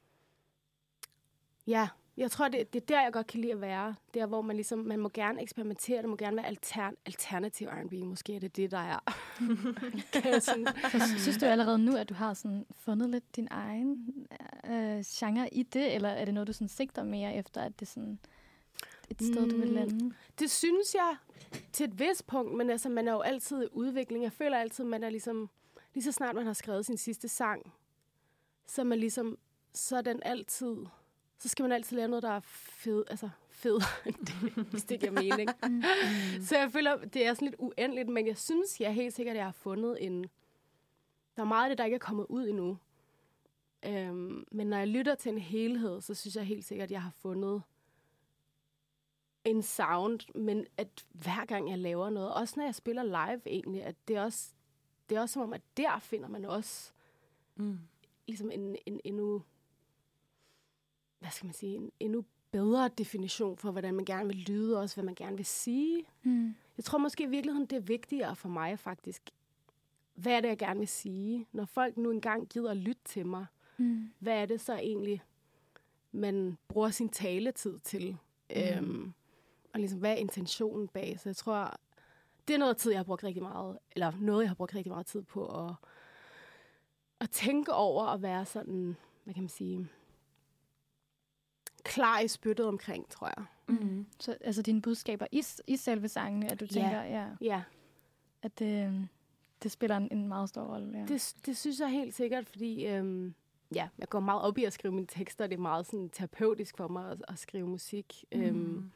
S5: ja, jeg tror, det, det er der, jeg godt kan lide at være. Der, hvor man ligesom, man må gerne eksperimentere, det må gerne være altern, alternativ R and B. Måske er det det, der er. sådan.
S4: Så synes du allerede nu, at du har sådan fundet lidt din egen øh, genre i det, eller er det noget, du sådan sigter mere efter, at det er sådan et sted, du vil lande?
S5: Det synes jeg til et vist punkt, men altså, man er jo altid i udvikling. Jeg føler altid, man er ligesom, lige så snart man har skrevet sin sidste sang, så er man ligesom, så er den altid, så skal man altid lave noget, der er fed, altså fed, hvis det giver mening.
S4: Mm.
S5: Så jeg føler, det er sådan lidt uendeligt, men jeg synes, jeg helt sikkert, at jeg har fundet en, der er meget af det, der ikke er kommet ud endnu. Øhm, men når jeg lytter til en helhed, så synes jeg helt sikkert, at jeg har fundet en sound, men at hver gang jeg laver noget, også når jeg spiller live egentlig, at det er også, det er også som om, at der finder man også
S2: Mm.
S5: ligesom en, en endnu, hvad skal man sige, en endnu bedre definition for, hvordan man gerne vil lyde, og også hvad man gerne vil sige.
S4: Mm.
S5: Jeg tror måske i virkeligheden, det er vigtigere for mig faktisk, hvad er det, jeg gerne vil sige? Når folk nu engang gider at lytte til mig,
S4: Mm.
S5: hvad er det så egentlig, man bruger sin taletid til? Mm. Øhm, og ligesom, hvad er intentionen bag? Så jeg tror, det er noget tid, jeg har brugt rigtig meget, eller noget, jeg har brugt rigtig meget tid på at, at tænke over og være sådan, hvad kan man sige, klar i spyttet omkring, tror jeg.
S4: Mm. Så altså dine budskaber i, i selve sangene, at du
S5: Ja.
S4: tænker, ja,
S5: Ja,
S4: at det, det spiller en, en meget stor rolle. Ja.
S5: det, det synes jeg helt sikkert, fordi øhm, ja, jeg går meget op i at skrive mine tekster, det er meget sådan terapeutisk for mig at, at skrive musik. Mm. Øhm,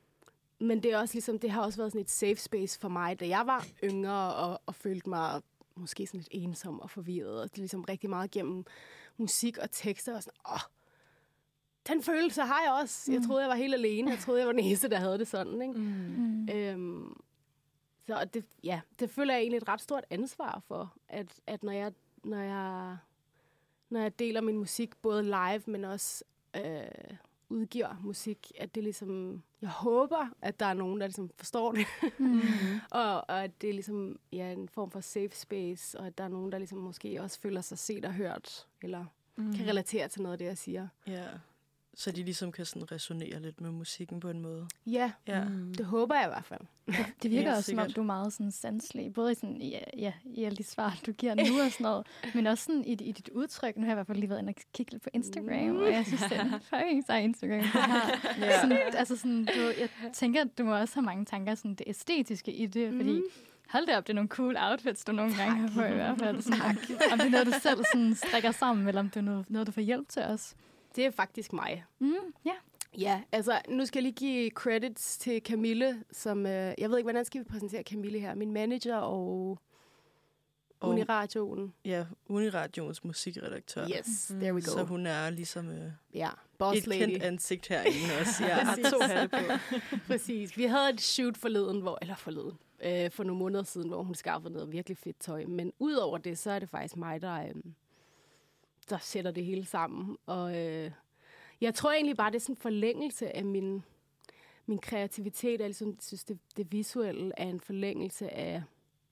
S5: men det er også ligesom, det har også været sådan et safe space for mig, da jeg var yngre og, og følte mig måske sådan lidt ensom og forvirret. Og det er ligesom rigtig meget gennem musik og tekster. Og sådan, åh, den følelse har jeg også. Jeg troede, jeg var helt alene. Jeg troede, jeg var den eneste, der havde det sådan. Ikke?
S2: Mm.
S5: Øhm, så det, ja, det føler jeg egentlig et ret stort ansvar for, at, at når, jeg, når, jeg, når jeg deler min musik, både live, men også øh, udgiver musik, at det ligesom, jeg håber, at der er nogen, der ligesom forstår det.
S4: Mm.
S5: og, og at det er ligesom, ja, en form for safe space, og at der er nogen, der ligesom måske også føler sig set og hørt, eller mm. kan relatere til noget af det, jeg siger.
S3: Ja, så de ligesom kan sådan resonere lidt med musikken på en måde.
S5: Ja,
S3: Ja.
S2: Mm.
S5: det håber jeg i hvert fald.
S4: Det virker
S3: Helt
S4: også, som om
S3: sikkert.
S4: du er meget sådan sanselig, både i, sådan, ja, ja, i alle de svar, du giver nu og sådan noget, men også sådan i, i dit udtryk. Nu har jeg i hvert fald lige været inde og kigge lidt på Instagram, og jeg synes, det er en fucking sej Instagram, du har.
S3: Ja.
S4: Sådan, altså sådan, du, jeg tænker, at du må også have mange tanker sådan det æstetiske i det, fordi
S5: Mm.
S4: hold da op, det er nogle cool outfits, du nogle gange har på i hvert fald. Sådan, om det er noget, du selv sådan, strikker sammen, eller om det er noget, noget du får hjælp til os.
S5: Det er faktisk mig.
S4: Mm, ja.
S5: Ja, altså nu skal jeg lige give credits til Camille, som, øh, jeg ved ikke, hvordan skal vi præsentere Camille her? Min manager og,
S3: Og-
S5: Uniradioen.
S3: Ja, Uniradioens musikredaktør.
S5: Yes, there we go.
S3: Så hun er ligesom øh,
S5: Ja, boss
S3: et
S5: lady.
S3: kendt ansigt herinde også. Jeg har to hatte på.
S5: Præcis. Vi havde et shoot forleden, hvor, eller forleden, øh, for nogle måneder siden, hvor hun skaffede noget virkelig fedt tøj. Men udover det, så er det faktisk mig, der, øh, der sætter det hele sammen. Og øh, jeg tror egentlig bare, det er sådan en forlængelse af min, min kreativitet. Jeg ligesom synes, det, det visuelle er en forlængelse af,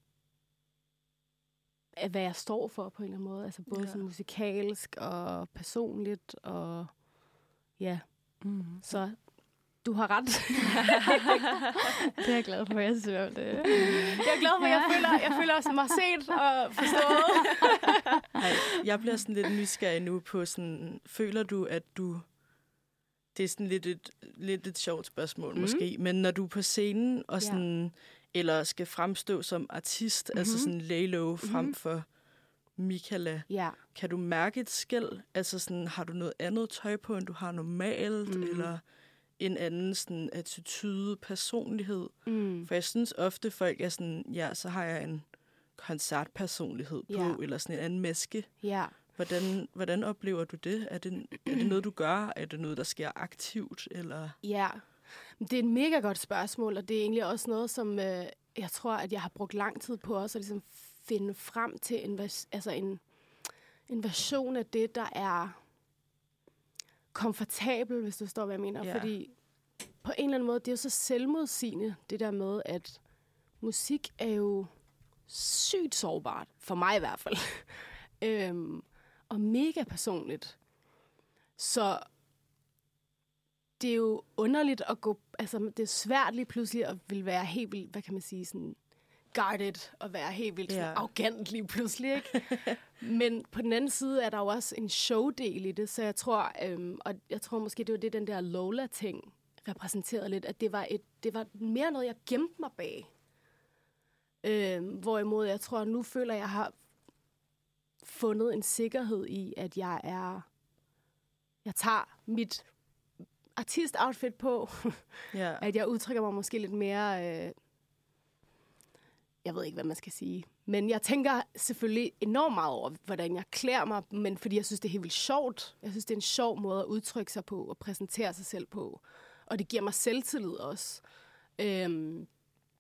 S5: af, hvad jeg står for på en eller anden måde. Altså både
S3: Ja.
S5: ja. sådan musikalsk og personligt. Og ja,
S2: Mm.
S5: så du har ret.
S4: Det er jeg glad for, jeg synes, det
S5: Jeg er glad for, at jeg føler, jeg føler også mig set og forstået.
S3: Ej, jeg bliver sådan lidt nysgerrig nu på sådan, føler du, at du, det er sådan lidt et, lidt et sjovt spørgsmål
S5: Mhm.
S3: måske, men når du er på scenen og
S5: Ja.
S3: sådan, eller skal fremstå som artist, mm-hmm. altså
S5: Mhm.
S3: sådan lay low frem
S5: Mhm.
S3: for Michaela,
S5: Ja.
S3: kan du mærke et skel? Altså sådan, har du noget andet tøj på, end du har normalt,
S5: Mhm.
S3: eller en anden sådan attitude, personlighed?
S5: Mm.
S3: For jeg synes ofte, folk er sådan, ja, så har jeg en koncertpersonlighed på,
S5: Ja.
S3: eller sådan en anden maske.
S5: Ja.
S3: Hvordan, hvordan oplever du det? Er, det? er det noget, du gør? Er det noget, der sker aktivt? Eller?
S5: Ja. Det er et mega godt spørgsmål, og det er egentlig også noget, som øh, jeg tror, at jeg har brugt lang tid på også at ligesom finde frem til en, vers- altså en, en version af det, der er komfortabel, hvis du forstår, hvad jeg mener.
S3: Ja.
S5: Fordi på en eller anden måde, det er jo så selvmodsigende, det der med, at musik er jo sygt sårbart, for mig i hvert fald, øhm, og mega personligt. Så det er jo underligt at gå, altså det er svært lige pludselig at vil være helt vildt, hvad kan man sige, sådan guarded, og være helt vildt sådan
S3: Ja.
S5: arrogant lige pludselig, ikke? Men på den anden side er der jo også en showdel i det, så jeg tror, øhm, og jeg tror måske, det var det, den der Lola-ting repræsenterede lidt, at det var, et, det var mere noget, jeg gemte mig bag. Øhm, hvorimod jeg tror, nu føler jeg, jeg har fundet en sikkerhed i, at jeg er, jeg tager mit artist-outfit på,
S3: Ja.
S5: at jeg udtrykker mig måske lidt mere, øh, jeg ved ikke, hvad man skal sige, men jeg tænker selvfølgelig enormt meget over, hvordan jeg klæder mig, men fordi jeg synes, det er helt vildt sjovt. Jeg synes, det er en sjov måde at udtrykke sig på og præsentere sig selv på, og det giver mig selvtillid også. Øhm,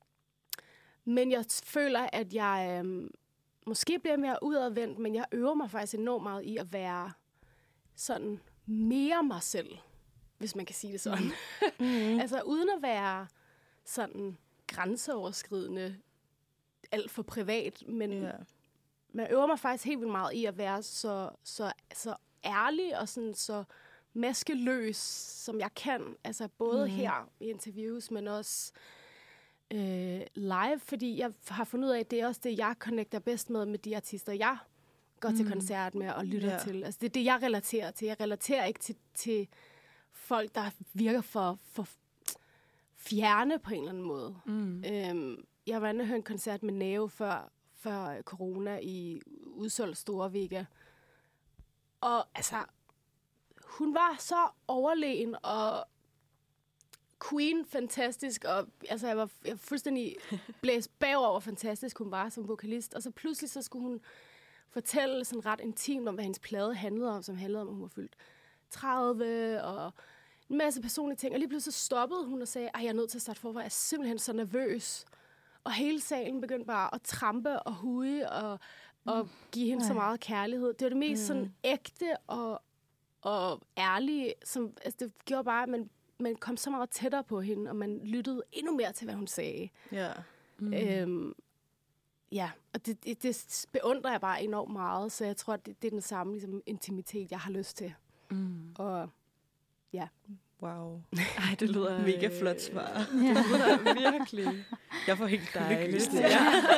S5: men jeg føler, at jeg øhm, måske bliver mere udadvendt, men jeg øver mig faktisk enormt meget i at være sådan mere mig selv, hvis man kan sige det sådan.
S3: Mm-hmm.
S5: Altså uden at være sådan grænseoverskridende, alt for privat, men
S3: Ja.
S5: man øver mig faktisk helt vildt meget i at være så, så, så ærlig og sådan så maskeløs, som jeg kan. Altså både
S3: Mhm.
S5: mm. her i interviews, men også øh, live, fordi jeg har fundet ud af, at det er også det, jeg connecter bedst med, med de artister, jeg går mm. til koncert med og lytter
S3: Ja.
S5: til. Altså det er det, jeg relaterer til. Jeg relaterer ikke til, til folk, der virker for, for fjerne på en eller anden måde.
S2: Mm.
S5: Øhm, jeg var inde og høre en koncert med Nao før, før corona i udsolgt Storvega. Og altså, hun var så overlegen og Queen fantastisk, og altså, jeg var, jeg var fuldstændig blæst bagover, hvor fantastisk hun var som vokalist. Og så pludselig så skulle hun fortælle sådan ret intimt om, hvad hendes plade handlede om, som handlede om, at hun var fyldt tredive, og en masse personlige ting. Og lige pludselig så stoppede hun og sagde, at jeg er nødt til at starte forfra, jeg er simpelthen så nervøs. Og hele salen begyndte bare at trampe og huge og, og give hende så meget kærlighed. Det var det mest sådan ægte og, og ærlige, som, altså det gjorde bare, at man, man kom så meget tættere på hende, og man lyttede endnu mere til, hvad hun sagde.
S3: Ja.
S5: Mm. Øhm, ja, og det, det, det beundrer jeg bare enormt meget, så jeg tror, at det, det er den samme ligesom, intimitet, jeg har lyst til.
S2: Mm.
S5: Og ja.
S3: Wow.
S2: Ej, det lyder...
S3: Mega flot svar.
S4: Ja.
S2: Det lyder virkelig
S3: Jeg får helt
S2: dejligt.
S3: dejligt.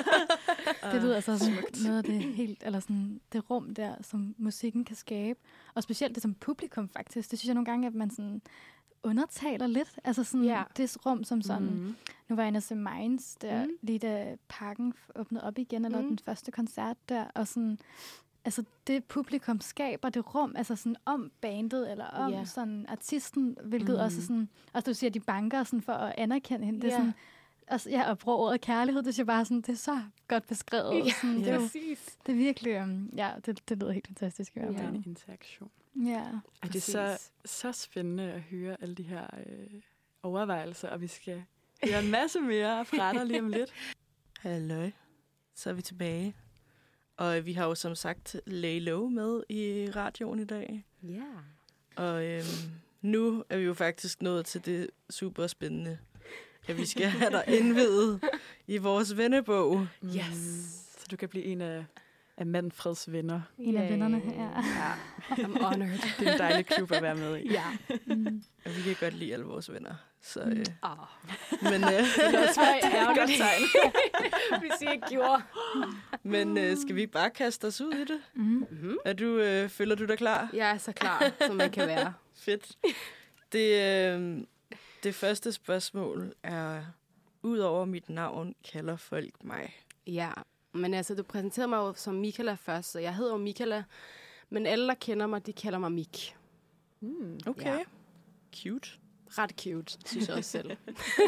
S2: Ja.
S4: Det lyder altså som noget af det helt, eller sådan det rum der, som musikken kan skabe. Og specielt det som publikum faktisk. Det synes jeg nogle gange, at man sådan undertaler lidt. Altså sådan
S5: Ja.
S4: det rum som sådan.
S2: Mm.
S4: Nu var jeg inde og se Minds, der
S5: Mm.
S4: lige da parken åbnede op igen, eller
S5: Mm.
S4: den første koncert der, og sådan, altså det publikum skaber det rum, altså sådan om bandet, eller om
S5: Ja.
S4: sådan artisten, hvilket
S2: Mm.
S4: også sådan, og du siger, de banker sådan for at anerkende hende, det er
S5: Ja.
S4: sådan, altså, ja, og bruge ordet kærlighed, det er bare sådan, det er så godt beskrevet.
S5: Ja,
S4: Sådan, det, er jo,
S5: præcis.
S4: det er virkelig, um, ja, det, det lyder helt fantastisk i hvert
S2: Ja.
S4: fald.
S2: En interaktion.
S4: Ja.
S2: Ej, det er så, så spændende at høre alle de her øh, overvejelser, og vi skal høre en masse mere fra dig lige om lidt.
S3: Halløj. Så er vi tilbage. Og vi har jo som sagt Lay Low med i radioen i dag.
S5: Ja.
S3: Og øhm, nu er vi jo faktisk nået til det super spændende, at vi skal have dig indvidet i vores vennebog.
S5: Yes.
S2: Så du kan blive en af, af Manfreds venner.
S4: En af vennerne her.
S2: Ja,
S5: I'm honored.
S2: det er en dejlig klub at være med i.
S5: Ja.
S4: Mm.
S3: Og vi kan godt lide alle vores venner. Så, øh,
S5: Oh.
S3: men øh,
S5: Det er så ærgerligt.
S2: Godt tegn.
S5: Hvis I ikke gjorde.
S3: men øh, skal vi ikke bare kaste os ud i det?
S4: Mm.
S5: Mm-hmm.
S3: Er du, øh, føler du dig klar?
S5: Jeg er så klar, som man kan være.
S3: Fedt. Det, øh, det første spørgsmål er, udover mit navn, kalder folk mig.
S5: Ja, men altså, du præsenterede mig jo som Michaela først, så jeg hedder jo Michaela. Men alle, der kender mig, de kalder mig Mik.
S2: Mm.
S3: Okay.
S5: Ja.
S3: Cute.
S5: Ret cute, synes jeg også selv.
S4: Ja.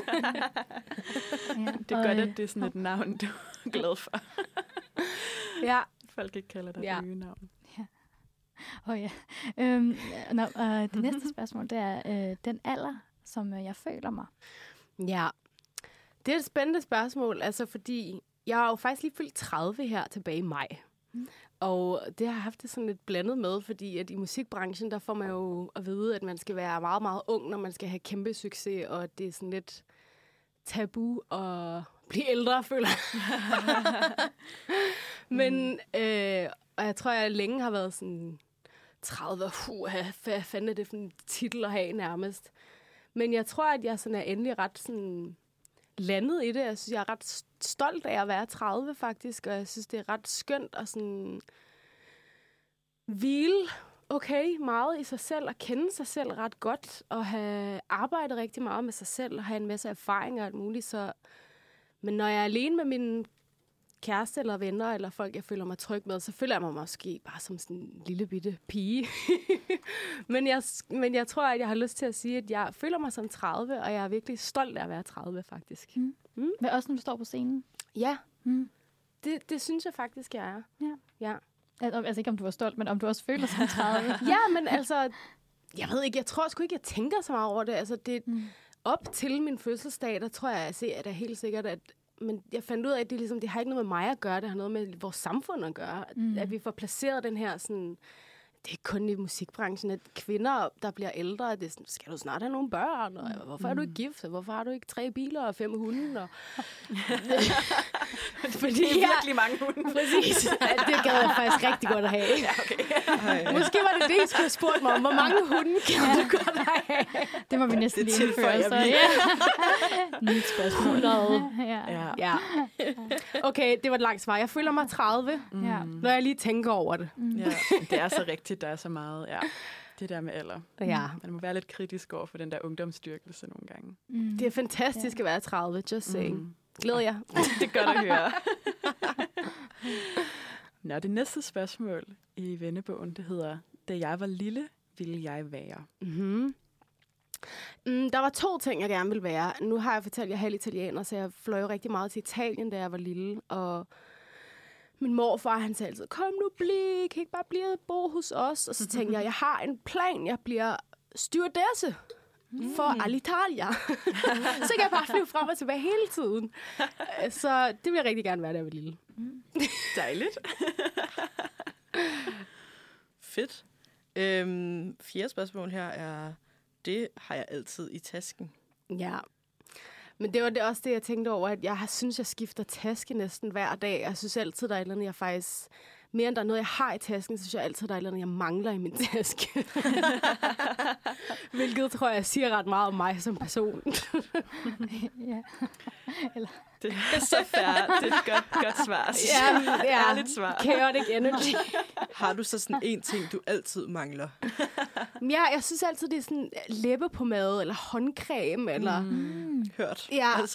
S2: Det er
S4: og,
S2: godt,
S4: øh,
S2: at det er sådan et navn, du er glad for.
S5: Ja.
S2: Folk ikke kalder dig
S5: Ja.
S2: ja. øgenavn.
S4: Åh oh, ja. Øhm, nå, øh, det næste spørgsmål, det er øh, den alder, som øh, jeg føler mig.
S5: Ja, det er et spændende spørgsmål, altså fordi jeg har jo faktisk lige fyldt tredive her tilbage i maj.
S4: Mm.
S5: Og det har jeg haft det sådan lidt blandet med, fordi at i musikbranchen, der får man jo at vide, at man skal være meget, meget ung, når man skal have kæmpe succes, og det er sådan lidt tabu at blive ældre, føler jeg. Men, øh, og jeg tror, jeg længe har været sådan tredive, uh, hvad fanden er det for en titel at have nærmest. Men jeg tror, at jeg sådan er endelig ret sådan landet i det. Jeg synes, jeg er ret stolt af at være tredive, faktisk. Og jeg synes, det er ret skønt at sådan hvile okay meget i sig selv og kende sig selv ret godt. Og have arbejdet rigtig meget med sig selv og have en masse erfaringer og alt muligt. Så, men når jeg er alene med mine kæreste eller venner, eller folk, jeg føler mig tryg med, så føler jeg mig måske bare som sådan en lille bitte pige. men, jeg, men jeg tror, at jeg har lyst til at sige, at jeg føler mig som tredive, og jeg er virkelig stolt af at være tredive, faktisk.
S4: Mm.
S5: Mm.
S4: Hvad også, når du står på scenen?
S5: Ja,
S4: Mm.
S5: det, det synes jeg faktisk, jeg er.
S4: Ja.
S5: Ja.
S4: Al- Altså ikke, om du var stolt, men om du også føler sig som tredive.
S5: Ja, men altså, jeg ved ikke, jeg tror sgu ikke, jeg tænker så meget over det. Altså, det
S4: Mm.
S5: op til min fødselsdag, der tror jeg, jeg ser, at det er helt sikkert, at men jeg fandt ud af, at det, ligesom, det har ikke noget med mig at gøre, det har noget med vores samfund at gøre.
S4: Mm.
S5: At vi får placeret den her sådan, det er kun i musikbranchen, at kvinder, der bliver ældre, det er sådan, skal du snart have nogle børn? Og hvorfor er du ikke gift? Hvorfor har du ikke tre biler og fem hunde? Og
S2: Fordi det er virkelig mange hunde.
S5: Præcis. Ja, det gad jeg faktisk rigtig godt at have.
S2: Ja, okay.
S3: Ej,
S5: Måske var det det, I skulle have spurgt mig om. Hvor mange hunde kan du godt have?
S4: Det må vi næsten
S3: Det
S4: lige indføre.
S3: tilføjer
S4: Så,
S3: vi.
S4: ja. Nyt spørgsmål. Ja.
S2: Ja.
S5: Ja. Okay, det var et langt svar. Jeg føler mig tredive,
S2: Mm.
S4: Ja.
S5: når jeg lige tænker over det.
S2: Ja, det er så rigtigt, der er så meget, ja, det der med alder.
S5: Ja.
S2: Man må være lidt kritisk over for den der ungdomsstyrkelse nogle gange.
S4: Mm.
S5: Det er fantastisk at være tredive, just saying.
S2: Mm.
S5: Glæder jeg.
S2: Det er godt at høre. Nå, det næste spørgsmål i vennebogen, det hedder, da jeg var lille, ville jeg være.
S5: Mm-hmm. Mm, der var to ting, jeg gerne ville være. Nu har jeg fortalt, at jeg er halv italiener, så jeg fløj jo rigtig meget til Italien, da jeg var lille. Og min morfar, han sagde altid, kom nu, bliv, kan ikke bare blive bo hos os? Og så tænkte jeg, jeg har en plan, jeg bliver stewardesse mm. for Alitalia. Så kan jeg bare flyve frem og tilbage hele tiden. Så det vil jeg rigtig gerne være, da jeg var lille.
S2: Mm. Dejligt.
S3: Fedt. Øhm, fjerde spørgsmål her er, det har jeg altid i tasken.
S5: Ja. Men det var det også det, jeg tænkte over, at jeg har, synes, jeg skifter taske næsten hver dag. Jeg synes altid, der er et eller andet, jeg faktisk... Mere end der er noget, jeg har i tasken, så synes jeg altid, der er et eller andet, jeg mangler i min taske. Hvilket tror jeg siger ret meget om mig som person.
S4: Ja. Eller...
S2: Det er så fair. Det er et godt, godt svar.
S5: Ja, ja.
S2: Ærligt svar.
S5: Chaotic energy.
S3: Har du så sådan en ting, du altid mangler?
S5: Ja, jeg synes altid, det er sådan læbepomade, eller håndcreme, eller...
S3: Mm. Hørt.
S5: Ja.
S3: Altså.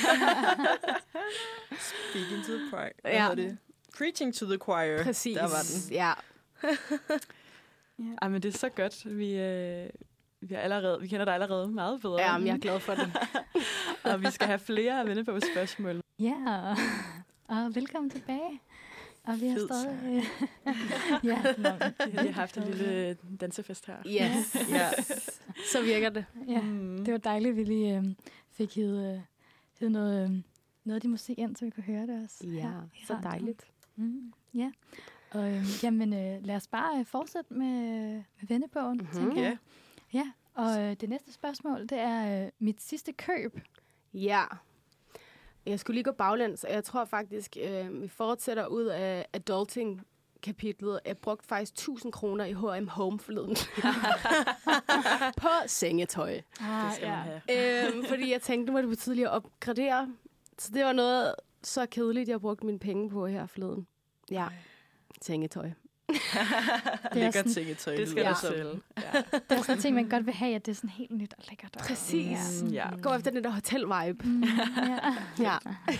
S3: Speaking to the choir. Hvad
S5: ja.
S3: hedder det? Preaching to the choir.
S5: Præcis.
S3: Der var den.
S5: Ja.
S2: Ja. Ej, men det er så godt. Vi, øh, vi, er allerede, vi kender dig allerede meget bedre.
S5: Ja, men jeg er glad for det.
S2: Og vi skal have flere vende på spørgsmål.
S4: Ja, og velkommen tilbage. Og vi har
S3: Fed
S4: stadig... Øh, ja,
S2: Vi har haft en lille dansefest her.
S5: Yes.
S3: Ja.
S5: Så virker det.
S4: ja, det var dejligt, at vi lige øh, fik hivet, øh, hivet noget, øh, noget af de musik ind, så vi kunne høre det også.
S5: Ja,
S4: her i
S5: så
S4: radioen.
S5: dejligt.
S4: Mm, ja, og øh, jamen, øh, lad os bare øh, fortsætte med, med vennebogen,
S5: Mhm.
S4: tænker jeg.
S3: Ja.
S4: Ja, og øh, det næste spørgsmål, det er øh, mit sidste køb.
S5: Ja. Jeg skulle lige gå baglæns, og jeg tror faktisk, øh, vi fortsætter ud af adulting-kapitlet. Jeg brugte faktisk tusind kroner i H og M Home forleden. På sengetøj.
S4: Ah,
S2: Det skal man have.
S5: øhm, fordi jeg tænkte, nu var det på tidligt at opgradere. Så det var noget så kedeligt, jeg brugte mine penge på her forleden. Ja, sengetøj.
S4: Det er
S3: Lækkert
S4: sådan-
S3: sengetøj.
S2: Det skal
S3: lyder
S2: du
S3: som.
S2: selv. Ja.
S4: Det er sådan en ting, man godt vil have, at det er sådan helt nyt og lækkert. Og,
S5: Præcis.
S2: Mm, ja.
S5: Gå efter den der hotel-vibe.
S4: Mm, ja.
S5: Ja.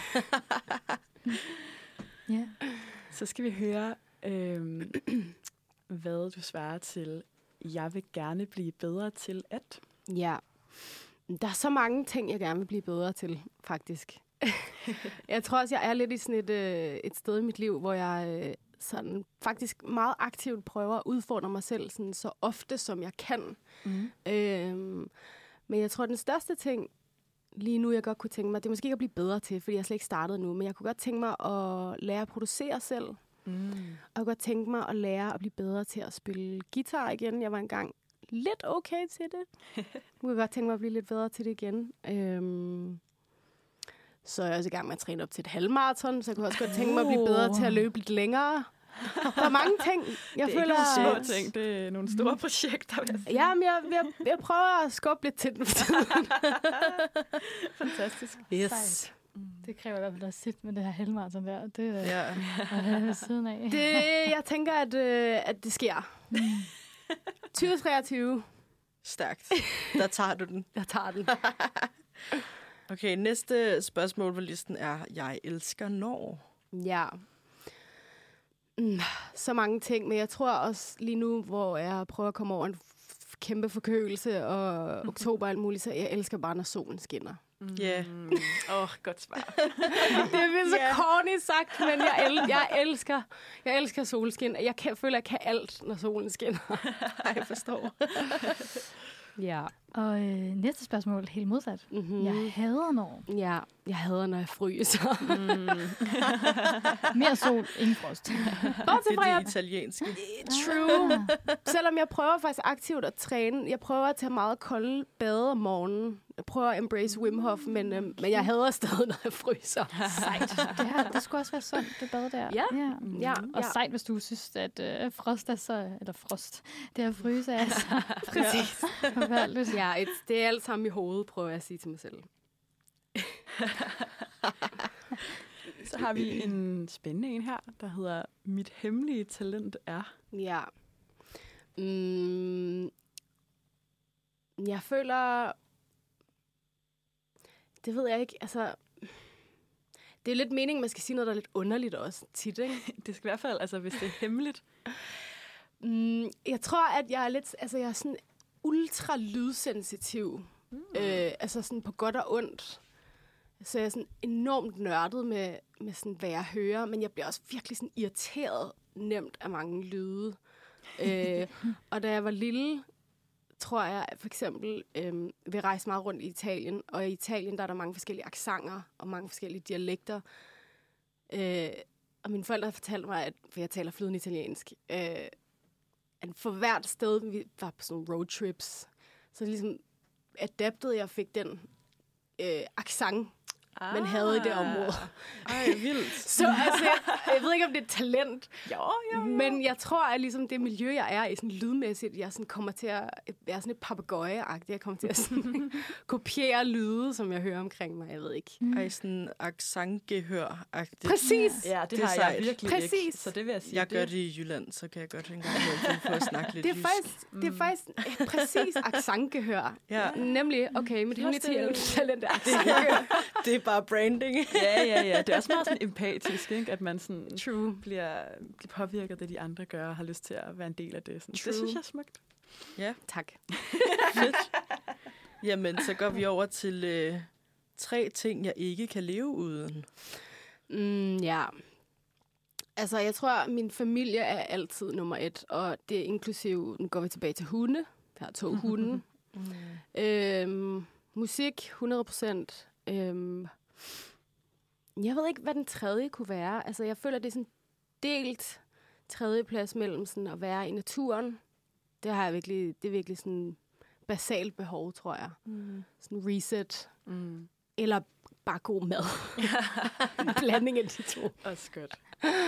S4: ja.
S2: Så skal vi høre, øhm, hvad du svarer til. Jeg vil gerne blive bedre til at...
S5: Ja. Der er så mange ting, jeg gerne vil blive bedre til, faktisk. Jeg tror også, jeg er lidt i sådan et, øh, et sted i mit liv, hvor jeg øh, sådan, faktisk meget aktivt prøver at udfordre mig selv sådan, så ofte, som jeg kan.
S2: Mm.
S5: Øhm, men jeg tror, den største ting lige nu, jeg godt kunne tænke mig, det er måske ikke at blive bedre til, fordi jeg slet ikke startet nu, men jeg kunne godt tænke mig at lære at producere selv.
S2: Mm.
S5: Og jeg kunne godt tænke mig at lære at blive bedre til at spille guitar igen. Jeg var engang lidt okay til det. Nu kunne jeg godt tænke mig at blive lidt bedre til det igen. Øhm, så er jeg også i gang med at træne op til et halvmarathon, så jeg kunne også godt tænke mig at blive bedre til at løbe lidt længere. Der er mange ting, jeg
S2: Det er
S5: føler...
S2: ikke nogle små ting, det er nogle store projekter, vil jeg sige.
S5: Ja, men jeg, jeg, jeg prøver at skubbe lidt til den for tiden.
S2: Fantastisk.
S5: Yes.
S4: Det kræver i hvert fald at sidde med det her halvmarathon der. Det er
S3: Ja.
S4: ja. ved siden af.
S5: Det, jeg tænker, at, øh, at det sker. tyve treogtyve.
S3: Stærkt. Der tager du den.
S5: Jeg tager den.
S3: Okay, næste spørgsmål på listen er, jeg elsker når.
S5: Ja. Mm, så mange ting, men jeg tror også lige nu, hvor jeg prøver at komme over en f- kæmpe forkølelse og oktober og alt muligt, så jeg elsker bare, når solen skinner.
S3: Ja.
S2: Mm. Åh, oh, godt svar.
S5: Det er så
S3: Ja.
S5: corny sagt, men jeg, el- jeg elsker jeg elsker solskin. Jeg kan, føler, jeg kan alt, når solen skinner.
S3: Ej, jeg forstår.
S5: Ja.
S4: Og øh, næste spørgsmål, helt modsat.
S5: Mm-hmm.
S4: Jeg hader når.
S5: Ja, jeg hader, når jeg fryser.
S4: Mere sol, ingen frost.
S5: Bortset
S3: Det
S5: fra,
S3: er
S5: jeg
S3: det italienske.
S5: True.
S4: Ah.
S5: Selvom jeg prøver faktisk aktivt at træne. Jeg prøver at tage meget kolde bade om morgenen. Jeg prøver at embrace Wim Hof, men, øhm, men jeg hader stadig, når jeg fryser.
S4: Sejt. Det, her, det skulle også være sundt, det bad der.
S5: Ja.
S4: ja.
S5: Ja,
S4: Og
S5: ja.
S4: sejt, hvis du synes, at øh, frost er så... Eller frost. Det at fryse er så
S5: Præcis.
S4: forfærdeligt.
S5: Ja, et, det er alt sammen i hovedet, prøver jeg at sige til mig selv.
S2: Så har vi en spændende en her, der hedder Mit hemmelige talent er...
S5: Ja. Mm, jeg føler... Det ved jeg ikke, altså... Det er lidt meningen, man skal sige noget, der er lidt underligt også tit, ikke?
S2: Det skal i hvert fald, altså hvis det er hemmeligt.
S5: Mm, jeg tror, at jeg er lidt... Altså, jeg er sådan ultra lydsensitiv. Mm. Øh, altså sådan på godt og ondt. Så jeg er sådan enormt nørdet med, med sådan, hvad jeg hører, men jeg bliver også virkelig sådan irriteret nemt af mange lyde. øh, og da jeg var lille, tror jeg for eksempel, øh, vi rejste meget rundt i Italien, og i Italien der er der mange forskellige accenter og mange forskellige dialekter. Øh, og mine forældre fortalte mig, at, for jeg taler flydende italiensk, øh, at for hvert sted, vi var på sådan roadtrips, så ligesom adaptede jeg fik den øh, accent, ah. man havde i det område.
S3: Ej, vildt.
S5: Så altså, jeg, jeg ved ikke, om det er et talent,
S2: Jo, jo, jo.
S5: men jeg tror, at ligesom det miljø, jeg er i, sådan lydmæssigt, jeg sådan kommer til at være sådan et papegøje-agtigt. Jeg kommer til at sådan, kopiere lyde, som jeg hører omkring mig. Jeg ved ikke.
S3: Mm. Ej, sådan accentgehør-agtigt.
S5: Præcis.
S2: Ja, det,
S3: Det
S2: det
S3: er
S2: har
S3: sejt.
S2: jeg virkelig
S5: Præcis.
S2: ikke. Så det vil jeg sige.
S3: Jeg gør
S2: det.
S3: det i Jylland, så kan jeg godt en gang imellem få at snakke lidt
S5: Det er
S3: jysk.
S5: faktisk, det er faktisk mm. præcis accentgehør.
S3: Ja.
S5: Nemlig, okay, mit
S2: Det er
S5: hemmelige
S2: også
S5: talent er accentgehør.
S3: Det er bare branding.
S2: Ja, ja, ja. Det er også meget sådan empatisk, ikke? At man sådan
S5: True.
S2: bliver, bliver påvirket af det, de andre gør, og har lyst til at være en del af det. Sådan.
S5: True.
S2: Det synes jeg er smukt.
S3: Ja,
S5: Tak.
S3: fedt. Jamen, så går vi over til øh, tre ting, jeg ikke kan leve uden.
S5: Mm, ja. Altså, jeg tror, at min familie er altid nummer et, og det er inklusiv, nu går vi tilbage til hunde. Jeg har to hunde.
S3: Mm.
S5: Øhm, musik, hundrede procent. Øhm, jeg ved ikke, hvad den tredje kunne være. Altså, jeg føler, det er sådan delt tredjeplads mellem sådan at være i naturen. Det har jeg virkelig, det er virkelig sådan basalt behov, tror jeg.
S2: Mm.
S5: Sådan reset.
S2: Mm.
S5: Eller bare god mad. En blanding af de to.
S2: Også godt.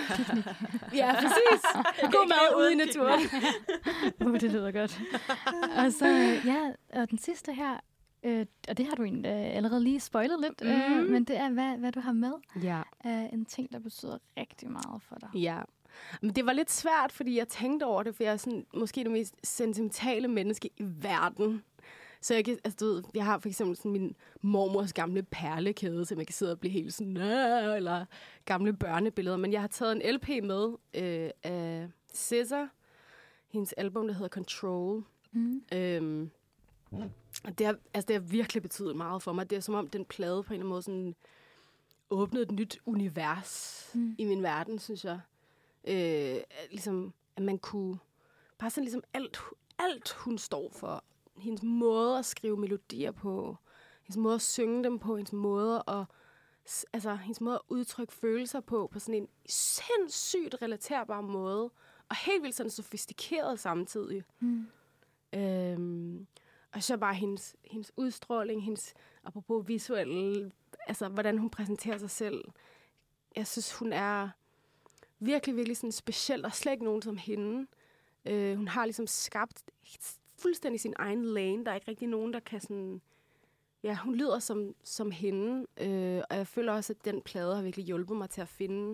S5: Ja, præcis. God mad ude i naturen.
S4: Uh, det lyder godt. Og så, ja, og den sidste her, øh, og det har du egentlig øh, allerede lige spoilet lidt, øh,
S5: Mhm.
S4: men det er, hvad, hvad du har med.
S5: Ja.
S4: Øh, en ting, der betyder rigtig meget for dig.
S5: Ja. Men det var lidt svært, fordi jeg tænkte over det, for jeg er sådan, måske det mest sentimentale menneske i verden. Så jeg, kan, altså, du ved, jeg har for eksempel sådan min mormors gamle perlekæde, som jeg kan sidde og blive helt sådan, Åh! Eller gamle børnebilleder. Men jeg har taget en L P med øh, af S Z A, hendes album, der hedder Control.
S4: Mm.
S5: Øhm, og det har, altså, det har virkelig betydet meget for mig. Det er som om, den plade på en eller anden måde sådan, åbnede et nyt univers
S4: Mm.
S5: i min verden, synes jeg. Øh, ligesom, at man kunne... Bare sådan ligesom alt, alt, hun står for. Hendes måde at skrive melodier på, hendes måde at synge dem på, hendes måde at, altså, hendes måde at udtrykke følelser på, på sådan en sindssygt relaterbar måde, og helt vildt sådan sofistikeret samtidig.
S4: Mm.
S5: Øhm, og så bare hendes, hendes udstråling, hendes, apropos visuelle, altså hvordan hun præsenterer sig selv. Jeg synes, hun er virkelig, virkelig sådan speciel, og slet ikke nogen som hende. Øh, hun har ligesom skabt fuldstændig sin egen lane. Der er ikke rigtig nogen, der kan sådan... Ja, hun lyder som, som hende, øh, og jeg føler også, at den plade har virkelig hjulpet mig til at finde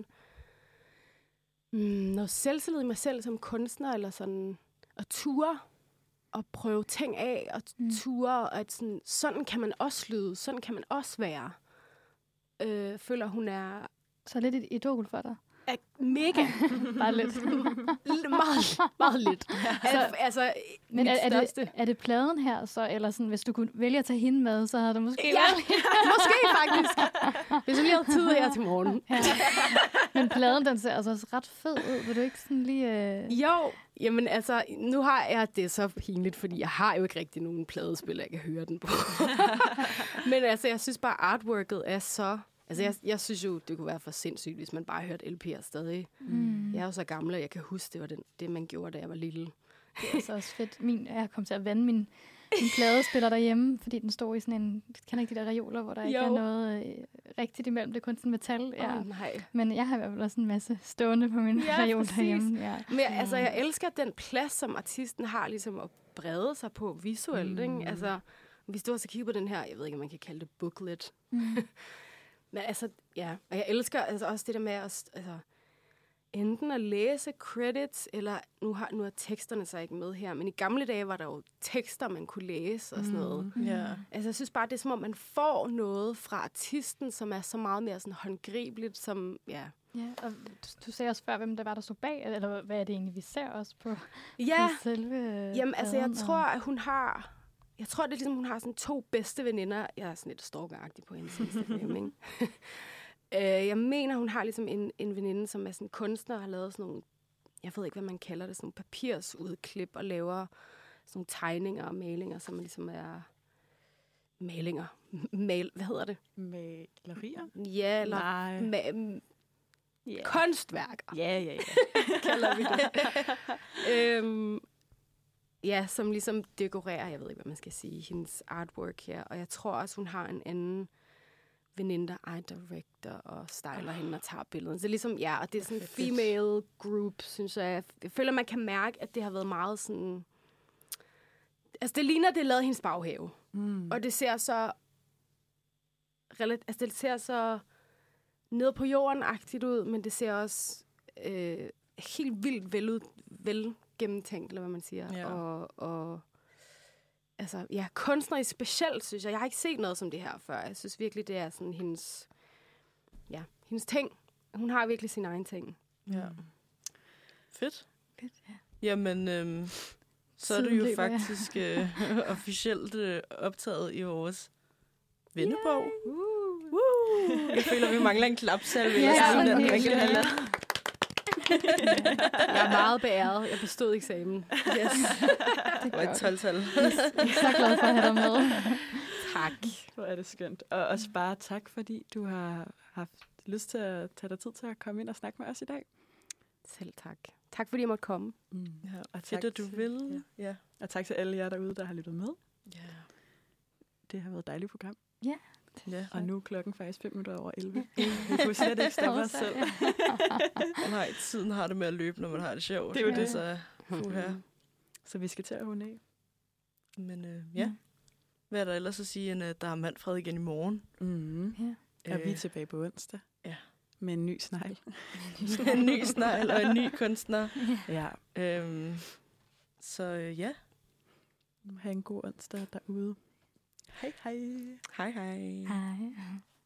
S5: mm, noget selvtillid i mig selv som kunstner, eller sådan at ture og prøve ting af, og
S4: Mm.
S5: ture, og at sådan, sådan kan man også lyde, sådan kan man også være. Øh, føler, hun er,
S4: Så lidt et idol for dig.
S5: er mega
S4: Bare lidt.
S5: L- meget, meget lidt. Altså, altså
S4: Men
S5: mit
S4: er, er,
S5: største.
S4: det, er det pladen her så, eller sådan, hvis du kunne vælge at tage hende med, så havde du måske...
S5: Ja, måske faktisk. Hvis du lige havde tid her til morgen.
S4: Ja. Men pladen, den ser altså også ret fed ud. Vil du ikke sådan lige... Øh...
S5: Jo, jamen altså, nu har jeg det så pinligt, fordi jeg har jo ikke rigtig nogen pladespiller, jeg kan høre den på. Men altså, jeg synes bare, artworket er så... Altså, jeg, jeg synes jo, det kunne være for sindssygt, hvis man bare hørte L P'er stadig.
S4: Mm.
S5: Jeg er jo så gammel, og jeg kan huske, det var den, det, man gjorde, da jeg var lille.
S4: Det er altså også fedt. Min, jeg kom til at vande min, min pladespiller derhjemme, fordi den stod i sådan en... Kan ikke de der reoler, hvor der ikke
S5: Jo.
S4: er noget øh, rigtigt imellem. Det er kun sådan metal. Ja.
S5: Åh, nej.
S4: Men jeg har i hvert fald også en masse stående på min
S5: Ja,
S4: reol
S5: præcis.
S4: derhjemme. Ja.
S5: Men jeg, altså, jeg elsker den plads, som artisten har ligesom at brede sig på visuelt. Mm. Ikke? Altså, hvis du også kigger på den her, jeg ved ikke, om man kan kalde det booklet.
S4: Mm.
S5: Men altså, ja. Og jeg elsker altså også det der med, at, altså, enten at læse credits, eller nu har nu er teksterne så ikke med her, men i gamle dage var der jo tekster, man kunne læse og sådan noget.
S3: Mm. Ja.
S5: Altså, jeg synes bare, det er som om, man får noget fra artisten, som er så meget mere sådan håndgribeligt, som, ja.
S4: Ja, og du, du sagde også før, hvem der var, der stod bag, eller hvad er det egentlig, vi ser også på,
S5: Ja,
S4: på selve
S5: jamen altså, jeg
S4: pladen,
S5: tror, at hun har, jeg tror, det er ligesom, hun har sådan to bedste veninder. Jeg er sådan lidt stalkeragtig på hendes Instagram, ikke? Uh, jeg mener, hun har ligesom en, en veninde, som er sådan kunstner og har lavet sådan nogle, jeg ved ikke, hvad man kalder det, sådan nogle papirsudklip og laver sådan nogle tegninger og malinger, som ligesom er malinger. Mal, hvad hedder det?
S2: Malerier?
S5: Ja, eller
S2: Nej.
S5: ma-
S2: Yeah.
S5: kunstværker,
S2: Ja, ja, ja.
S5: kalder vi det. um, ja, som ligesom dekorerer, jeg ved ikke, hvad man skal sige, hendes artwork her. Og jeg tror også, hun har en anden veninde, der art director og styler hende og tager billeder. Så det er ligesom, ja, og det er sådan en female group, synes jeg. Jeg føler, man kan mærke, at det har været meget sådan... Altså, det ligner, det er lavet i hendes baghave.
S2: Mm.
S5: Og det ser så... Relat- altså, det ser så ned på jorden-agtigt ud, men det ser også øh, helt vildt velud, vel gennemtænkt, eller hvad man siger.
S3: Ja.
S5: Og, og altså, ja, kunstnerisk specielt, synes jeg. Jeg har ikke set noget som det her før. Jeg synes virkelig, det er sådan hendes, ja, hendes ting. Hun har virkelig sin egen ting.
S3: Ja. Fedt.
S4: Fedt, ja.
S3: Jamen, øhm, så er
S4: Tiden
S3: du jo
S4: løber, ja.
S3: faktisk øh, officielt øh, optaget i vores vennebog.
S5: Uh.
S3: Woo! Jeg føler, vi mangler en klapsalve.
S4: Ja,
S3: eller sådan,
S4: ja,
S3: at den
S4: virkelig.
S3: kan handle.
S5: Jeg er meget beæret. Jeg bestod eksamen.
S3: Yes.
S4: Det
S3: Det var et tolv-tal.
S4: Jeg er så glad for at have dig med.
S5: Tak.
S2: Hvor er det skønt. Og også bare tak, fordi du har haft lyst til at tage dig tid til at komme ind og snakke med os i dag.
S5: Selv tak. Tak, fordi jeg måtte komme.
S2: Mm.
S3: Ja,
S2: Og
S3: fedt, at du
S2: til-
S3: vil.
S2: Ja.
S3: Ja.
S2: Og tak til alle jer derude, der har lyttet med.
S3: Ja.
S2: Det har været et dejligt program.
S3: Ja.
S2: Og nu er klokken faktisk fem minutter over elleve. Vi kunne slet ikke stoppe os selv.
S3: Nej, tiden har det med at løbe, når man har det sjovt.
S2: Det er jo
S4: det.
S3: Så, puha.
S2: Så vi skal til at runde af.
S3: Men øh, ja, hvad er der ellers at sige, end at der er Manfred igen i morgen?
S2: Mm.
S4: Ja.
S2: Og vi er tilbage på onsdag.
S3: Ja.
S2: Med en ny snegl.
S3: En ny snegl og en ny kunstner.
S2: Ja.
S3: Øhm, så øh, ja,
S2: Ha' en god onsdag derude. Hej hej.
S3: hej hej.
S4: Hej.